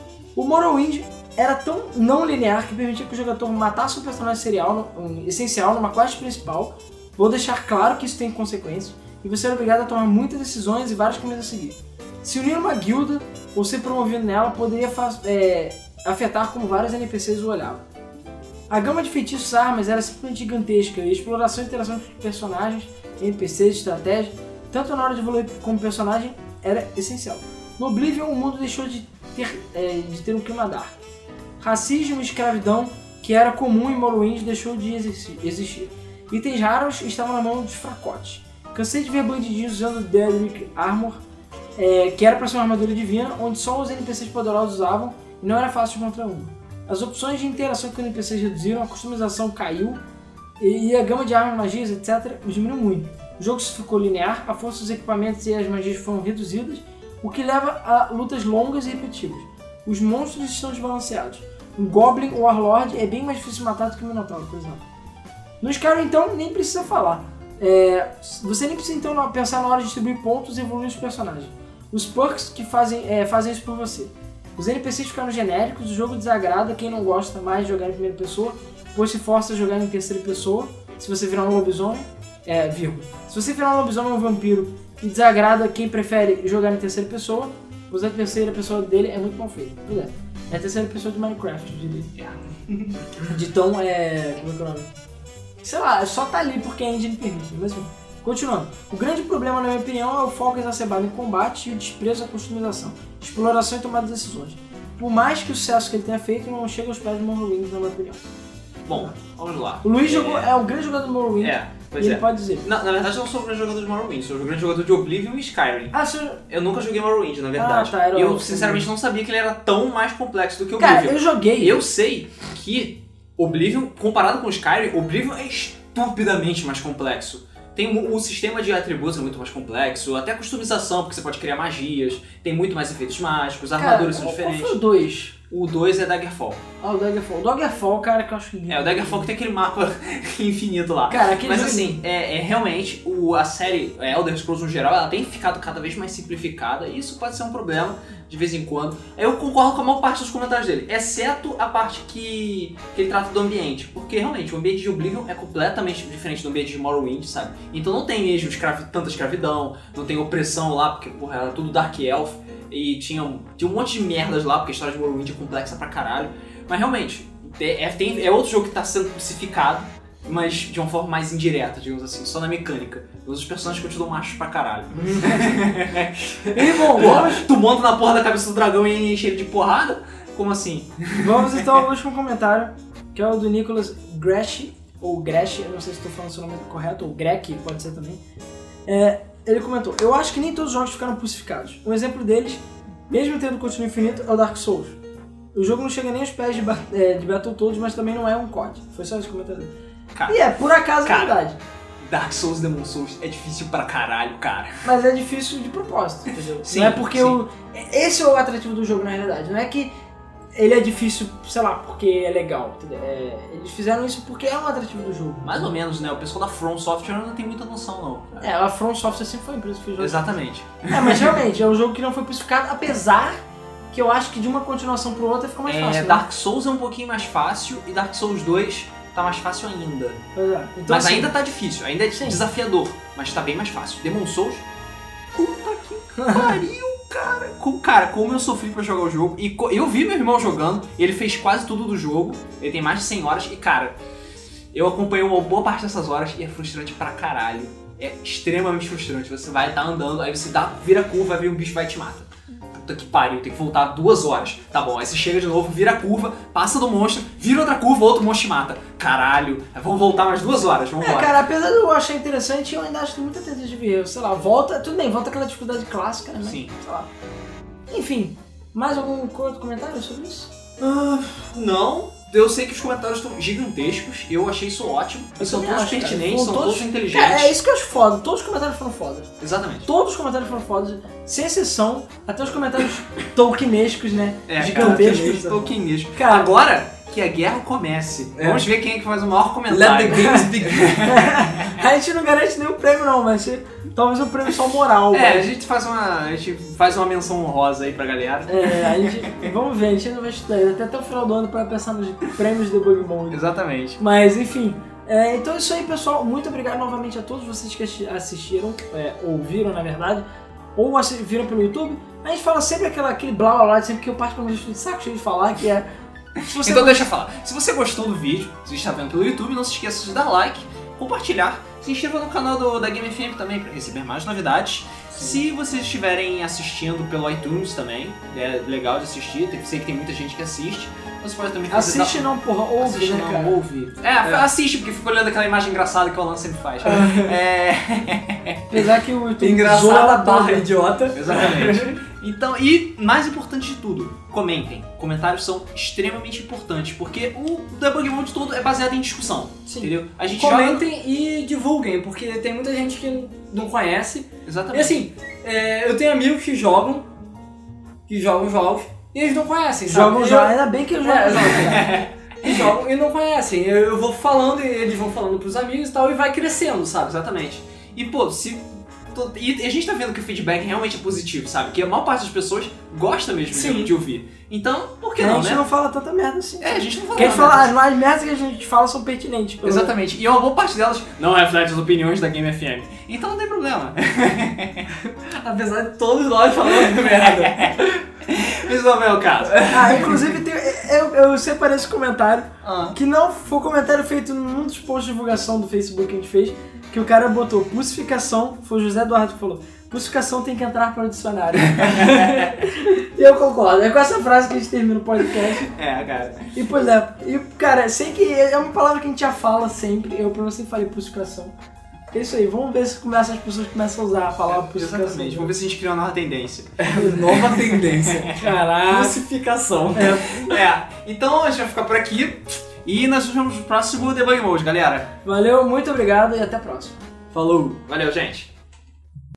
O Morrowind era tão não linear que permitia que o jogador matasse um personagem serial, um, essencial numa quest principal. Vou deixar claro que isso tem consequências, e você era obrigado a tomar muitas decisões e vários caminhos a seguir. Se unir a uma guilda ou ser promovido nela poderia é, afetar como vários N P Cs o olhavam. A gama de feitiços e armas era simplesmente gigantesca, e a exploração e interação com personagens, N P Cs, estratégia, tanto na hora de evoluir como personagem, era essencial. No Oblivion, o mundo deixou de ter, é, de ter um clima dark. Racismo e escravidão, que era comum em Morrowind, deixou de existir. Itens raros estavam na mão dos fracotes. Cansei de ver bandidinhos usando Daedric Armor, é, que era para ser uma armadura divina, onde só os N P Cs poderosos usavam e não era fácil de encontrar uma. As opções de interação com os N P Cs reduziram, a customização caiu e, e a gama de armas, magias, etcétera diminuiu muito. O jogo se ficou linear, a força dos equipamentos e as magias foram reduzidas, o que leva a lutas longas e repetitivas. Os monstros estão desbalanceados. Um Goblin ou Warlord é bem mais difícil de matar do que um Minotauro, por exemplo. No Skyrim, então, nem precisa falar. É, você nem precisa, então, pensar na hora de distribuir pontos e evoluir os personagens. Os perks que fazem, é, fazem isso por você. Os N P Cs ficaram genéricos, o jogo desagrada quem não gosta mais de jogar em primeira pessoa, pois se força a jogar em terceira pessoa, se você virar um lobisomem. é, vírgula. Se você virar um lobisomem ou um vampiro e desagrada quem prefere jogar em terceira pessoa, usar a terceira pessoa dele é muito mal feito. Pois é. É a terceira pessoa de Minecraft, eu diria. De tão, é... como é que é o nome? Sei lá, só tá ali porque a engine permite, mas enfim. Continuando. O grande problema, na minha opinião, é o foco exacerbado em combate e o desprezo à customização, exploração e tomada de decisões. Por mais que o sucesso que ele tenha feito, não chega aos pés do Morrowind, na minha opinião. Bom, vamos lá. O Luiz é... jogou, é o grande jogador do Morrowind, É, pois e ele é. pode dizer. Na, na verdade, eu não sou o grande jogador de Morrowind, sou o grande jogador de Oblivion e Skyrim. Ah, você... Eu nunca joguei Morrowind, na verdade. Ah, tá, era e eu, outro sinceramente, não sabia que ele era tão mais complexo do que o Cara, Oblivion. eu joguei. Eu sei que Oblivion, comparado com Skyrim, Oblivion é estupidamente mais complexo. Tem o, o sistema de atributos é muito mais complexo, até a customização, porque você pode criar magias, tem muito mais efeitos mágicos, as armaduras são qual, diferentes. Qual foi o dois? O dois é Daggerfall. Ah, o Daggerfall. O Daggerfall, cara, que eu acho lindo. É, o Daggerfall que tem aquele mapa infinito lá. Cara, aquele Mas jogo assim, é, é realmente, o, a série Elder Scrolls no geral, ela tem ficado cada vez mais simplificada e isso pode ser um problema de vez em quando. Eu concordo com a maior parte dos comentários dele, exceto a parte que, que ele trata do ambiente. Porque realmente, o ambiente de Oblivion é completamente diferente do ambiente de Morrowind, sabe? Então não tem mesmo escravi, tanta escravidão, não tem opressão lá, porque porra, era tudo Dark Elf. E tinha um, tinha um monte de merdas lá, porque a história de Morrowind é complexa pra caralho. Mas realmente, é, tem, é outro jogo que tá sendo crucificado, mas de uma forma mais indireta, digamos assim, só na mecânica. Os personagens continuam machos pra caralho. E bom, vamos... Tu monta na porra da cabeça do dragão e enche ele de porrada? Como assim? Vamos então ao último comentário, que é o do Nicholas Gresh, ou Gresh, eu não sei se estou falando o seu nome correto, ou Grek, pode ser também. É, ele comentou, eu acho que nem todos os jogos ficaram pulsificados. Um exemplo deles, mesmo tendo continuo infinito, é o Dark Souls. O jogo não chega nem aos pés de, ba é, de Battletoads, mas também não é um C O D. Foi só esse comentário dele. Cara, e é, por acaso, cara, é verdade. Dark Souls e Demon Souls é difícil pra caralho, cara. Mas é difícil de propósito, entendeu? Sim, não é porque sim. o... Esse é o atrativo do jogo, na realidade. Não é que ele é difícil, sei lá, porque é legal. Entendeu? É, eles fizeram isso porque é um atrativo do jogo. Mais ou menos, né? O pessoal da From Software não tem muita noção, não. Cara. É, a From Software sempre foi uma empresa que fez jogo. Exatamente. É, mas realmente, é um jogo que não foi pulsificado, apesar que eu acho que de uma continuação pro outra fica mais É, fácil. né? Dark Souls é um pouquinho mais fácil e Dark Souls dois tá mais fácil ainda. Pois é. Então, Mas assim, ainda tá difícil, ainda é sim. desafiador, mas tá bem mais fácil. Demon Souls, puta que pariu, cara. Com, cara, como eu sofri pra jogar o jogo, e co- eu vi meu irmão jogando, ele fez quase tudo do jogo, ele tem mais de cem horas, e cara, eu acompanhei uma boa parte dessas horas e é frustrante pra caralho. É extremamente frustrante, você vai estar tá andando, aí você dá, vira a curva, vem um bicho e vai e te mata. Puta que pariu, tem que voltar duas horas. Tá bom, aí você chega de novo, vira a curva, passa do monstro, vira outra curva, outro monstro te mata. Caralho, vamos voltar mais duas horas, vamos É, embora. cara, apesar de eu achar interessante, eu ainda acho que tem muita tentativa de erro. Sei lá, volta, tudo bem, volta aquela dificuldade clássica, né? Sim. Sei lá. Enfim, mais algum outro comentário sobre isso? Ah, não, eu sei que os comentários estão gigantescos, eu achei isso ótimo. Eu são também todos acho, cara. pertinentes, Foram são todos- todos inteligentes. Cara, é isso que eu acho foda. Todos os comentários foram foda. Exatamente. Todos os comentários foram foda, sem exceção, até os comentários tolkienescos, né? É, Gigantescos. Tolkienesco. Cara, Agora que a guerra comece, É. vamos ver quem é que faz o maior Let comentário. the games begin. a gente não garante nenhum prêmio, não, mas se- talvez um prêmio só moral. É, a mas- gente faz uma, a gente faz uma menção honrosa aí pra galera. É, a gente. Vamos ver, a gente ainda vai estudar até, até o final do ano pra pensar nos prêmios de Bug Mode. Exatamente. Mas enfim. É, então é isso aí, pessoal. Muito obrigado novamente a todos vocês que assi- assistiram, é, ouviram na verdade, ou assi- viram pelo YouTube. A gente fala sempre aquela, aquele blá blá blá, sempre que eu particularmente estou de saco cheio de falar, que é. Se você Então deixa eu falar. Se você gostou do vídeo, se você está vendo pelo YouTube, não se esqueça de dar like, compartilhar, se inscreva no canal do, da Game F M também para receber mais novidades. Se vocês estiverem assistindo pelo iTunes também, é legal de assistir, tem- sei que tem muita gente que assiste. Você pode também fazer... assiste não, porra, ouve, Assiste né, não, cara? ouve. É, assiste, porque fica olhando aquela imagem engraçada que o Alan sempre faz. É... Apesar que o YouTube Engraçada zoa barra toda. idiota. Exatamente. Então, e mais importante de tudo, comentem. Comentários são extremamente importantes, porque o Debug Mode todo é baseado em discussão, Sim. entendeu? A gente joga... Comentem e divulguem, porque tem muita gente que não conhece. Exatamente. E assim, é, eu tenho amigos que jogam, que jogam jogos, e eles não conhecem, sabe? Jogam Eu- já, ainda bem que eu jogo É, jogos. E jogam e não conhecem. Eu, eu vou falando e eles vão falando pros amigos e tal, e vai crescendo, sabe? Exatamente. E, pô, se tô- e a gente tá vendo que o feedback realmente é positivo, sabe? Que a maior parte das pessoas gosta mesmo de, Sim. de ouvir. Então, por que a não, gente né? não fala tanta merda assim. É, a gente não fala Porque a gente nada. fala, as mais merdas que a gente fala são pertinentes. pelo menos. Exatamente. E uma boa parte delas não reflete as opiniões da Game F M. Então não tem problema. Apesar de todos nós falando merda. Mas não é o caso. Ah, inclusive tem, eu, eu separei esse comentário, Ah. que não foi um comentário feito num dos posts de divulgação do Facebook que a gente fez, que o cara botou pussificação, foi o José Eduardo que falou, pussificação tem que entrar para o dicionário. E eu concordo, é com essa frase que a gente termina o podcast. É, cara. E pois é, e cara, sei que é uma palavra que a gente já fala sempre, eu pra você falei pussificação. É isso aí, vamos ver se começa, as pessoas começam a usar a palavra pussificação. Exatamente. Vamos ver se a gente cria uma nova tendência. Nova tendência. Caraca. Crucificação. É, É, então a gente vai ficar por aqui. E nós nos vemos no próximo Debug Mode, galera. valeu, muito obrigado e até a próxima. Falou. Valeu, gente.